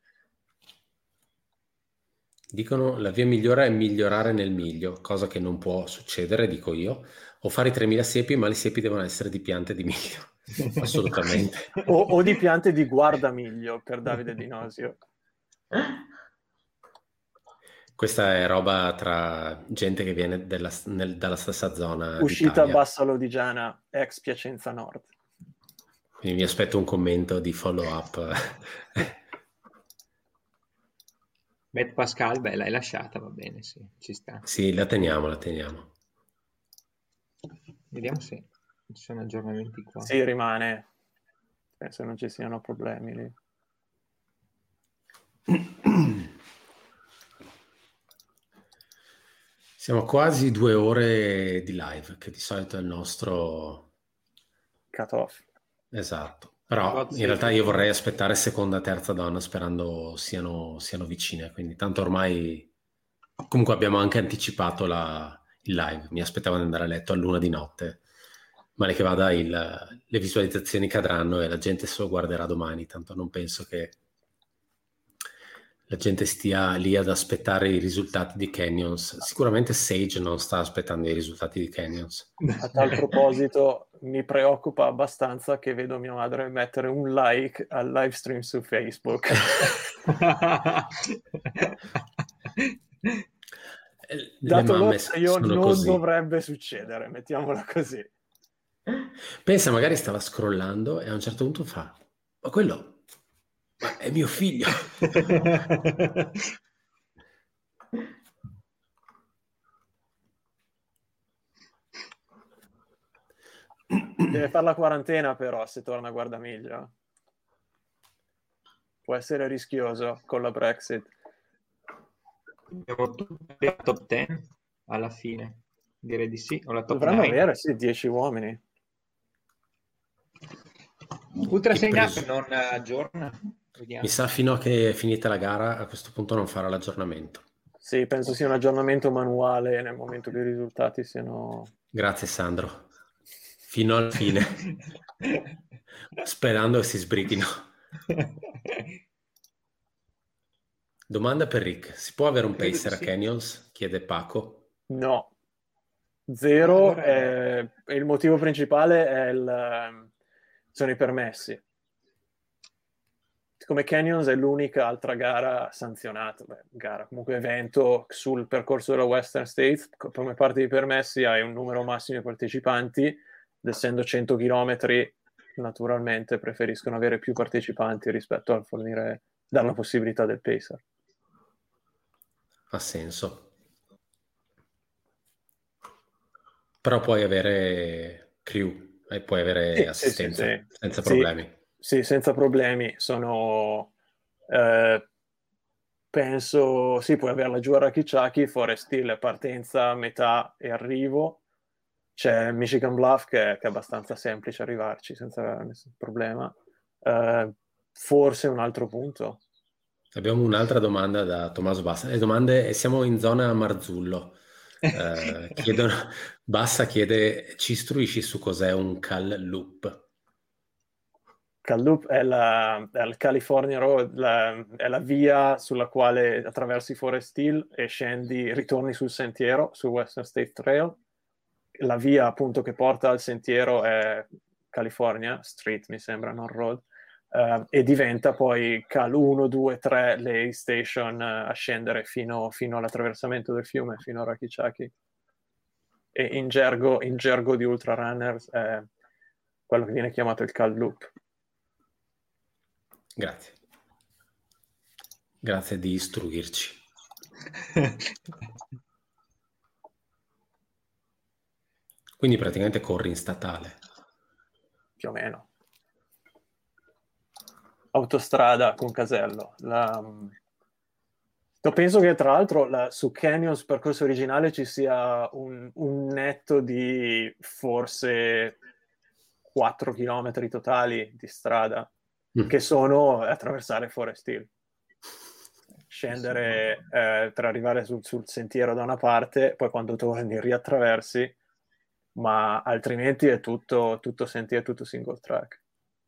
Dicono la via migliore è migliorare nel miglio, cosa che non può succedere, dico io, o fare i 3000 siepi, ma le siepi devono essere di piante di miglio, assolutamente. o di piante di guardamiglio per Davide Di Nosio. Questa è roba tra gente che viene dalla stessa zona uscita d'Italia. Bassa Lodigiana, ex Piacenza Nord. Quindi mi aspetto un commento di follow up. Matt Pascal, l'hai lasciata, va bene, sì, ci sta. Sì, la teniamo. Vediamo se ci sono aggiornamenti qua. Sì, rimane. Penso non ci siano problemi lì. Siamo quasi 2 ore di live, che di solito è il nostro cut off. Esatto. Però in realtà io vorrei aspettare seconda, terza donna sperando siano vicine, quindi tanto ormai comunque abbiamo anche anticipato il live, mi aspettavo di andare a letto all'1 di notte, male che vada le visualizzazioni cadranno e la gente se lo guarderà domani, tanto non penso che la gente stia lì ad aspettare i risultati di Canyons. Sicuramente Sage non sta aspettando i risultati di Canyons. A tal proposito, mi preoccupa abbastanza che vedo mia madre mettere un like al live stream su Facebook. Dato l'orario non così. Dovrebbe succedere, mettiamola così. Pensa, magari stava scrollando e a un certo punto fa: ma quello è mio figlio. Deve fare la quarantena però se torna a Guardamiglia. Può essere rischioso con la Brexit. Abbiamo la top 10 alla fine, direi di sì. O la top Dovranno 9. avere, sì, 10 uomini. Ultra Sign Up non aggiorna. Vediamo. Mi sa fino a che è finita la gara, a questo punto non farà l'aggiornamento. Sì, penso sia un aggiornamento manuale nel momento che i risultati siano... Grazie Sandro. Fino alla fine. Sperando che si sbrighino. Domanda per Rick. Si può avere un pacer a Canyons? Chiede Paco. No. Zero. E il motivo principale è sono i permessi. Come Canyons è l'unica altra gara sanzionata, comunque evento sul percorso della Western States, come parte dei permessi hai un numero massimo di partecipanti, essendo 100 km naturalmente preferiscono avere più partecipanti rispetto al dare la possibilità del pacer. Ha senso. Però puoi avere crew e puoi avere assistenza senza problemi. Sì, senza problemi. Sono penso puoi averla giù a Rakichaki, Forest Hill partenza, metà e arrivo. C'è Michigan Bluff che è abbastanza semplice arrivarci senza nessun problema. Forse un altro punto. Abbiamo un'altra domanda da Tommaso Bassa. Le domande, siamo in zona Marzullo. Bassa chiede: ci istruisci su cos'è un Cal Loop? Cal Loop è il California Road, è la via sulla quale attraversi Forest Hill e ritorni sul sentiero, sul Western State Trail. La via appunto che porta al sentiero è California Street, mi sembra, non Road, e diventa poi Cal 1, 2, 3, le station a scendere fino all'attraversamento del fiume, fino a Rakichaki. E in gergo di ultra runners è quello che viene chiamato il Cal Loop. Grazie di istruirci. Quindi praticamente corri in statale. Più o meno. Autostrada con casello. Penso che tra l'altro su Canyons percorso originale ci sia un netto di forse 4 km totali di strada che sono attraversare Forest Hill. Scendere per arrivare sul sentiero da una parte, poi quando torni riattraversi, ma altrimenti è tutto sentiero, tutto single track.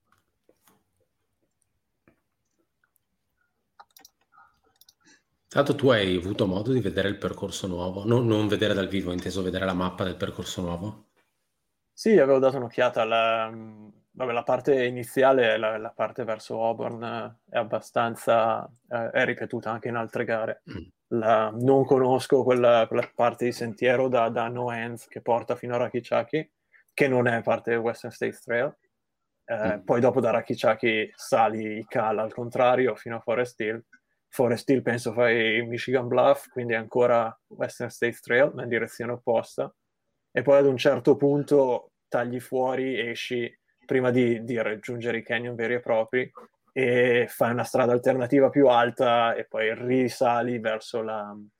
Tanto tu hai avuto modo di vedere il percorso nuovo, non vedere dal vivo, inteso vedere la mappa del percorso nuovo? Sì, avevo dato un'occhiata. La parte iniziale, la parte verso Auburn, è abbastanza è ripetuta anche in altre gare. Non conosco quella parte di sentiero da No Ends che porta fino a Rakichaki, che non è parte del Western States Trail. Poi dopo da Rakichaki sali i Cal al contrario fino a Forest Hill. Forest Hill penso fai Michigan Bluff, quindi ancora Western States Trail, ma in direzione opposta. E poi ad un certo punto tagli fuori, esci prima di raggiungere i canyon veri e propri e fai una strada alternativa più alta e poi risali verso non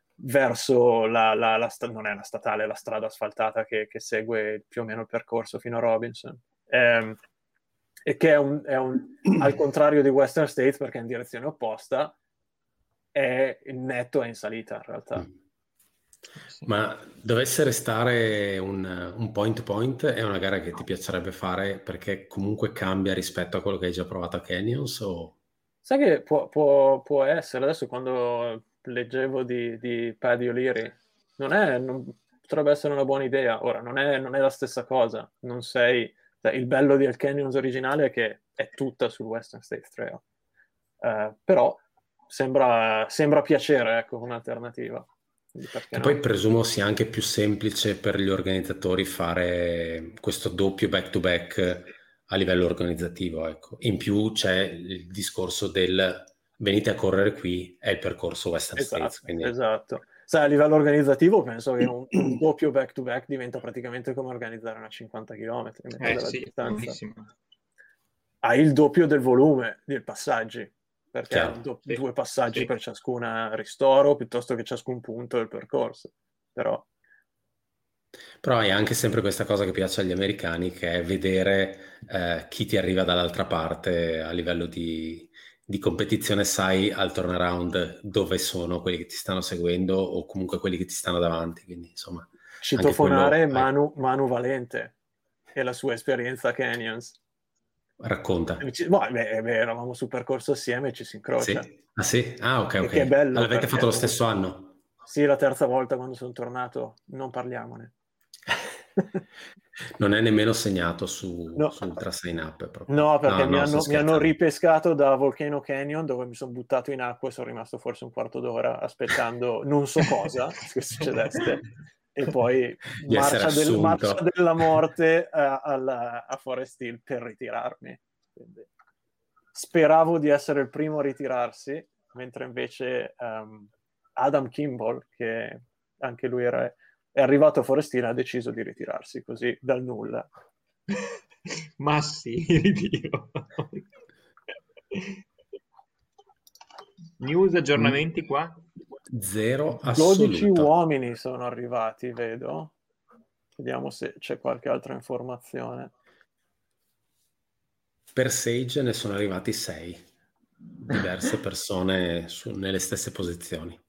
è una statale, è la strada asfaltata che segue più o meno il percorso fino a Robinson. E che è al contrario di Western States, perché è in direzione opposta, il netto è in salita in realtà. Ma dovesse restare un point è una gara che ti piacerebbe fare perché comunque cambia rispetto a quello che hai già provato a Canyons? O... Sai che può essere, adesso quando leggevo di Paddy O'Leary, potrebbe essere una buona idea. Ora, non è la stessa cosa, non sei... cioè, il bello del Canyons originale è che è tutta sul Western States Trail. Però sembra piacere, ecco, come alternativa. Quindi perché Che no? poi presumo sia anche più semplice per gli organizzatori fare questo doppio back-to-back a livello organizzativo, ecco. In più c'è il discorso del venite a correre qui, è il percorso Western States, quindi Esatto. Sai, a livello organizzativo penso che un doppio back-to-back diventa praticamente come organizzare una 50 km, metà della Sì, distanza. buonissimo. Hai il doppio del volume dei passaggi, perché hai chiaro. Sì, 2 passaggi sì. per ciascuna ristoro, piuttosto che ciascun punto del percorso. Però Hai anche sempre questa cosa che piace agli americani, che è vedere chi ti arriva dall'altra parte a livello di competizione, sai al turnaround dove sono quelli che ti stanno seguendo o comunque quelli che ti stanno davanti, quindi insomma anche citofonare quello Manu Valente e la sua esperienza a Canyons. racconta. Eravamo sul percorso assieme e ci si incrocia. Sì? Ah sì? Ah ok, E ok. che bello, L'avete perché fatto lo stesso anno? sì, la terza volta quando sono tornato, non parliamone. Non è nemmeno segnato su No. Ultra Sign Up proprio. No, perché No, mi sto hanno scherzando. ripescato da Volcano Canyon, dove mi sono buttato in acqua e sono rimasto forse un quarto d'ora aspettando non so cosa che succedesse. E poi Di essere assunto. marcia della morte a Forest Hill per ritirarmi. Quindi, speravo di essere il primo a ritirarsi, mentre invece Adam Kimball, che anche lui è arrivato a Forest Hill, ha deciso di ritirarsi così dal nulla. Ma sì, ritiro. News, aggiornamenti qua? Zero 12 assoluto. uomini sono arrivati, vedo. Vediamo se c'è qualche altra informazione. Per Sage ne sono arrivati 6. Diverse persone nelle stesse posizioni.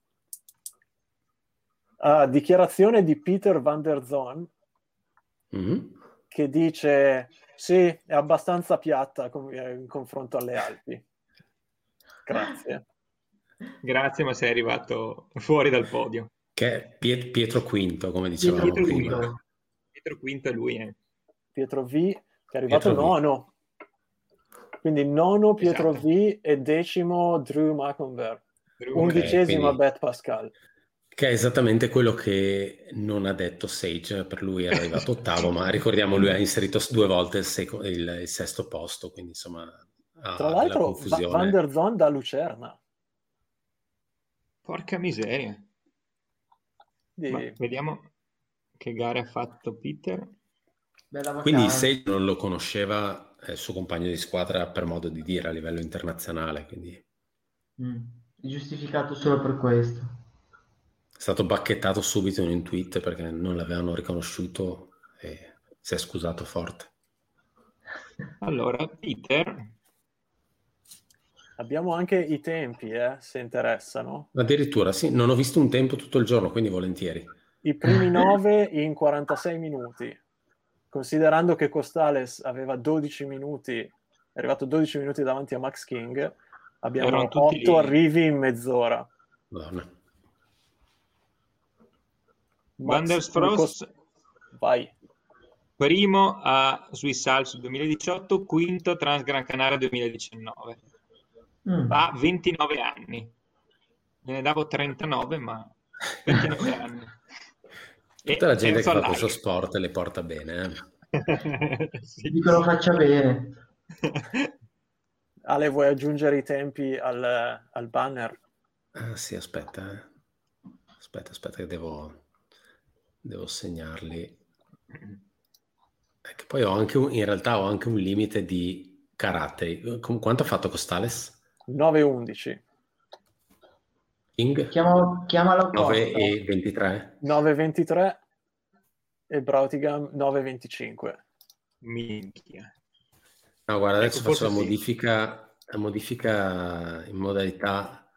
Dichiarazione di Peter van der Zoon, che dice sì, è abbastanza piatta in confronto alle Alpi. Grazie. Grazie, ma sei arrivato fuori dal podio. Che è Pietro Quinto, come dicevamo prima. Pietro Quinto è lui. Pietro V, che è arrivato Pietro V. nono. Quindi nono Pietro Esatto. V e decimo Drew Macomber. Undicesima quindi- Beth Pascal. Che è esattamente quello che non ha detto Sage, per lui era arrivato ottavo, ma ricordiamo lui ha inserito 2 volte il sesto posto, quindi insomma Tra l'altro Van der Zoon da Lucerna. Porca miseria. Ma vediamo che gare ha fatto Peter. Quindi Sage non lo conosceva, il suo compagno di squadra, per modo di dire, a livello internazionale, quindi È giustificato solo per questo. è stato bacchettato subito in un tweet perché non l'avevano riconosciuto e si è scusato forte. Allora, Peter. Abbiamo anche i tempi, se interessano. Addirittura, sì, non ho visto un tempo tutto il giorno, quindi volentieri. I primi 9 in 46 minuti. Considerando che Costales aveva 12 minuti, è arrivato 12 minuti davanti a Max King, abbiamo 8 arrivi in mezz'ora. Madonna. Van der Frost, vai. Primo a Swiss Alps 2018, quinto Trans Gran Canaria 2019. Ha 29 anni. Ne davo 39, ma 29 anni. Tutta la gente che fa questo sport le porta bene. Sì. Dico lo faccia bene. Ale, vuoi aggiungere i tempi al banner? Sì, aspetta. Aspetta che devo segnarli. Che poi in realtà ho anche un limite di caratteri. Quanto ha fatto Costales? 9-11. King? Chiamalo 9-23. 9-23 e Brautigam 9-25. Minchia. No, guarda, adesso faccio la modifica in modalità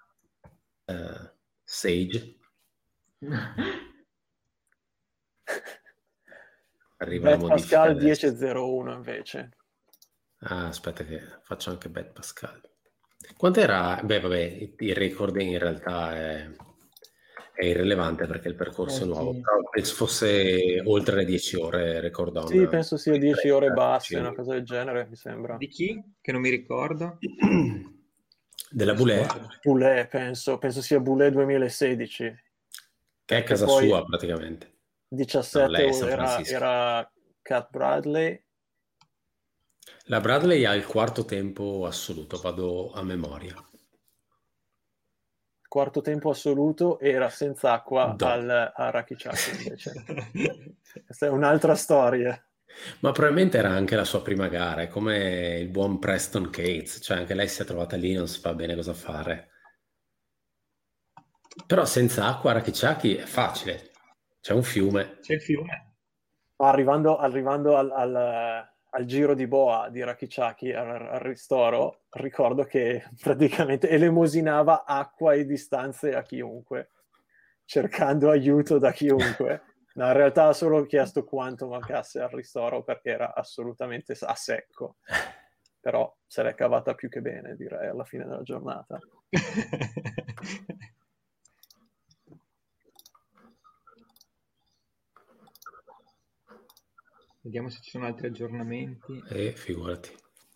Sage. Arriva la modifica Pascal adesso. 10-01 invece. Aspetta che faccio anche Bet Pascal. Quant'era? Beh, vabbè, il record in realtà è irrilevante perché il percorso è nuovo, Sì. però penso fosse oltre le 10 ore, record Sì, on penso sia 10 ore basse, una 30. cosa del genere, mi sembra. Di chi? Che non mi ricordo. Della Adesso Boulet, guardo. Boulet, penso sia Boulet 2016, che è perché casa poi sua praticamente. No, 17 lei è San era, Francisco. Cat Bradley, La Bradley ha il quarto tempo assoluto, vado a memoria. quarto tempo assoluto, era senza acqua Dopo. a Rakicaki invece. Questa è un'altra storia. Ma probabilmente era anche la sua prima gara, è come il buon Preston Cates, cioè anche lei si è trovata lì, non sa bene cosa fare. Però senza acqua a Rakicaki è facile, c'è un fiume. C'è il fiume. Arrivando al giro di boa di Rakicaki, al ristoro, ricordo che praticamente elemosinava acqua e distanze a chiunque, cercando aiuto da chiunque. No, in realtà ha solo chiesto quanto mancasse al ristoro perché era assolutamente a secco. Però se l'è cavata più che bene, direi, alla fine della giornata. Vediamo se ci sono altri aggiornamenti. Figurati.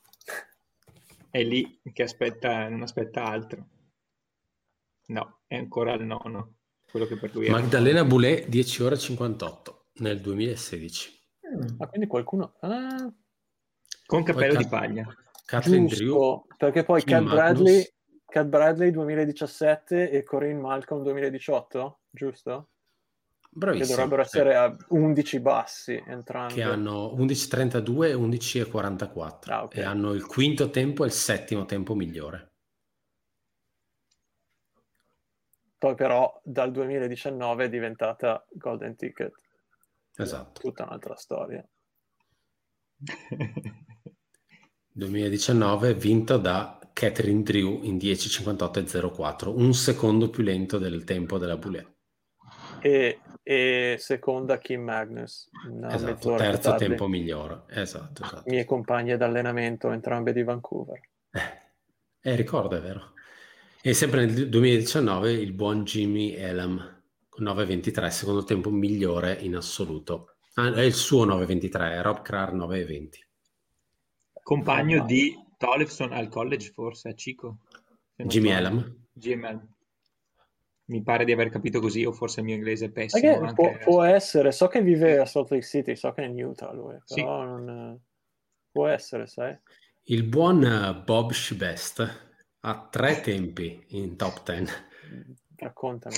È lì che non aspetta altro. No, è ancora al nono. Quello che per lui era Magdalena Boulet 10 ore e 58 nel 2016. Ma quindi qualcuno... con cappello Poi di paglia. Kathleen giusto, Drew, perché poi Kim Magnus. Cat Bradley 2017 e Corinne Malcolm 2018, giusto? Bravissimo. Che dovrebbero essere a 11 bassi entrambi. Che hanno 11.32 e 11.44 Ah, ok. e hanno il quinto tempo e il settimo tempo migliore. Poi però dal 2019 è diventata Golden Ticket. Esatto. Tutta un'altra storia. 2019 vinto da Catherine Drew in 10.58.04, un secondo più lento del tempo della Boulet. E seconda Kim Magnus, una Esatto, mezz'ora terzo più tardi. tempo migliore. Esatto. Mie compagne d'allenamento, entrambe di Vancouver. Ricordo, è vero. E sempre nel 2019 il buon Jimmy Elam con 9.23, secondo tempo migliore in assoluto. È il suo 9.23, è Rob Krar 9.20. Compagno di Tollefson al college, forse, a Chico. Jimmy Elam. Mi pare di aver capito così, o forse il mio inglese è pessimo. Anche può essere, so che vive a Salt Lake City, so che è in Utah lui, Sì. però non... Può essere, sai? Il buon Bob Shibest ha 3 tempi in top 10. Raccontami.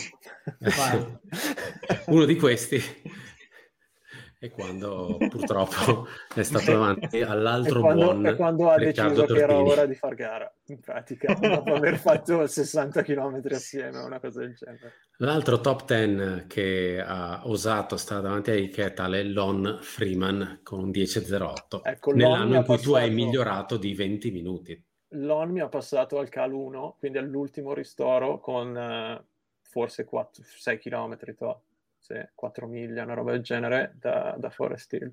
Uno di questi è quando purtroppo è stato davanti all'altro buon è quando ha Riccardo deciso che era Tortini. ora di far gara, in pratica, dopo aver fatto 60 km assieme, una cosa del genere. L'altro top 10 che ha osato stare davanti a Ike è tale Lon Freeman con un 10.08, Ecco, nell'anno in cui tu hai migliorato di 20 minuti. Lon mi ha passato al Cal 1, quindi all'ultimo ristoro con forse 6 km, 4 miglia, una roba del genere, da Forest Hill.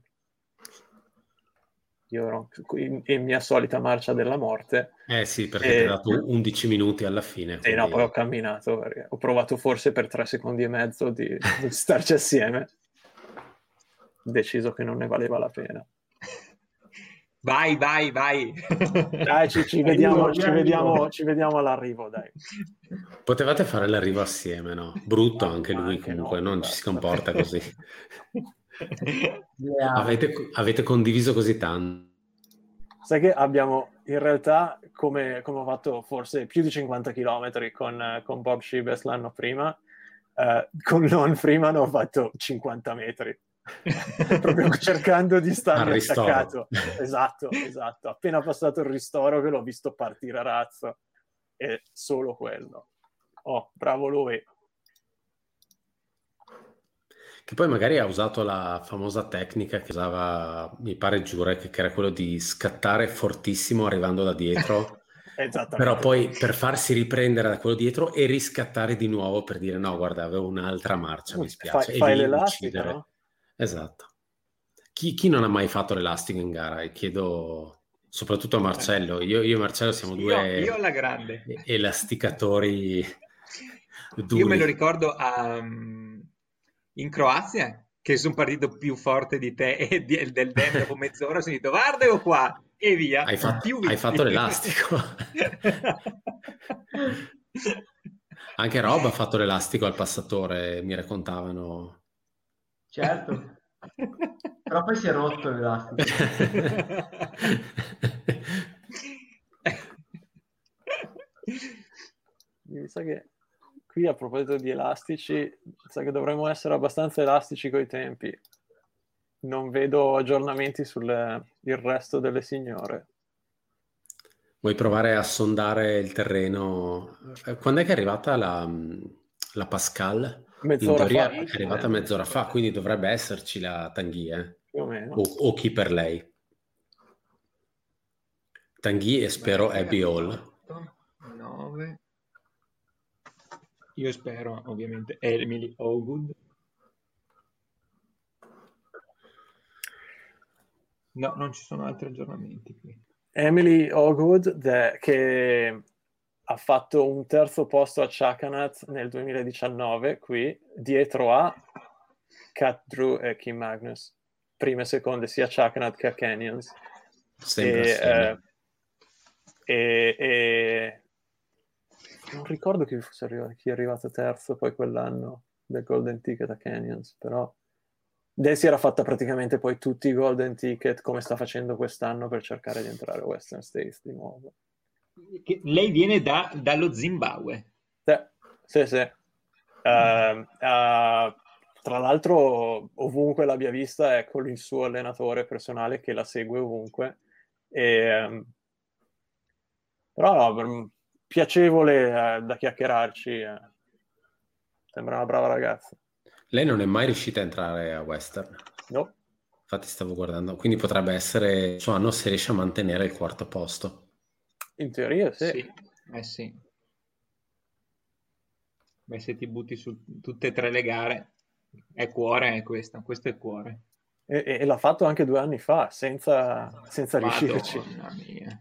Io ero in mia solita marcia della morte. Sì, perché ti ha dato 11 minuti alla fine. Quindi... no, poi ho camminato, perché ho provato forse per 3 secondi e mezzo di starci assieme. Deciso che non ne valeva la pena. Vai. Dai, ci vediamo all'arrivo, dai. Potevate fare l'arrivo assieme, no? Brutto anche lui, comunque, non ci si comporta così. Avete condiviso così tanto. Sai che abbiamo, in realtà, come ho fatto forse più di 50 km con Bob Shibest l'anno prima, con Lon Freeman ho fatto 50 metri. Proprio cercando di starmi attaccato. Esatto. Appena passato il ristoro che l'ho visto partire a razzo. E solo quello. Oh, bravo lui. Che poi magari ha usato la famosa tecnica che usava, mi pare Jurek, che era quello di scattare fortissimo arrivando da dietro, però poi per farsi riprendere da quello dietro e riscattare di nuovo per dire no, guarda, avevo un'altra marcia, mi spiace. Fai l'elastico, no? Esatto. Chi non ha mai fatto l'elastico in gara? E chiedo soprattutto a Marcello. Io e Marcello siamo due Io alla grande. elasticatori duri. Io me lo ricordo in Croazia, che sono partito più forte di te e del Dan dopo mezz'ora, sono detto guarda o qua e via. Hai fatto l'elastico. Anche Rob ha fatto l'elastico al passatore, mi raccontavano. Certo, però poi si è rotto l'elastico. Mi sa che qui, a proposito di elastici, sa che dovremmo essere abbastanza elastici coi tempi. Non vedo aggiornamenti sul resto delle signore. Vuoi provare a sondare il terreno? Quando è che è arrivata la Pascal? Mezz'ora In teoria fa. è arrivata mezz'ora fa, quindi dovrebbe esserci la Tanguy, Più o meno. o chi per lei. Tanguy e spero Abby Hall. 9. Io spero ovviamente Emily Ogood. No, non ci sono altri aggiornamenti qui. Emily Ogood, che ha fatto un terzo posto a Chakanat nel 2019 qui, dietro a Kat Drew e Kim Magnus, prime e seconde sia a Chakanat che a Canyons. Sempre assieme. E non ricordo chi è arrivato terzo poi quell'anno del Golden Ticket a Canyons, però Desi era fatta praticamente poi tutti i Golden Ticket come sta facendo quest'anno per cercare di entrare a Western States di nuovo. Lei viene dallo Zimbabwe. Sì. Tra l'altro ovunque l'abbia vista è con il suo allenatore personale che la segue ovunque. Però no, piacevole da chiacchierarci. Sembra una brava ragazza. Lei non è mai riuscita a entrare a Western. No. Infatti stavo guardando, quindi potrebbe essere il suo anno se riesce a mantenere il quarto posto. In teoria sì. Sì. Beh, se ti butti su tutte e tre le gare, è cuore questo è cuore. E l'ha fatto anche 2 anni fa, senza riuscirci. Madonna mia.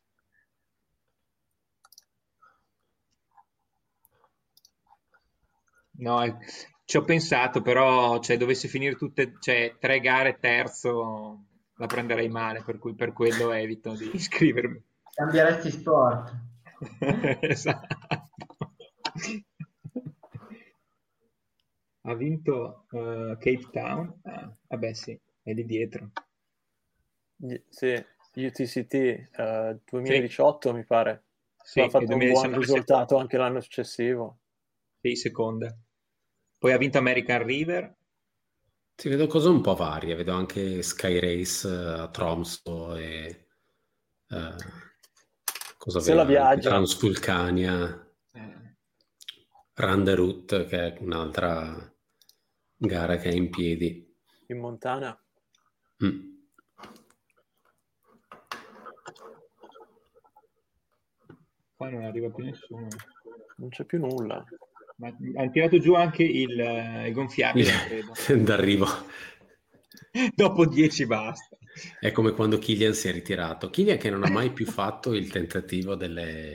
No, ci ho pensato, però dovessi finire tutte, 3 gare terzo, la prenderei male, per cui per quello evito di iscrivermi. Cambieresti sport. Esatto. Ha vinto Cape Town. Vabbè sì, è lì dietro. Sì, UTCT 2018 mi pare. Sì, Ha fatto un buon risultato anche l'anno successivo. Sì, seconda. Poi ha vinto American River. Sì, vedo cose un po' varie, vedo anche Sky Race a Tromsø e cosa Se la aveva anche viaggia. Transvulcania, Runderut, che è un'altra gara che è in piedi. In Montana. Qua non arriva più nessuno. Non c'è più nulla. Ma hanno tirato giù anche il gonfiabile, credo. D'arrivo. Dopo 10 basta. È come quando Killian si è ritirato. Killian che non ha mai più fatto il tentativo di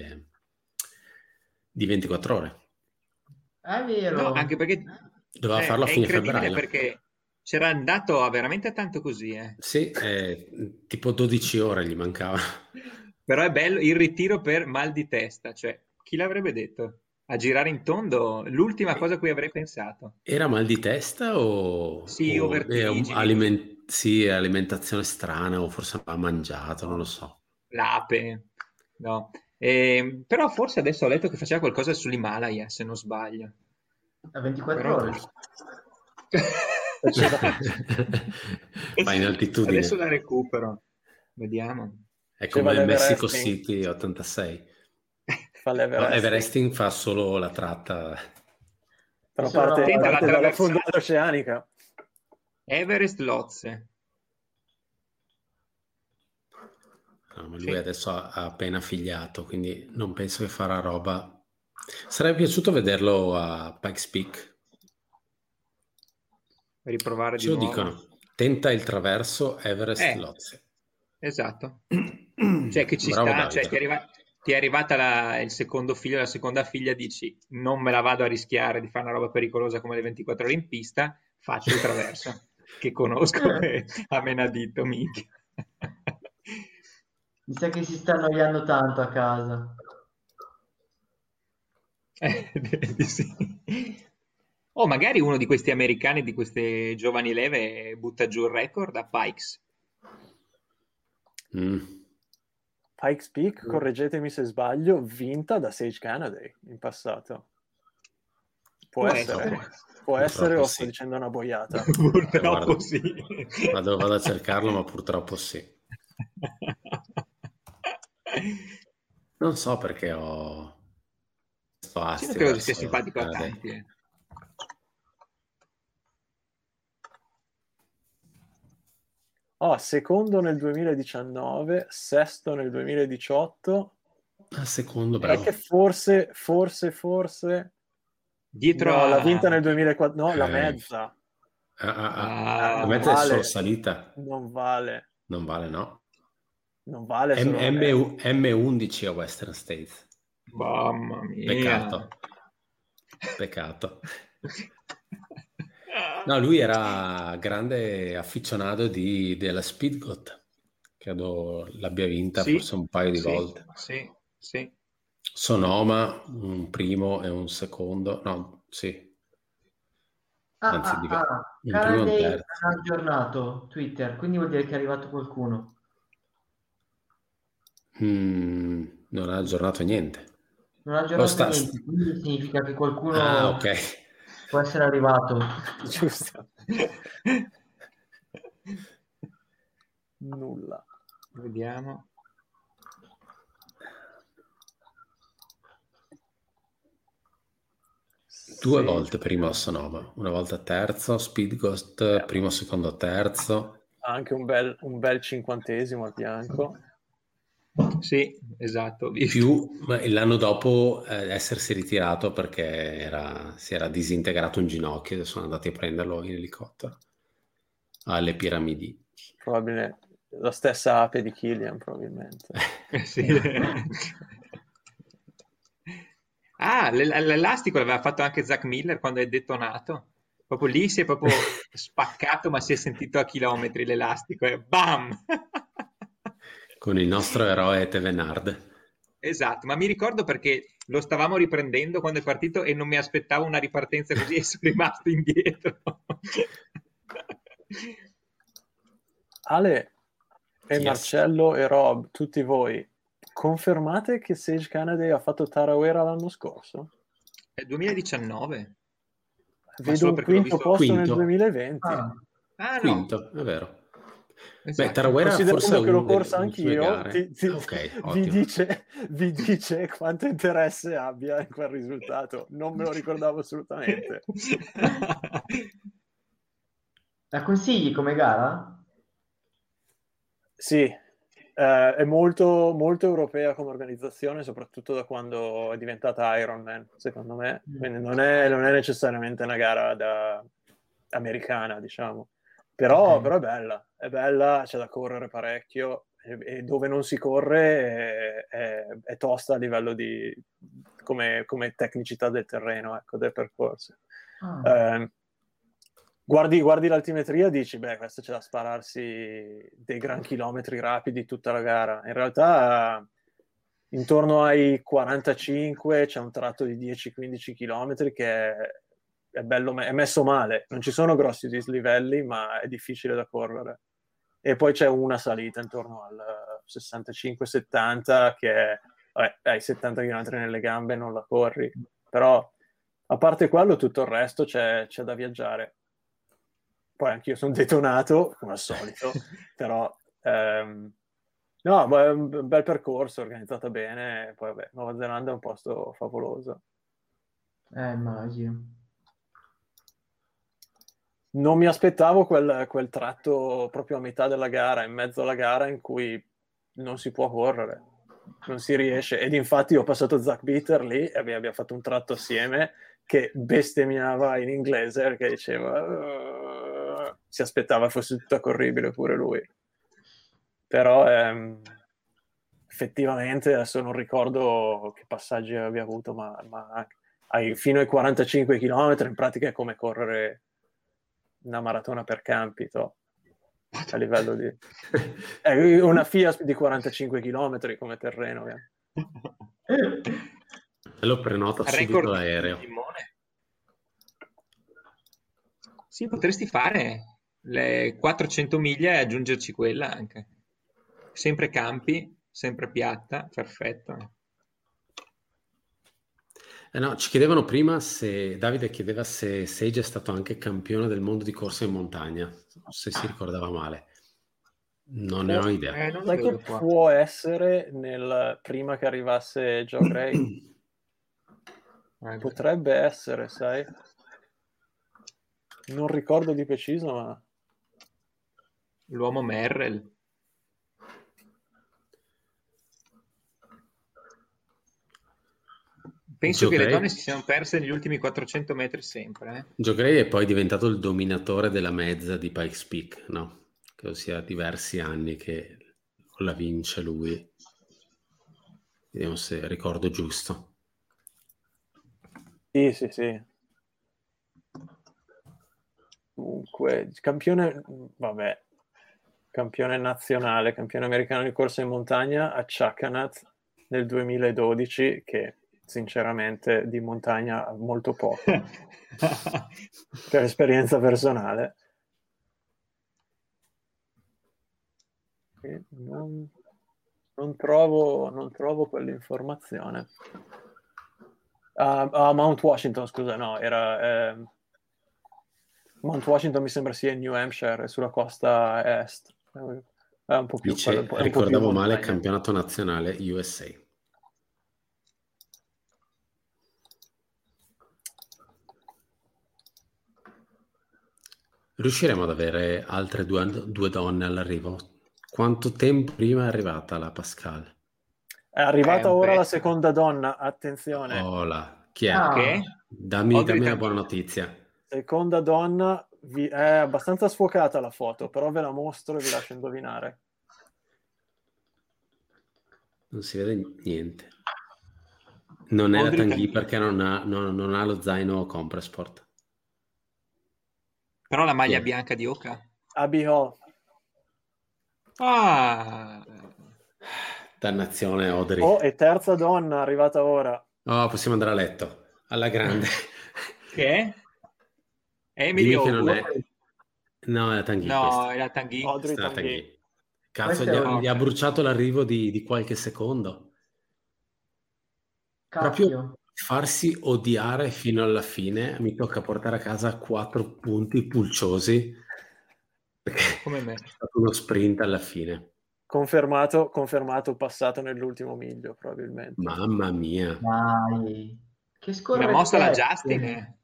24 ore. È vero. No, anche perché doveva farlo a fine febbraio. Perché c'era andato veramente tanto così. Sì, tipo 12 ore gli mancavano. Però è bello il ritiro per mal di testa, cioè chi l'avrebbe detto? A girare in tondo, l'ultima cosa a cui avrei pensato. Era mal di testa o... Sì, o vertigini. Alimentazione strana o forse ha mangiato, non lo so. L'ape, no. Però forse adesso ho letto che faceva qualcosa sull'Himalaya, se non sbaglio. A 24 ore? Va in altitudine. Adesso la recupero, vediamo. È come il Mexico City 86. Everesting fa solo la tratta. Però parte dalla fondata oceanica. Everest Lotse. No, ma lui adesso ha appena figliato, quindi non penso che farà roba. Sarebbe piaciuto vederlo a Pikes Peak. Riprovare Ce lo dicono. Tenta il traverso Everest Lotse. Esatto. Cioè che ci Bravo sta, cioè Davide. ti è arrivata il secondo figlio, la seconda figlia, dici non me la vado a rischiare di fare una roba pericolosa come le 24 ore in pista, faccio il traverso, che conosco e a menadito, minchia. Mi sa che si sta annoiando tanto a casa. Direi di sì. O magari uno di questi americani, di queste giovani leve, butta giù il record a Pikes. Pikes Peak, correggetemi se sbaglio, vinta da Sage Canaday in passato. Può essere Purtroppo o sì. sto dicendo una boiata? Purtroppo Guarda, sì. vado a cercarlo, ma purtroppo sì. Non so perché ho questo Sì, non astio credo che sia verso simpatico a Canaday. tanti. Secondo nel 2019, sesto nel 2018. Secondo, È bravo. che forse Dietro no, l'ha vinta a... nel 2004, no, la mezza. La Non mezza è solo vale, salita. non vale solo la mezza. M11 a Western States. Mamma mia. Peccato. No, lui era grande afficionato della Speedgoat. Credo l'abbia vinta forse Sì, un paio di sì, volte. sì, sì. Sonoma, un primo e un secondo. No, sì. Anzi, un primo e un Canaday terzo. ha aggiornato Twitter, quindi vuol dire che è arrivato qualcuno. Non ha aggiornato niente. Non ha Oh, aggiornato niente, quindi significa che Ah, qualcuno ok. può essere arrivato. Giusto. Nulla. Vediamo. Due Sì. volte primo a Sonoma, una volta terzo, Speed Ghost primo, secondo, terzo. Anche un bel 50° al fianco. Sì, esatto, ho visto. Più l'anno dopo essersi ritirato perché si era disintegrato un ginocchio e sono andati a prenderlo in elicottero alle Piramidi. Probabilmente la stessa ape di Killian, probabilmente. Sì. Ah, l'elastico l'aveva fatto anche Zach Miller quando è detonato. Proprio lì si è proprio spaccato, ma si è sentito a chilometri l'elastico e bam! Con il nostro eroe Tevenard. Esatto, ma mi ricordo perché lo stavamo riprendendo quando è partito e non mi aspettavo una ripartenza così e sono rimasto indietro. Ale e Yes. Marcello e Rob, tutti voi, confermate che Sage Canaday ha fatto Tarawera l'anno scorso? È 2019, ma Vedo solo un perché l'ho quinto visto. posto nel Quinto. 2020. Ah no, Quinto, è vero. Beh, esatto. Tarawera forse è Considerando che l'ho una corsa delle sue anch'io, gare. Ok, vi ottimo. dice quanto interesse abbia in quel risultato. Non me lo ricordavo assolutamente. La consigli come gara? Sì, è molto, molto europea come organizzazione, soprattutto da quando è diventata Ironman, secondo me. Quindi non è necessariamente una gara americana, diciamo. Ok. Però è bella, c'è da correre parecchio e dove non si corre è tosta a livello di come tecnicità del terreno, ecco, del percorso. Ah. Eh, guardi l'altimetria e dici, beh, questo c'è da spararsi dei gran chilometri rapidi tutta la gara. In realtà, intorno ai 45 c'è un tratto di 10-15 km che è bello, è messo male. Non ci sono grossi dislivelli, ma è difficile da correre. E poi c'è una salita intorno al 65-70 che vabbè, hai 70 km nelle gambe, non la corri. Però, a parte quello, tutto il resto c'è da viaggiare. Poi anch'io sono detonato, come al solito, però no, ma è un bel percorso, organizzato bene. Poi vabbè, Nuova Zelanda è un posto favoloso. Immagino. Non mi aspettavo quel tratto proprio a metà della gara, in mezzo alla gara, in cui non si può correre, non si riesce. Ed infatti ho passato Zach Bitter lì e abbiamo fatto un tratto assieme che bestemmiava in inglese perché diceva si aspettava fosse tutta corribile pure lui. però effettivamente adesso non ricordo che passaggi abbia avuto, ma fino ai 45 km in pratica è come correre una maratona per campi, a livello di è una FIA di 45 km come terreno. E lo prenota subito Record l'aereo. Simone. Sì, potresti fare le 400 miglia e aggiungerci quella anche. Sempre campi, sempre piatta, perfetto. No, ci chiedevano prima Davide chiedeva se Sage è stato anche campione del mondo di corsa in montagna, se si ricordava male. Non ne ho idea. Non Sai lo che vedo qua. può essere prima che arrivasse Joe Gray? Potrebbe essere, sai? Non ricordo di preciso, ma L'uomo Merrell. Penso che le donne si siano perse negli ultimi 400 metri sempre. Joe Gray è poi diventato il dominatore della mezza di Pikes Peak, no? Credo sia diversi anni che la vince lui. Vediamo se ricordo giusto. Sì. Comunque, campione nazionale, campione americano di corsa in montagna a Chakanat nel 2012, che sinceramente di montagna molto poco per esperienza personale. Non trovo quell'informazione. Mount Washington, scusa, no, era Mount Washington mi sembra sia in New Hampshire, sulla costa est. È un po' più, ricordavo male, campionato nazionale USA. Riusciremo ad avere altre due donne all'arrivo? Quanto tempo prima è arrivata la Pascal? È arrivata ora la seconda donna, attenzione. Ola, chi è? Dammi una buona notizia. Seconda donna, è abbastanza sfocata la foto, però ve la mostro e vi lascio indovinare. Non si vede niente. Non è la Tanguy perché non ha lo zaino Compressport. Però la maglia bianca di Oka? Abby Hall. Dannazione, Audrey. E terza donna arrivata ora. Possiamo andare a letto alla grande. Che è? Emily che non è. No, è la Tanguy. No, è la Tanguy. Audrey Tanguy. Cazzo, gli ha bruciato l'arrivo di qualche secondo. Cacchio. Proprio farsi odiare fino alla fine. Mi tocca portare a casa 4 punti pulciosi. Perché come me. È stato uno sprint alla fine. Confermato, passato nell'ultimo miglio, probabilmente. Mamma mia. Dai. Che scorre. Una mossa alla Justin.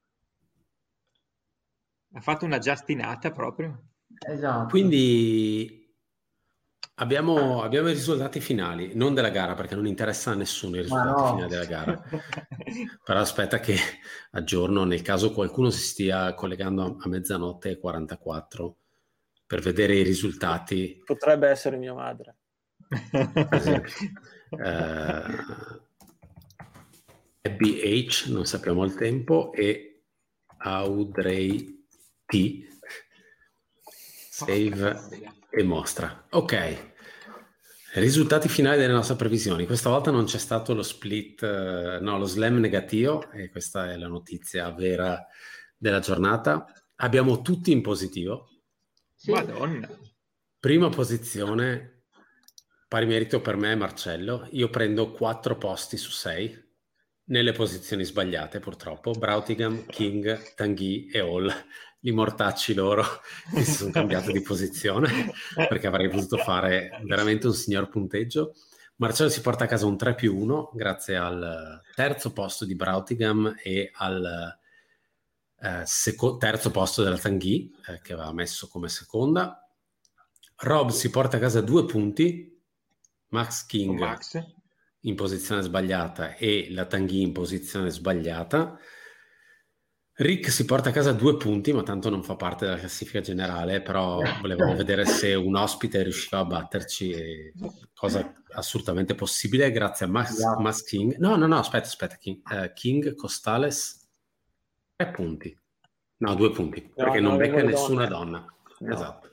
Ha fatto una Justinata proprio. Esatto. Quindi abbiamo i risultati finali, non della gara, perché non interessa a nessuno i risultati finali della gara. Però aspetta che aggiorno, nel caso qualcuno si stia collegando a mezzanotte e 44 per vedere i risultati. Potrebbe essere mia madre. BH, non sappiamo il tempo, e Audrey T. Save e mostra. Ok, risultati finali delle nostre previsioni. Questa volta non c'è stato lo split, lo slam negativo, e questa è la notizia vera della giornata. Abbiamo tutti in positivo. Sì. Madonna. Prima posizione, pari merito per me, Marcello. Io prendo 4 posti su 6 nelle posizioni sbagliate, purtroppo. Brautigam, King, Tanguy e Hall, i mortacci loro, che si sono cambiati di posizione, perché avrei potuto fare veramente un signor punteggio. Marcello si porta a casa un 3+1 grazie al terzo posto di Brautigam e al terzo posto della Tanguy, che aveva messo come seconda. Rob si porta a casa 2 punti, Max King in posizione sbagliata e la Tanguy in posizione sbagliata. Rick si porta a casa 2 punti, ma tanto non fa parte della classifica generale, però volevamo vedere se un ospite riusciva a batterci, cosa assolutamente possibile grazie a Max King. No, aspetta, King Costales 3 punti. No, 2 punti, perché non becca nessuna donna. No. Esatto.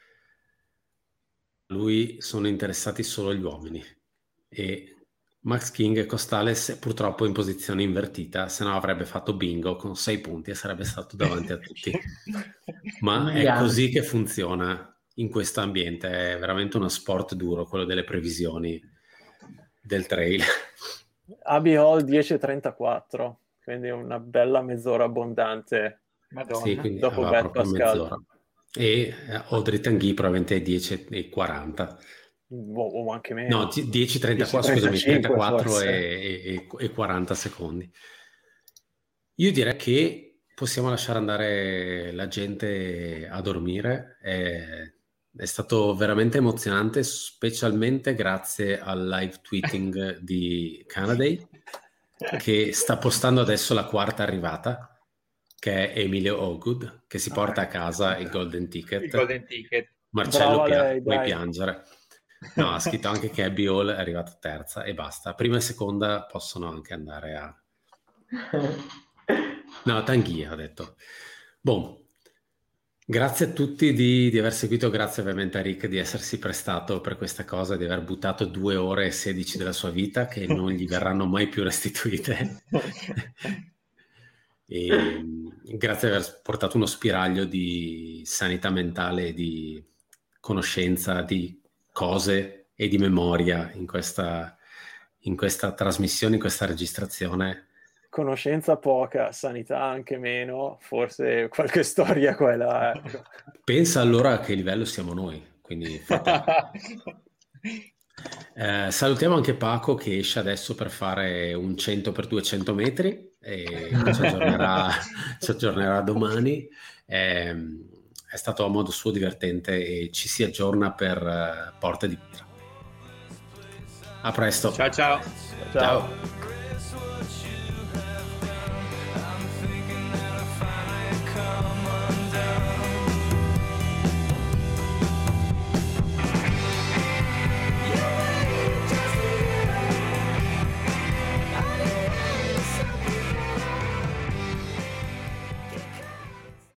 Lui sono interessati solo gli uomini e Max King e Costales purtroppo in posizione invertita, se no avrebbe fatto bingo con 6 punti e sarebbe stato davanti a tutti. Ma è così che funziona in questo ambiente, è veramente uno sport duro, quello delle previsioni del trail. Abbey Hall 10:34, quindi una bella mezz'ora abbondante. Madonna. Sì, quindi dopo aveva proprio Pascal. mezz'ora. E Audrey Tanguy probabilmente 10:40. O anche meno. No, 10:34, scusami, 34 e 40 secondi. Io direi che possiamo lasciare andare la gente a dormire. È stato veramente emozionante, specialmente grazie al live tweeting di Canaday, che sta postando adesso la quarta arrivata, che è Emilio Ogood, che si porta a casa il Golden Ticket. Il Golden Ticket. Marcello, puoi piangere. No, ha scritto anche che Abbey Hall è arrivato terza e basta. Prima e seconda possono anche andare a... No, Tanguy ha detto. Boh, grazie a tutti di aver seguito, grazie ovviamente a Rick di essersi prestato per questa cosa, di aver buttato 2 ore e 16 della sua vita che non gli verranno mai più restituite. E grazie di aver portato uno spiraglio di sanità mentale, di conoscenza, di cose e di memoria in questa trasmissione, in questa registrazione. Conoscenza poca, sanità anche meno, forse qualche storia qua e là. Ecco. Pensa allora a che livello siamo noi, quindi salutiamo anche Paco che esce adesso per fare un 100x200 metri e ci aggiornerà domani. È stato a modo suo divertente e ci si aggiorna per Porte di Pietra. A presto. Ciao. Ciao.